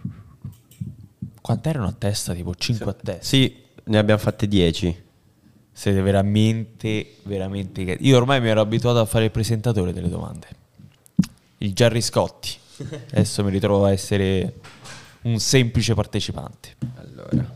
Quant'erano a testa? Tipo cinque a testa. Sì, ne abbiamo fatte dieci. Siete veramente, veramente... Io ormai mi ero abituato a fare il presentatore delle domande. Il Gerry Scotti. Adesso mi ritrovo a essere un semplice partecipante. Allora.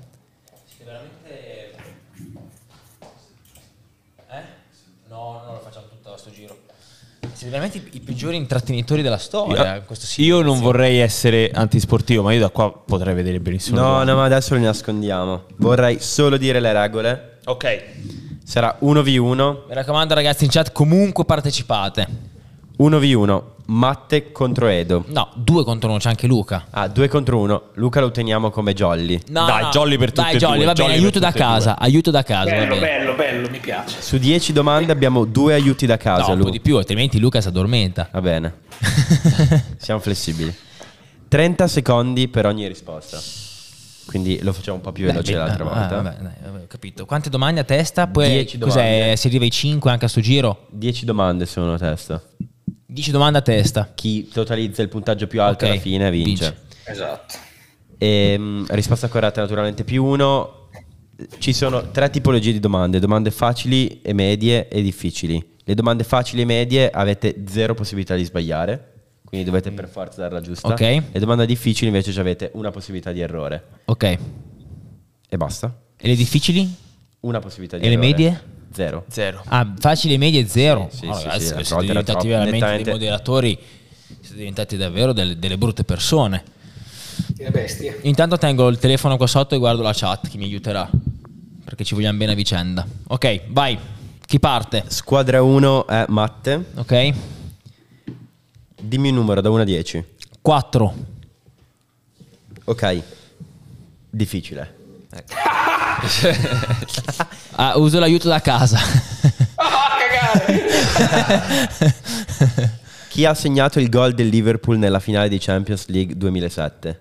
No, no, lo facciamo tutto a sto giro. Siete veramente i, i peggiori intrattenitori della storia. Io, in questo io non vorrei essere antisportivo, ma io da qua potrei vedere benissimo. No, no, ma adesso li nascondiamo. Vorrei solo dire le regole. Ok. Sarà uno vu uno. Mi raccomando, ragazzi, in chat comunque partecipate. uno vu uno. Matte contro Edo. No, due contro uno, c'è anche Luca. Ah, due contro uno. Luca lo teniamo come jolly. No, Dai, no. jolly per tutte Dai, e jolly, due, va bene, jolly aiuto per da tutte e casa, due. aiuto da casa. va Bello, bene. bello, bello, mi piace. Su dieci domande abbiamo due aiuti da casa. No, un Lu. po' di più, altrimenti Luca si addormenta. Va bene. Siamo flessibili. trenta secondi per ogni risposta. Quindi lo facciamo un po' più veloce Beh, l'altra ah, volta. vabbè, dai, vabbè, ho capito. Quante domande a testa? Poi dieci cos'è? domande. Si arriva ai cinque anche a sto giro? dieci domande sono a testa. dieci domande a testa. Chi totalizza il puntaggio più alto Ok, alla fine vince. vince. Esatto. E, mh, risposta corretta naturalmente più uno. Ci sono tre tipologie di domande: domande facili e medie e difficili. Le domande facili e medie avete zero possibilità di sbagliare, quindi dovete per forza darla giusta. Ok. Le domande difficili invece ci avete una possibilità di errore Ok. E e basta. le difficili? Una possibilità di E le errore. medie? Zero. Zero. Ah, facili e medie zero. Sì, sì, Oh, sì, ragazzi, sì, siete l'altra volta era diventati troppo, veramente nettamente- dei moderatori. Siete diventati davvero delle, delle brutte persone. Le bestie. Intanto tengo il telefono qua sotto e guardo la chat, che mi aiuterà. Perché ci vogliamo bene a vicenda. Ok, vai. Chi parte? Squadra uno è Matte. Ok. Dimmi un numero da uno a dieci. quattro. Ok. Difficile. Ah, uso l'aiuto da casa. Ah, cagare! Chi ha segnato il gol del Liverpool nella finale di Champions League duemilasette?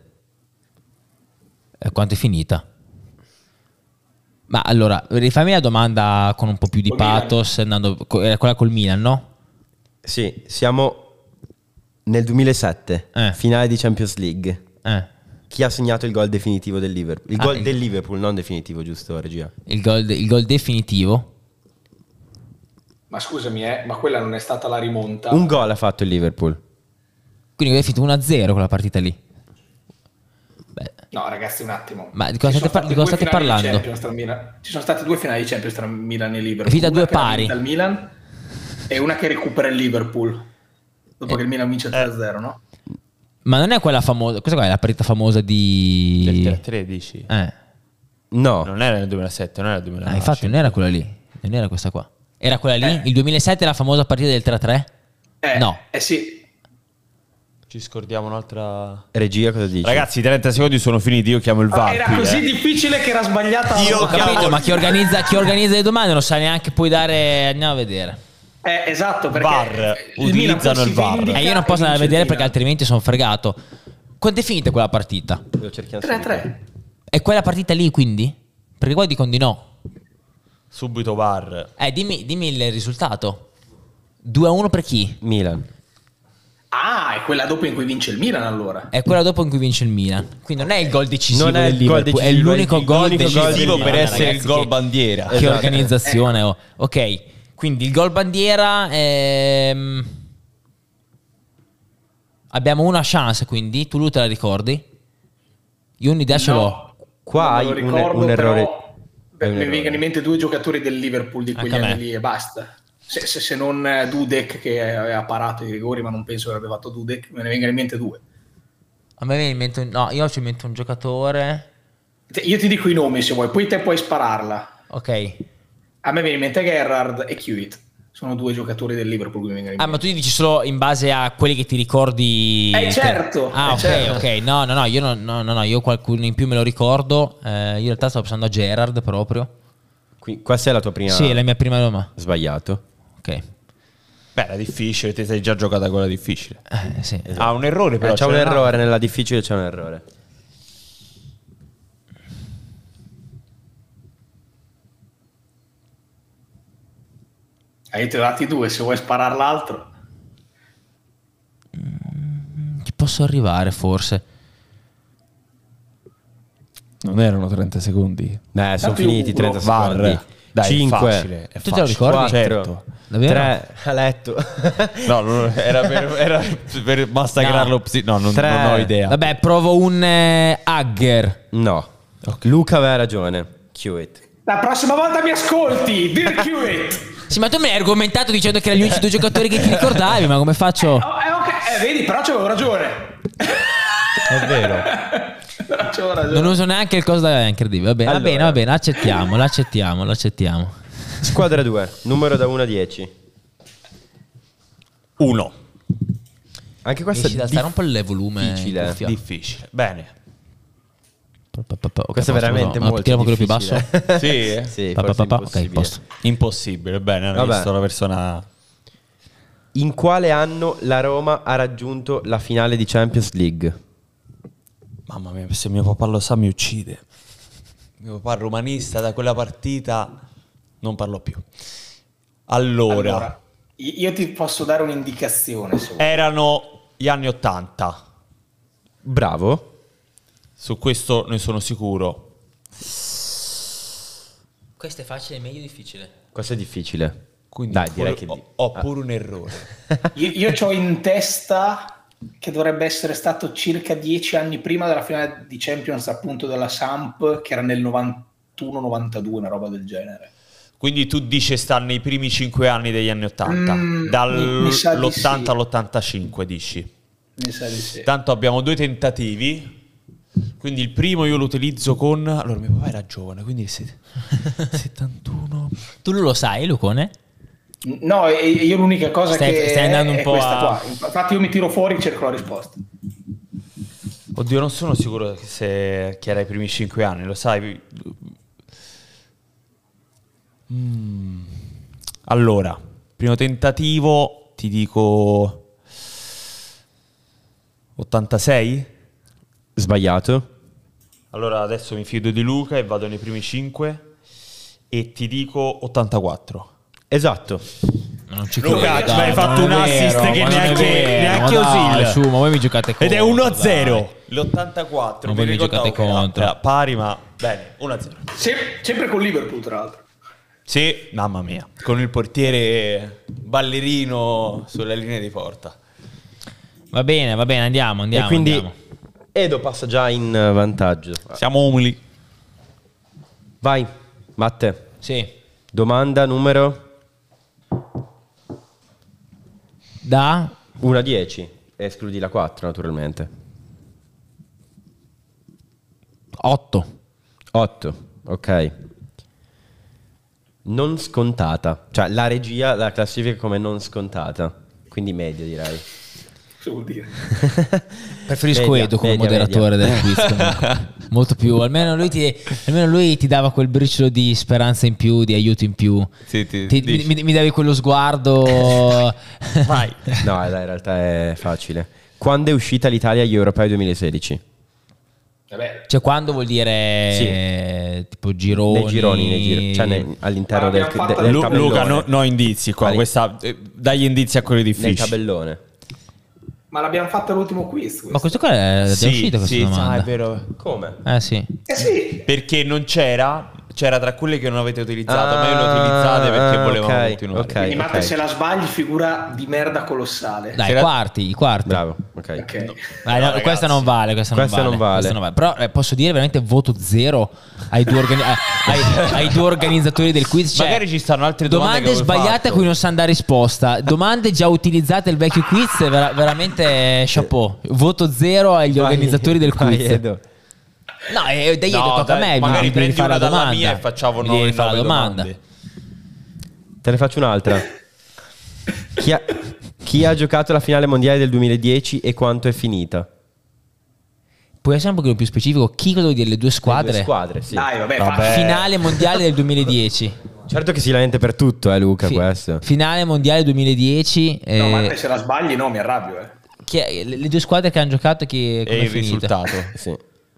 E quanto è finita? Ma allora, rifammi la domanda con un po' più di Col pathos. Andando, co- era quella col Milan, no? Sì, siamo nel duemilasette, Eh. finale di Champions League. Eh. Chi ha segnato il gol definitivo del Liverpool? Il Ah, gol il- del Liverpool, non definitivo, giusto, regia? Il gol, il gol definitivo. Ma scusami, eh, ma quella non è stata la rimonta. Un gol ha fatto il Liverpool. Quindi è finito uno a zero quella partita lì. Beh, No, ragazzi, un attimo. Ma di cosa Ci state sono par- di state cosa due state finali di parlando? Champions tra Milan- Ci sono state due finali di Champions tra Milan e Liverpool. È finita Una due che l'ha pari. vinta il Milan e una che recupera il Liverpool. Dopo Eh. che il Milan vince tre a zero, no? ma non è quella famosa. Questa qua è la partita famosa di. Del tre a tre dici? Eh. No, Non era nel duemilasette, non era nel duemilanove. Ah, infatti non era quella lì. Non era questa qua. Era quella lì? Il duemilasette è la famosa partita del tre a tre? Eh, No. Eh sì. Ci scordiamo un'altra... regia cosa dici? Ragazzi, i trenta secondi sono finiti, io chiamo il V A R. Ah, era qui, così eh. difficile che era sbagliata. Io la Ho capito, chiamo- ma chi organizza, chi organizza le domande non sa neanche poi dare. Andiamo a vedere. Eh, esatto, perché V A R, il Milan utilizzano poi il si V A R. vendica E io non posso e andare a vince vedere il perché Milan. altrimenti sono fregato. Quando è finita quella partita? Lo cerchiamo tre a subito. tre. È quella partita lì quindi? Perché qua dicono di no. Subito V A R. Eh, dimmi, dimmi il risultato. due a uno per chi? Milan. Ah, è quella dopo in cui vince il Milan allora. È quella dopo in cui vince il Milan. Quindi non è il gol decisivo Non è del il gol Liverpool, è decisivo, l'unico è il- gol l'unico gol decisivo del Decisivo Milan, per essere ragazzi, il gol che- bandiera. Che Esatto. organizzazione. oh. Ok, quindi il gol bandiera. ehm, Abbiamo una chance quindi. Tu lui te la ricordi? Io un'idea ce l'ho. No, Qua non me hai lo un- ricordo, un errore. però, beh, Hai un mi errore. vengono in mente due giocatori del Liverpool di quegli Anche a anni me. lì e basta. Se, se- se non eh, Dudek che aveva parato i rigori, ma non penso che avrebbe fatto Dudek, me ne vengono in mente due. A me viene in mente un- no, io ho in mente un giocatore. Te- Io ti dico i nomi se vuoi, poi te puoi spararla. Ok. A me viene in mente Gerrard e Hewitt. Sono due giocatori del Liverpool che mi vengono in Ah, mente. ma tu dici solo in base a quelli che ti ricordi? Eh, certo, Ah, eh, ok, certo. ok. No, no, no, io no, no, no, no, io qualcuno in più me lo ricordo. Eh, io in realtà stavo pensando a Gerard proprio. Qui, questa è la tua prima. Sì, è la mia prima nome. Sbagliato. Ok. Beh, era difficile, te sei già giocata quella difficile. Eh, sì. Ah, un errore però. Eh, c'è un ce n'era. errore, nella difficile c'è un errore. Ah, io ti ho dati due, se vuoi sparare l'altro. Ci posso arrivare forse. Non erano trenta secondi. Beh, sono Dammi finiti uno. trenta V A R. secondi. Dai, cinque. è facile, è Tu te lo facile. ricordi? quattro, Certo. Davvero? tre, a letto. No, non- era per, era per massacrarlo. No. psi- No, non, Tre. non ho idea. Vabbè, provo un eh, Hugger. No. Luca aveva ragione. Cue it. La prossima volta mi ascolti, Dirk Hewitt. Sì, ma tu mi hai argomentato dicendo che erano gli unici due giocatori che ti ricordavi, ma come faccio? Oh, eh, ok, eh, vedi, però c'avevo ragione. È vero. Però c'avevo ragione. Non uso neanche il coso da è incredibile. Va bene, va Allora. bene, va bene, accettiamo, l'accettiamo, l'accettiamo. Squadra due, numero da uno a dieci. Uno. Anche questa Riesci ad alzare un po' il volume. difficile. in cuffia? Difficile. Bene. Ok, Questo è posto, veramente posto. molto Tiriamo quello più difficile. basso. Sì, eh? Sì, Pa, pa, forse pa, pa. Ok, impossibile. posto. Impossibile. Bene, hanno Vabbè. visto la persona. In quale anno la Roma ha raggiunto la finale di Champions League? Mamma mia, se mio papà lo sa mi uccide. Mio papà romanista, da quella partita non parlo più. Allora, Allora, io ti posso dare un'indicazione solo. erano gli anni ottanta. Bravo. Su questo ne sono sicuro. Questo è facile, meglio difficile. Questo è difficile. Quindi Dai, direi pure- che ho, ho pure un errore. Io, io ho in testa che dovrebbe essere stato circa dieci anni prima della finale di Champions, appunto della Samp, che era nel novantuno novantadue, una roba del genere. Quindi tu dici sta nei primi cinque anni degli anni ottanta, Mm, mi- mi sa di dall'ottanta sì. all'ottantacinque dici. Mi sa di sì. Tanto abbiamo due tentativi. Quindi il primo io lo utilizzo con... Allora mio papà era giovane, quindi se- settantuno... Tu lo sai, Lucone? No, e- e io l'unica cosa Stai- che stai andando un è po' questa a- qua. Infatti io mi tiro fuori e cerco la risposta. Oddio, non sono sicuro se chi era i primi cinque anni, lo sai? Mm. Allora, primo tentativo, ti dico ottantasei? Sbagliato. Allora adesso mi fido di Luca e vado nei primi cinque e ti dico ottantaquattro. Esatto. Non ci Luca, credo, ci hai dai, fatto ma non un è assist vero, che ma non è neanche- vero, neanche ma dai, Osil. su, ma voi mi giocate contro. Ed è uno a zero. dai. L'ottantaquattro. Ma voi mi ricordavo giocate che era- contro. era pari, ma bene, uno a zero. Sem- sempre con Liverpool, tra l'altro. Sì, mamma mia, con il portiere ballerino sulla linea di porta. Va bene, va bene, andiamo, andiamo. e quindi andiamo. Edo passa già in eh, vantaggio. Siamo umili. Vai, Matte. Sì. Domanda numero Da uno a dieci. E escludi la quattro, naturalmente. otto. otto, ok. Non scontata. Cioè, la regia la classifica come non scontata. Quindi media, direi. Cosa vuol dire? Preferisco Media, Edo come media, moderatore media. del quiz. comunque. Molto più, almeno lui, ti, almeno lui ti dava quel briciolo di speranza in più, di aiuto in più. Sì, ti- Ti- dici. mi, mi davi quello sguardo. Vai. No, dai, in realtà è facile. Quando è uscita l'Italia agli Europei duemilasedici? Vabbè, Cioè, quando vuol dire Sì. eh, tipo gironi? Nei gironi, nei giro- cioè nei- all'interno Ma del, l'abbiamo de- fatta- del Lu- tabellone. Luca, no, no indizi qua. Vai. Questa, eh, dagli indizi a quelli Nel difficili. tabellone. ma l'abbiamo fatta all'ultimo quiz. Ma questo qua è già Sì, uscita questa sì, domanda. ah, è vero. Come? Eh sì. Eh sì, Perché non c'era, c'era tra quelle che non avete utilizzato, Ah, ma io le utilizzate perché ah, volevamo ok, continuare. ok. quindi Matte se la sbagli figura di merda colossale. Dai, Se i la- quarti, i quarti. Bravo, ok. Ok. Dai, no, ragazzi. questa non vale, questa, Questa non, non vale, vale. questa non vale. Però eh, posso dire veramente voto zero ai due, organi- ai, ai due organizzatori del quiz. Cioè, Magari ci stanno altre domande domande che avevo sbagliate fatto. a cui non sa dare risposta. Domande già utilizzate il vecchio quiz, vera- veramente chapeau. Voto zero agli Vai, organizzatori del vai, quiz. Edo. No, eh, dai, No, Edo, tocca dai, a me. magari mi devi prendi fare una la dalla domanda. mia e facciamo Mi nove- devi fare la nove domanda. domande. Te ne faccio un'altra. Chi ha, chi ha giocato la finale mondiale del duemiladieci e quanto è finita? Puoi essere un pochino più specifico? Chi quello delle due squadre? Le due squadre, sì. Dai, vabbè, Vabbè. fa- Finale mondiale del duemiladieci. Certo che si lamenta per tutto, eh, Luca, Fi- questo. Finale mondiale duemiladieci. No, eh, Matte se la sbagli no, mi arrabbio, eh. chi è- le, le due squadre che hanno giocato chi E come è il finita? risultato. Sì.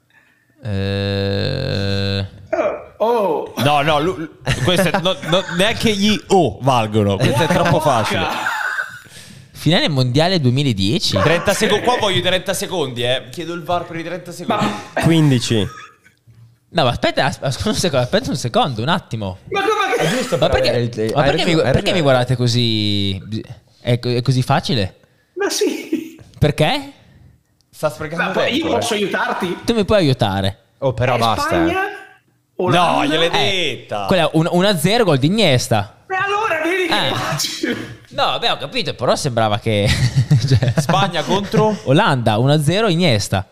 Eh, Oh, No, no, lu- lu- queste no- no- neanche gli O valgono. Questo è troppo facile. finale mondiale duemiladieci. trenta secondi. Qua voglio i trenta secondi, eh. Chiedo il V A R per i trenta secondi. ma, quindici. No, ma aspetta, aspetta un secondo, aspetta un secondo, un attimo. ma come È giusto Ma per perché, avere il- ma hai perché, mi, ragione, hai perché mi ragione. guardate così? È, è così facile? Ma sì. Perché? Sta sprecando Ma poi tempo. io eh. posso aiutarti? Tu mi puoi aiutare? Oh, però Eh, basta. Spagna? eh. No, Olanda? gliel'hai Eh, detta. Quella un- uno a zero gol di Iniesta. E allora vedi che Eh. facile. No, vabbè, ho capito, però sembrava che cioè- Spagna contro? Olanda uno a zero Iniesta.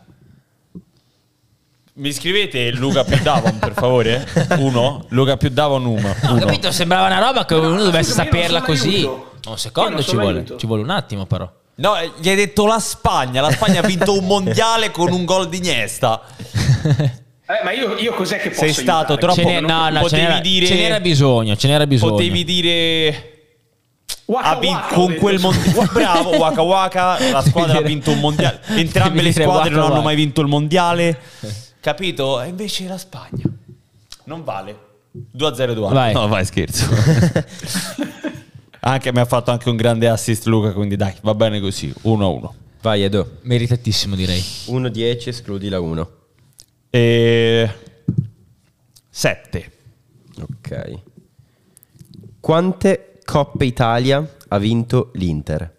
Mi scrivete Luca più Davon, per favore? Uno? Luca più Davon uno. No, ho uno. capito, sembrava una roba che uno dovesse scusami, io non saperla sono così. l'aiuto. Un Io secondo non ci sono vuole, l'aiuto. ci vuole un attimo però. No, eh, gli hai detto la Spagna. La Spagna ha vinto un mondiale con un gol di Iniesta. Eh, ma io, io cos'è che posso Sei stato aiutare? troppo- Ce n'è- no, no, ce potevi n'era, dire- ce n'era bisogno, ce n'era bisogno. Potevi dire... Waka Ha vinto waka, ho con detto. quel mondiale. Bravo, Waka Waka. La squadra ha vinto un mondiale. Entrambe Devi le dire squadre Waka non hanno Waka. mai vinto il mondiale. Capito? E invece la Spagna non vale. due a zero Edoardo. Vai. No, vai, scherzo. Anche mi ha fatto anche un grande assist Luca, quindi dai, va bene così. uno a uno. Vai, Edo. Meritatissimo direi. uno dieci, escludi la uno. E... sette. Ok. Quante Coppe Italia ha vinto l'Inter?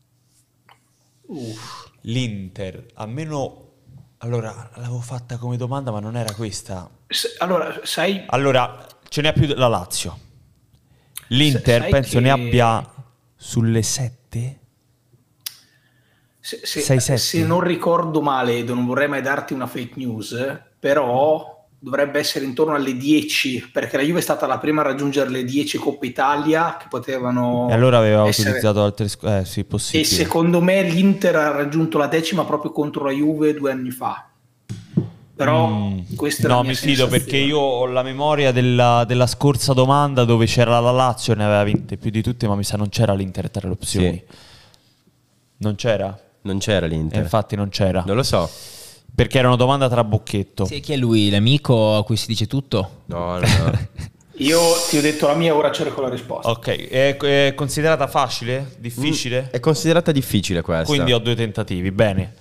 L'Inter, a meno... Allora, l'avevo fatta come domanda, ma non era questa. S- Allora, sai, Allora, ce n'è più la Lazio. L'Inter sai penso che- ne abbia sulle sette. se, se- sei sette. se non ricordo male, Edo, non vorrei mai darti una fake news, però dovrebbe essere intorno alle dieci, perché la Juve è stata la prima a raggiungere le dieci Coppe Italia che potevano E allora aveva essere- utilizzato altre squadre. Eh sì, E possibile. secondo me l'Inter ha raggiunto la decima proprio contro la Juve due anni fa. Però Mm. questa è la No, mia mi fido sensazione. perché io ho la memoria della, della scorsa domanda dove c'era la Lazio, ne aveva vinte più di tutte, ma mi sa non c'era l'Inter tra le opzioni. Sì. Non c'era? Non c'era E l'Inter. infatti non c'era. Non lo so. Perché era una domanda tra bocchetto. Sì, chi è lui? L'amico a cui si dice tutto? No, no, no. Io ti ho detto la mia, ora cerco la risposta. Ok, è, è considerata facile? Difficile? È considerata difficile questa. Quindi ho due tentativi, bene.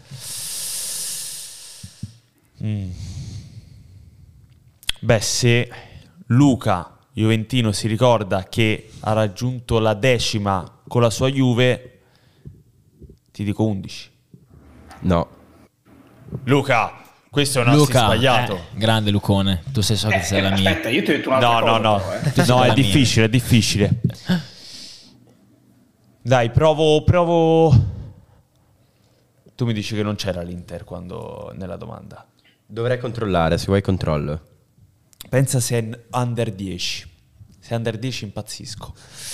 Mm. Beh, se Luca Juventino si ricorda che ha raggiunto la decima con la sua Juve, ti dico undici. No. Luca, questo è un assist Luca, sbagliato. eh, grande Lucone, tu sai so che Eh, sei la eh, mia. aspetta, io ti ho detto un'altra No, no, cosa, no, però, eh. no, sei è la mia. difficile, è difficile. Dai, provo, provo. Tu mi dici che non c'era l'Inter quando nella domanda. Dovrei controllare, se vuoi controllo. Pensa se è under dieci. Se è under dieci impazzisco.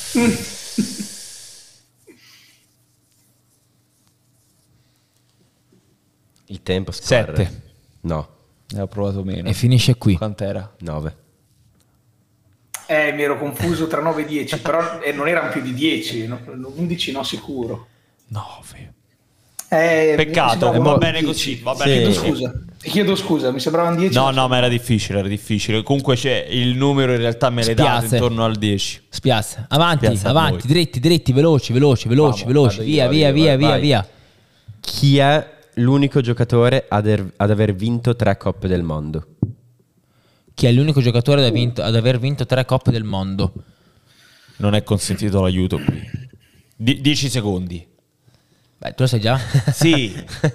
Il tempo scorre. Sette. No. Ne ho provato meno. E finisce qui. Quant'era? nove. Eh, mi ero confuso tra nove e dieci, però eh, non erano più di dieci, no, undici no sicuro. nove. Eh, mi Peccato, sembravano va bene dieci. così, va Sì. bene Chiedo così. scusa, ti chiedo scusa, mi sembravano dieci. No, no, ma era difficile, era difficile. Comunque c'è il numero in realtà me l'hai dato Spiazze. intorno al dieci. Spiazza. Avanti, Spiazza a avanti, voi. dritti, dritti, veloci, veloci, veloci, Vamo, veloci. vado Via, io, via, vado io, via, vai, via, vai. via. Chi è l'unico giocatore ad, er- ad aver vinto tre Coppe del Mondo? Chi è l'unico giocatore ad, vinto- ad aver vinto tre Coppe del Mondo? Non è consentito l'aiuto qui. Die- dieci secondi. Beh, tu lo sai già? Sì.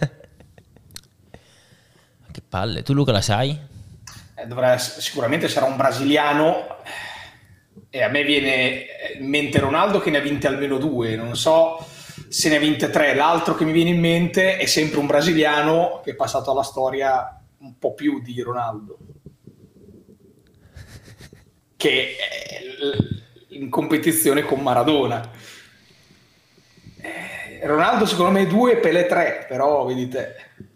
Che palle. Tu Luca la sai? Eh, dovrà ess- sicuramente sarà un brasiliano e a me viene in mente Ronaldo che ne ha vinte almeno due, non so se ne ha vinte tre. L'altro che mi viene in mente è sempre un brasiliano che è passato alla storia un po' più di Ronaldo, che è l- in competizione con Maradona. Eh, Ronaldo secondo me due, Pelé tre, però vedi te.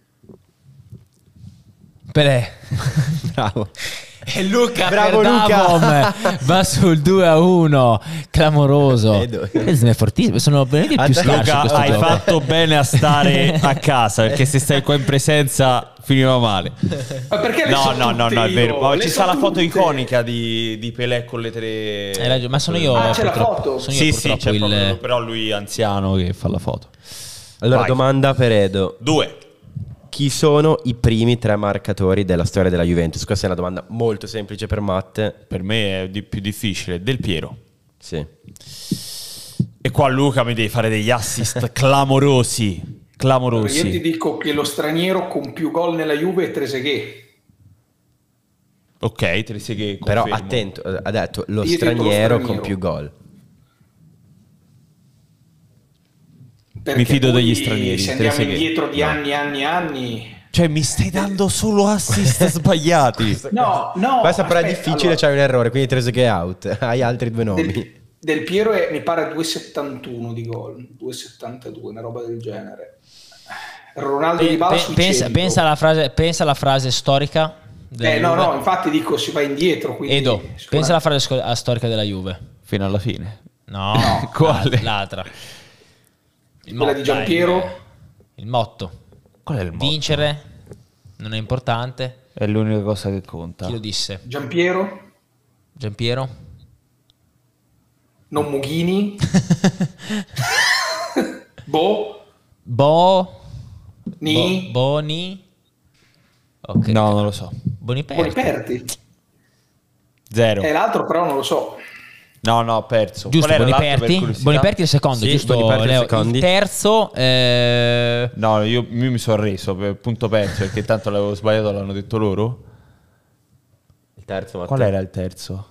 Pelé. Bravo. E Luca Bravo, per Luca. Davom va sul due a uno, clamoroso. Vedo. Questo è fortissimo, sono veramente più scarsi Luca, in questo hai gioco. fatto bene a stare a casa, perché se stai qua in presenza finiva male. Ma perché le No, so no, no, tutte no, è io? vero. Ma Le ci so sta la foto tutte. iconica di, di Pelé con le tre. Hai ragione, ma sono io Ah, c'è la purtroppo. foto? Sono io Sì, sì, purtroppo c'è il... proprio, però lui è anziano che fa la foto. Allora, Vai. domanda per Edo. Due. chi sono i primi tre marcatori della storia della Juventus? Questa è una domanda molto semplice per Matte. Per me è di più difficile. Del Piero. Sì. E qua Luca mi devi fare degli assist clamorosi. Clamorosi. Io ti dico che lo straniero con più gol nella Juve è Trezeguet. Ok, Trezeguet. Però confermo. attento, ha detto lo Io dico lo straniero, straniero. con più gol. Perché Mi fido poi, degli stranieri, se andiamo Trezeguet. indietro di No. anni, anni, anni. Cioè, mi stai dando solo assist sbagliati. No, no. Questa però è aspetta, difficile, allora, c'hai un errore, quindi Trezeguet out. Hai altri due nomi. Del, del Piero è, mi pare due virgola settantuno di gol, due virgola settantadue, una roba del genere. Ronaldo Pe- di Bala pe- sui pensa, cento. pensa alla frase, pensa alla frase storica della Eh, no, Juve. no, infatti dico si va indietro. Quindi Edo, sicuramente- pensa alla frase sco- alla storica della Juve. Fino alla fine. No, Quale? l'altra. Il Quella di Giampiero? dai, il motto. Qual è il motto? Vincere non è importante. È l'unica cosa che conta. Chi lo disse? Giampiero, Giampiero? non Mughini, Bo, Bo... Ni, Bo- Boni... Ok. No, non lo so. Boniperti. Boniperti. Zero. E l'altro però non lo so. No, no, ho perso. Giusto, Qual era l'altro, per Boniperti? curiosità? Boniperti è il secondo, Sì, giusto Boniperti è il Leo? secondo. Il terzo... eh, No, io, io mi sono reso per punto perso perché tanto l'avevo sbagliato, l'hanno detto loro. Il terzo, Matte. Qual era il terzo?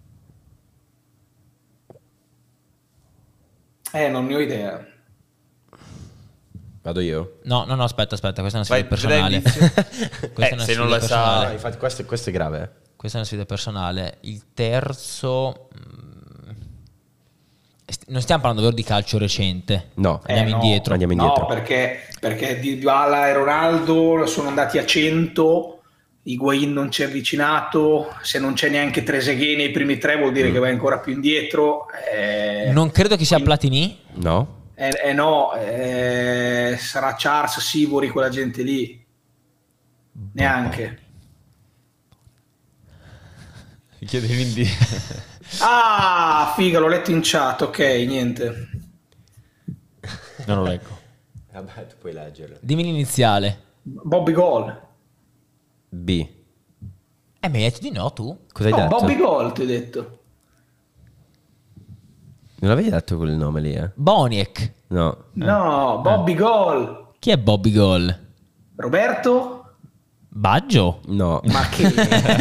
Eh, non ne ho idea. Vado io? No, no, no, aspetta, aspetta, questa è una sfida Vai, personale. dai, Questa Eh, è una se sfida non la sa- personale. Ah, infatti questo, questo è grave. eh. Questa è una sfida personale. Il terzo... mm, st- Non stiamo parlando vero di calcio recente. No. Eh, Andiamo no, indietro. Andiamo indietro. No, perché, perché Dybala e Ronaldo sono andati a cento, Higuain non ci è avvicinato, se non c'è neanche Trezeguet nei primi tre vuol dire Mm. che vai ancora più indietro. Eh, Non credo che sia Platini. No? eh, eh no, eh, sarà Charles, Sivori, quella gente lì. Neanche. Mi chiedevi in Ah, figa, l'ho letto in chat, ok, niente. Non lo leggo. Vabbè, tu puoi leggerlo. Dimmi l'iniziale. Bobby Goal. B. Eh, mi hai detto di no tu? Cosa hai No, detto? Bobby Goal ti ho detto. Non l'avevi detto quel nome lì, eh? Boniek. No. No, Bobby Goal. Chi è Bobby Goal? Roberto? Baggio? No. Ma che...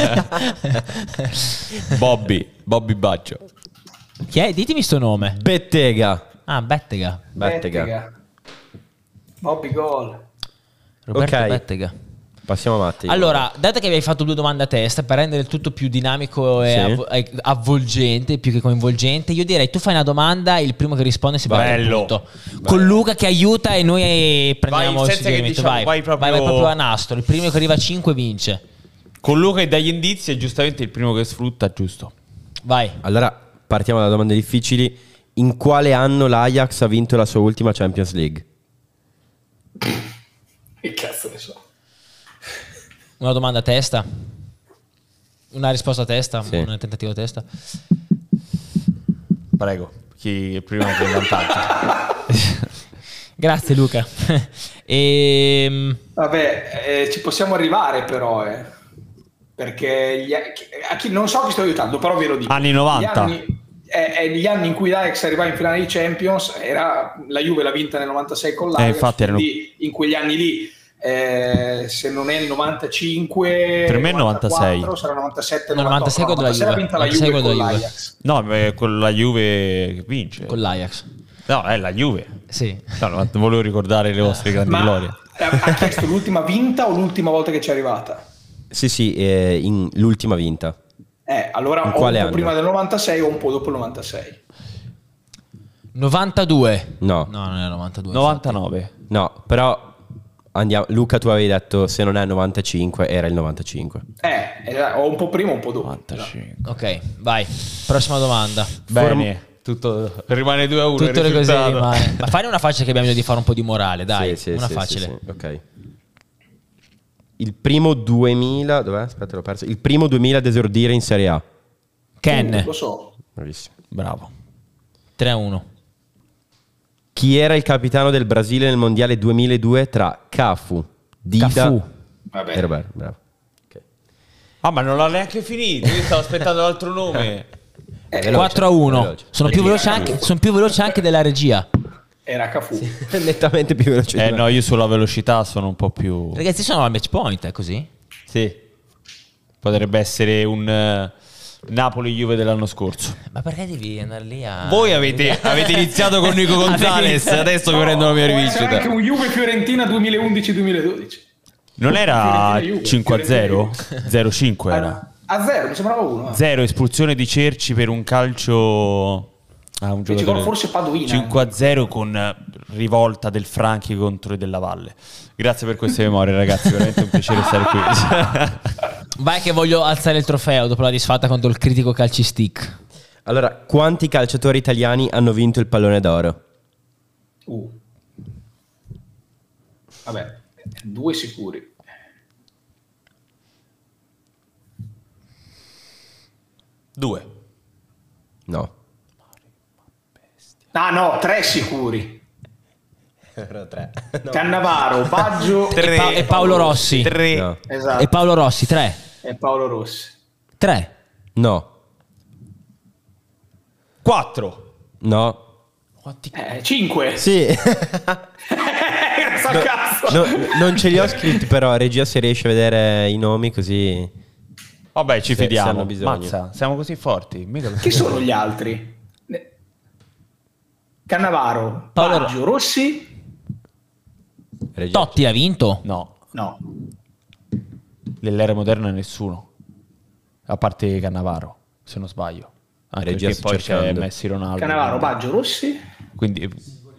Bobby, Bobby Baggio. Chi è? Ditemi sto nome. Bettega. Ah, Bettega. Bettega. Bettega. Bobby Goal. Roberto Ok. Bettega. Passiamo a Matti. Allora, dato che avevi fatto due domande a testa per rendere il tutto più dinamico e Sì. avv- e avvolgente, più che coinvolgente, io direi tu fai una domanda e il primo che risponde si prende il Bello. punto. Con Luca che aiuta e noi prendiamo Vai, il senza che suggerimento. diciamo, vai, vai proprio- vai, vai proprio a nastro. Il primo che arriva a cinque vince. Con Luca e dagli indizi è giustamente il primo che sfrutta, giusto? Vai. Allora, partiamo da domande difficili. In quale anno l'Ajax ha vinto la sua ultima Champions League? Che cazzo ne so. Una domanda a testa. Una risposta a testa. Sì. Un tentativo a testa. Prego, chi è primo che è in vantaggio. Grazie Luca. Ehm, Vabbè, eh, ci possiamo arrivare però, eh. Perché gli, a chi, non so chi sto aiutando, però ve lo dico. Anni novanta. Gli anni, eh, eh, gli anni in cui l'Ajax arrivava in finale di Champions, era, la Juve l'ha vinta nel novantasei con l'Ajax, Eh, infatti erano- quindi in quegli anni lì, eh, se non è il novantacinque, Per me è il novantasei. novantaquattro, sarà novantasette, novantasei novantotto, con la novantasei ha Juve. vinta la novantasei Juve con con la Juve. l'Ajax. No, è con la Juve che vince. con l'Ajax. No, è la Juve. Sì. No, no, volevo ricordare le vostre grandi Ma glorie. ha ha chiesto l'ultima vinta o l'ultima volta che ci è arrivata? Sì, sì, eh, in l'ultima vinta. Eh, allora In o un quale po' anno? prima del novantasei o un po' dopo il novantasei. novantadue. No. No, non è novantadue. novantanove. No, però andiamo. Luca, tu avevi detto se non è novantacinque, era il novantacinque. Eh, era- o un po' prima o un po' dopo. novantacinque. Ok, vai. Prossima domanda. Bene, tutto rimane due a uno. Tutte le cose rimane. Ma fai una faccia che abbiamo bisogno di fare un po' di morale, dai. Sì, sì, una sì, facile. sì, sì. Ok. Il primo duemila. Dov'è? Aspetta, l'ho perso. Il primo duemila ad esordire in Serie A. Ken, Lo so. Bravissimo. Bravo. tre a uno. Chi era il capitano del Brasile nel mondiale duemiladue tra Cafu, Dida Cafu. Vabbè. e Roberto. Bravo. Ok. Ah, ma non l'ha neanche finito. Io stavo aspettando l'altro nome. Eh, Veloce, quattro a uno. veloce. Sono più veloci anche, sono più veloci anche della regia. Era Cafu. Nettamente più veloce. di Eh me. no, io sulla velocità sono un po' più... Ragazzi, sono al match point, è così? Sì. Potrebbe essere un eh, Napoli-Juve dell'anno scorso. Ma perché devi andare lì a... Voi avete, avete iniziato con Nico Gonzalez, adesso vi prendo la mia Può essere anche rivincita. un Juve-Fiorentina duemilaundici duemiladodici. Non era Fiorentina-Juve, cinque a zero? Fiorentina-Juve. zero a cinque era. A zero, mi sembrava uno. eh. Zero, espulsione di Cerci per un calcio... Ah, un Fece giocatore... gol forse Paduina. cinque a zero con eh, rivolta del Franchi contro il Della Valle. Grazie per queste memorie, ragazzi, veramente un piacere stare qui. Vai che voglio alzare il trofeo dopo la disfatta contro il critico calcistic. Allora, quanti calciatori italiani hanno vinto il pallone d'oro? Uh. Vabbè, due sicuri. Due. No. Ah no, tre sicuri. tre. Cannavaro, Baggio E, Pa- e Paolo Rossi. Tre. No. Esatto. E Paolo Rossi, tre. E Paolo Rossi. Tre. No. Quattro. No. Eh, cinque. Sì. Sta cazzo. No, non ce li ho scritti, però regia se riesce a vedere i nomi così. Vabbè, ci Se- se fidiamo. hanno bisogno. Mazza, siamo così forti. Mica lo Chi sapevo. sono gli altri? Ne- Cannavaro, Paolo Baggio, Rossi? Regia. Totti ha vinto? No, No. dell'era moderna nessuno. A parte Cannavaro, se non sbaglio. Anche Regia perché sta poi c'è cercando. Messi Ronaldo. Cannavaro, quindi- Baggio, Rossi? Quindi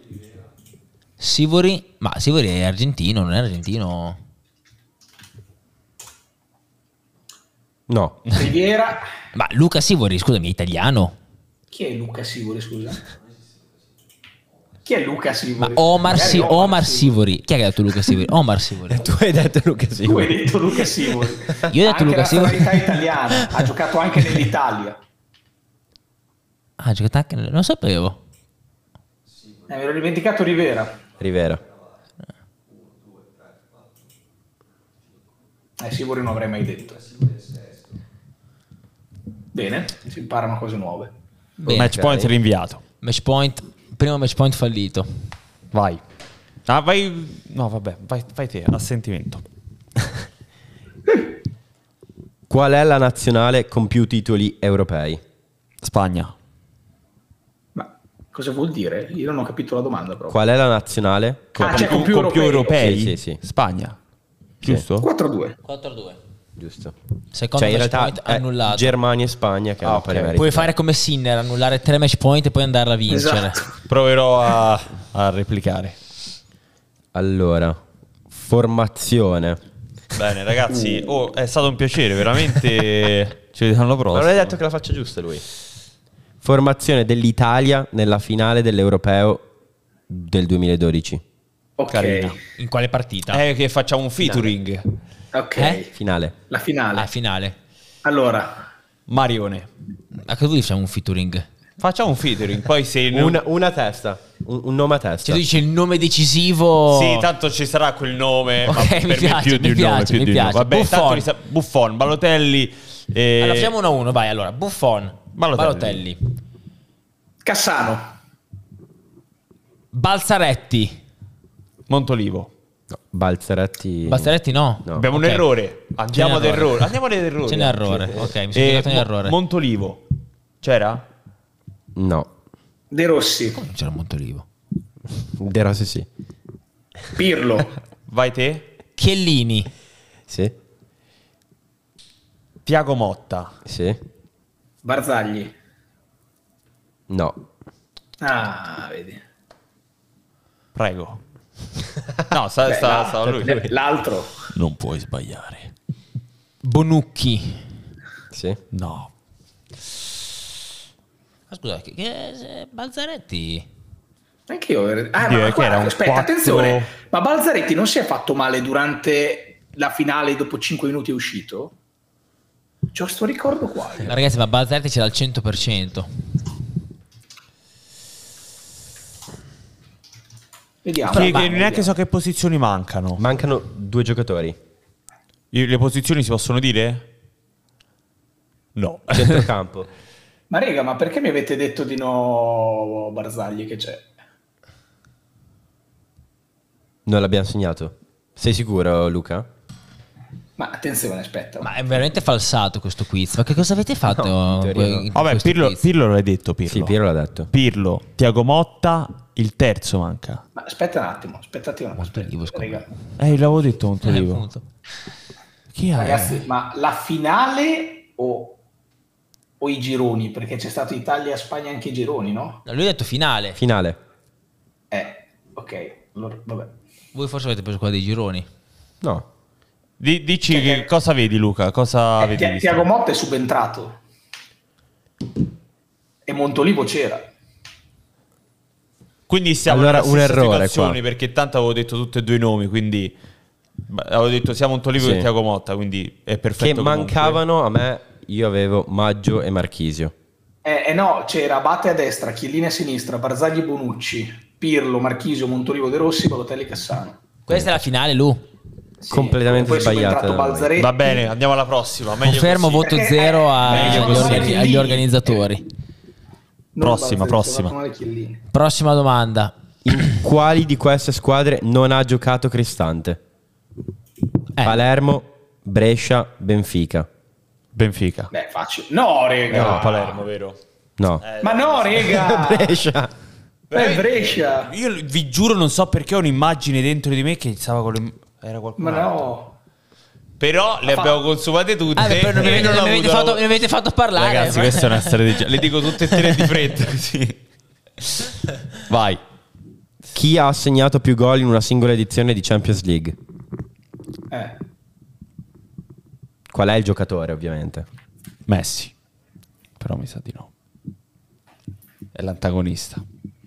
Sivori? Ma Sivori è argentino, non è argentino? No. Riviera. Ma Luca Sivori, scusami, è italiano? Chi è Luca Sivori, scusa? Chi è Luca Ma Sivori? Omar, Magari Si- Omar Sivori. Chi è che ha detto Luca Sivori? Omar Sivori. Tu hai detto Luca Tu Sivori. hai detto Luca Sivori. Io ho detto Anche Luca la Sivori. nazionalità italiana. Ha giocato anche nell'Italia. Ah, giocato anche... Non lo sapevo. Eh, mi ero dimenticato Rivera. Rivera. Eh, Sivori non avrei mai detto. Bene, si imparano cose nuove. Bene. match ok. point rinviato. Match point, primo match point fallito. Vai. Ah, vai. No, vabbè, vai, vai te, a sentimento. Qual è la nazionale con più titoli europei? Spagna. Ma cosa vuol dire? Io non ho capito la domanda proprio. Qual è la nazionale? Ah, cioè con più con più europei. europei? Sì, sì, sì. Spagna. Giusto? quattro a due. quattro a due. Giusto. Secondo Cioè in match realtà point è annullato. Germania e Spagna che Ah, hanno ok. pari merito. Puoi fare come Sinner, annullare tre match point e poi andarla a vincere. Esatto. Proverò a, a replicare. Allora, formazione. Bene, ragazzi. Oh, è stato un piacere, veramente. Ci vediamo alla Ma prossima. non hai detto che la faccia giusta lui. Formazione dell'Italia nella finale dell'Europeo del duemiladodici. Ok. Carina. In quale partita? Eh, che facciamo un featuring. Ok. Eh? Finale. La finale. Ah, finale. Allora, Marione. A cosa diciamo un featuring? Facciamo un featuring, poi se non... Una, una testa. Un, un nome a testa. Cioè tu dici il nome decisivo. Sì, tanto ci sarà quel nome, Ok, ma per mi me piace, più di mi un nome, piace, più mi di un nome. piace. Vabbè, tanto Buffon. li sa- Buffon, Balotelli e... Allora facciamo uno a uno, vai. Allora, Buffon, Balotelli. Balotelli, Cassano. Balzaretti. Montolivo. No, Balzaretti. Balzaretti no. No. Abbiamo Ok. un errore. Andiamo ad C'è un errore. errore. Andiamo ad errore. C'è un errore. anche. Ok, mi sono Eh, fidato in Mo- errore. Montolivo. C'era? No. De Rossi. Non c'era Montolivo. De Rossi sì. Pirlo. Vai te. Chiellini. Sì. Tiago Motta. Sì. Barzagli. No. Ah, vedi. Prego. No, sta, Beh, sta, la- sta lui. L'altro. Non puoi sbagliare. Bonucchi. Sì. No. Ma scusa, che, che Balzaretti? Anche io. Ah, Direi ma che guarda, era un aspetta, quattro- attenzione. Ma Balzaretti non si è fatto male durante la finale, dopo cinque minuti è uscito? C'ho sto ricordo qua. Ma ragazzi, ma Balzaretti c'era al cento per cento. Vediamo. Che, Vai, che neanche vediamo. so che posizioni mancano. Mancano due giocatori. I- Le posizioni si possono dire? No. Centrocampo. Ma rega, ma perché mi avete detto di no Barzagli che c'è? Non l'abbiamo segnato. Sei sicuro, Luca? Ma attenzione, aspetta. Ma è veramente falsato questo quiz. Ma che cosa avete fatto? No, in teoria no. in Vabbè, questo Pirlo, quiz? Pirlo l'hai detto, Pirlo. Sì, Piero l'ha detto. Pirlo, Tiago Motta, il terzo manca. Ma aspetta un attimo, aspettate un attimo. Montolivo, Aspetta, scopo. raga. Eh, l'avevo detto Eh, Montolivo. appunto. Chi è? Ragazzi, ma la finale o, o i gironi? Perché c'è stato Italia-Spagna anche i gironi, no? No, lui ha detto finale. Finale. Eh, ok. Allora, vabbè. Voi forse avete preso quella dei gironi. No. Di- dici Cioè, che che- cosa vedi, Luca? Cosa Eh, vedi? Ti- di Tiago strano? Motta è subentrato. E Montolivo c'era. Quindi siamo Allora, nella un stessa errore situazione, qua. perché tanto avevo detto tutti e due i nomi, quindi beh, avevo detto sia Montolivo Sì. che Tiago Motta, quindi è perfetto. Che comunque. mancavano a me, io avevo Maggio e Marchisio. Eh, eh no, c'era Abate a destra, Chiellini a sinistra, Barzagli Bonucci, Pirlo, Marchisio, Montolivo, De Rossi, Balotelli, Cassano. Questa è la finale, Lu. Sì, Completamente poi è sbagliata subentrato da noi. Balzaretti. Va bene, andiamo alla prossima. Meglio Confermo così. voto Perché- zero eh, a- meglio agli, così. organi- agli organizzatori. Non Prossima, Balzaretti, prossima. ha fatto male Chiellini. Prossima domanda. In quali di queste squadre non ha giocato Cristante? Eh, Palermo, Brescia, Benfica. Benfica. Beh, facile. No, rega. No, Palermo, vero? No. Ma no, rega. Brescia. È Brescia. Io vi giuro non so perché ho un'immagine dentro di me che stava con le... Era qualcuno. Ma no. Però le fa- abbiamo consumate tutte. ah, beh, però non mi e avete, non non ho mi avete avuto la- fatto, non mi avete fatto parlare. Ragazzi, questa è una strategia. Le dico tutte e tre di fretta così. Vai. Chi ha segnato più gol in una singola edizione di Champions League? Eh. Qual è il giocatore, ovviamente? Messi. Però mi sa di no. È l'antagonista.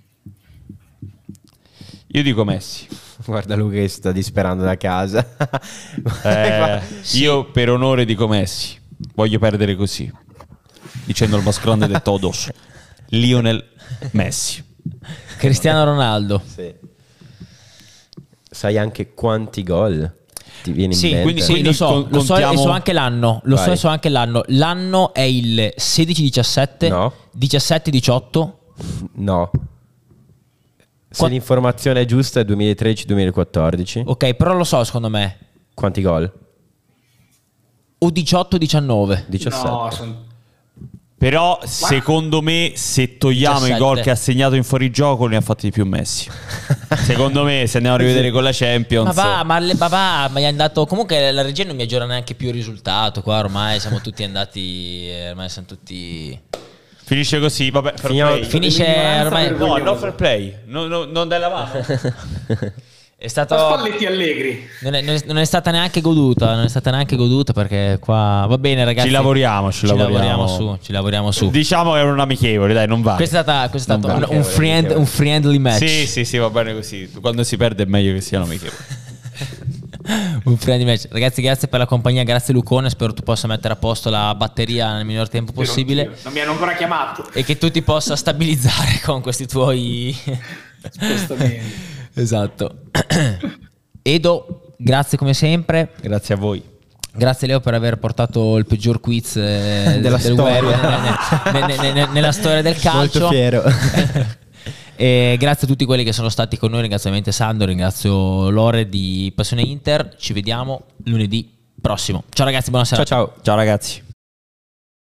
Io dico Messi. Guarda Luca che sta disperando da casa. Eh, Io per onore dico Messi. Voglio perdere così. Dicendo il más grande de todos. Lionel Messi. Cristiano Ronaldo. Sì. Sai anche quanti gol ti viene in Sì, mente? quindi sì. Sì, lo so, con- lo so e contiamo- so anche l'anno. Lo so Vai. e so anche l'anno. L'anno è il sedici diciassette, No. diciassette diciotto. No. Se Qua- l'informazione è giusta è duemilatredici duemilaquattordici. Ok, però lo so secondo me. Quanti gol? O diciotto diciannove. diciassette. No, son- Però secondo me se togliamo i diciassette. gol che ha segnato in fuorigioco ne ha fatti di più Messi. Secondo me se andiamo a rivedere con la Champions. Ma va, ma, le- ma va, ma gli è andato. Comunque la regia non mi aggiorna neanche più il risultato. Qua ormai siamo tutti andati. eh, Ormai siamo tutti. Finisce così, vabbè, fair Finiamo- play. Finisce L'ignoranza ormai. vergognosa. No, no fair play. No, no, non dai la mano. È stato. Ma Spalletti Allegri. Non è, non è- non è stata neanche goduta. Non è stata neanche goduta perché qua. Va bene, ragazzi. Ci lavoriamo, ci lavoriamo. su. Ci lavoriamo su. Diciamo che era un amichevole, dai, non va. Questo è stata, questo è Non stato va. un, un, friend- un friendly match. Sì, sì, sì, va bene così. Quando si perde è meglio che siano amichevoli. Un friendly match. Ragazzi, grazie per la compagnia. Grazie, Lucone. Spero tu possa mettere a posto la batteria nel minor tempo possibile. Oddio, non mi hanno ancora chiamato. E che tu ti possa stabilizzare con questi tuoi. Spostamenti. Esatto. Edo, grazie come sempre. Grazie a voi. Grazie Leo per aver portato il peggior quiz eh, Della del storia. web ne- ne- ne- ne- nella storia del calcio. Molto fiero. E grazie a tutti quelli che sono stati con noi. Ringrazio ovviamente Sandro, ringrazio Lore di Passione Inter. Ci vediamo lunedì prossimo. Ciao ragazzi, buona serata. Ciao ciao. Ciao ragazzi.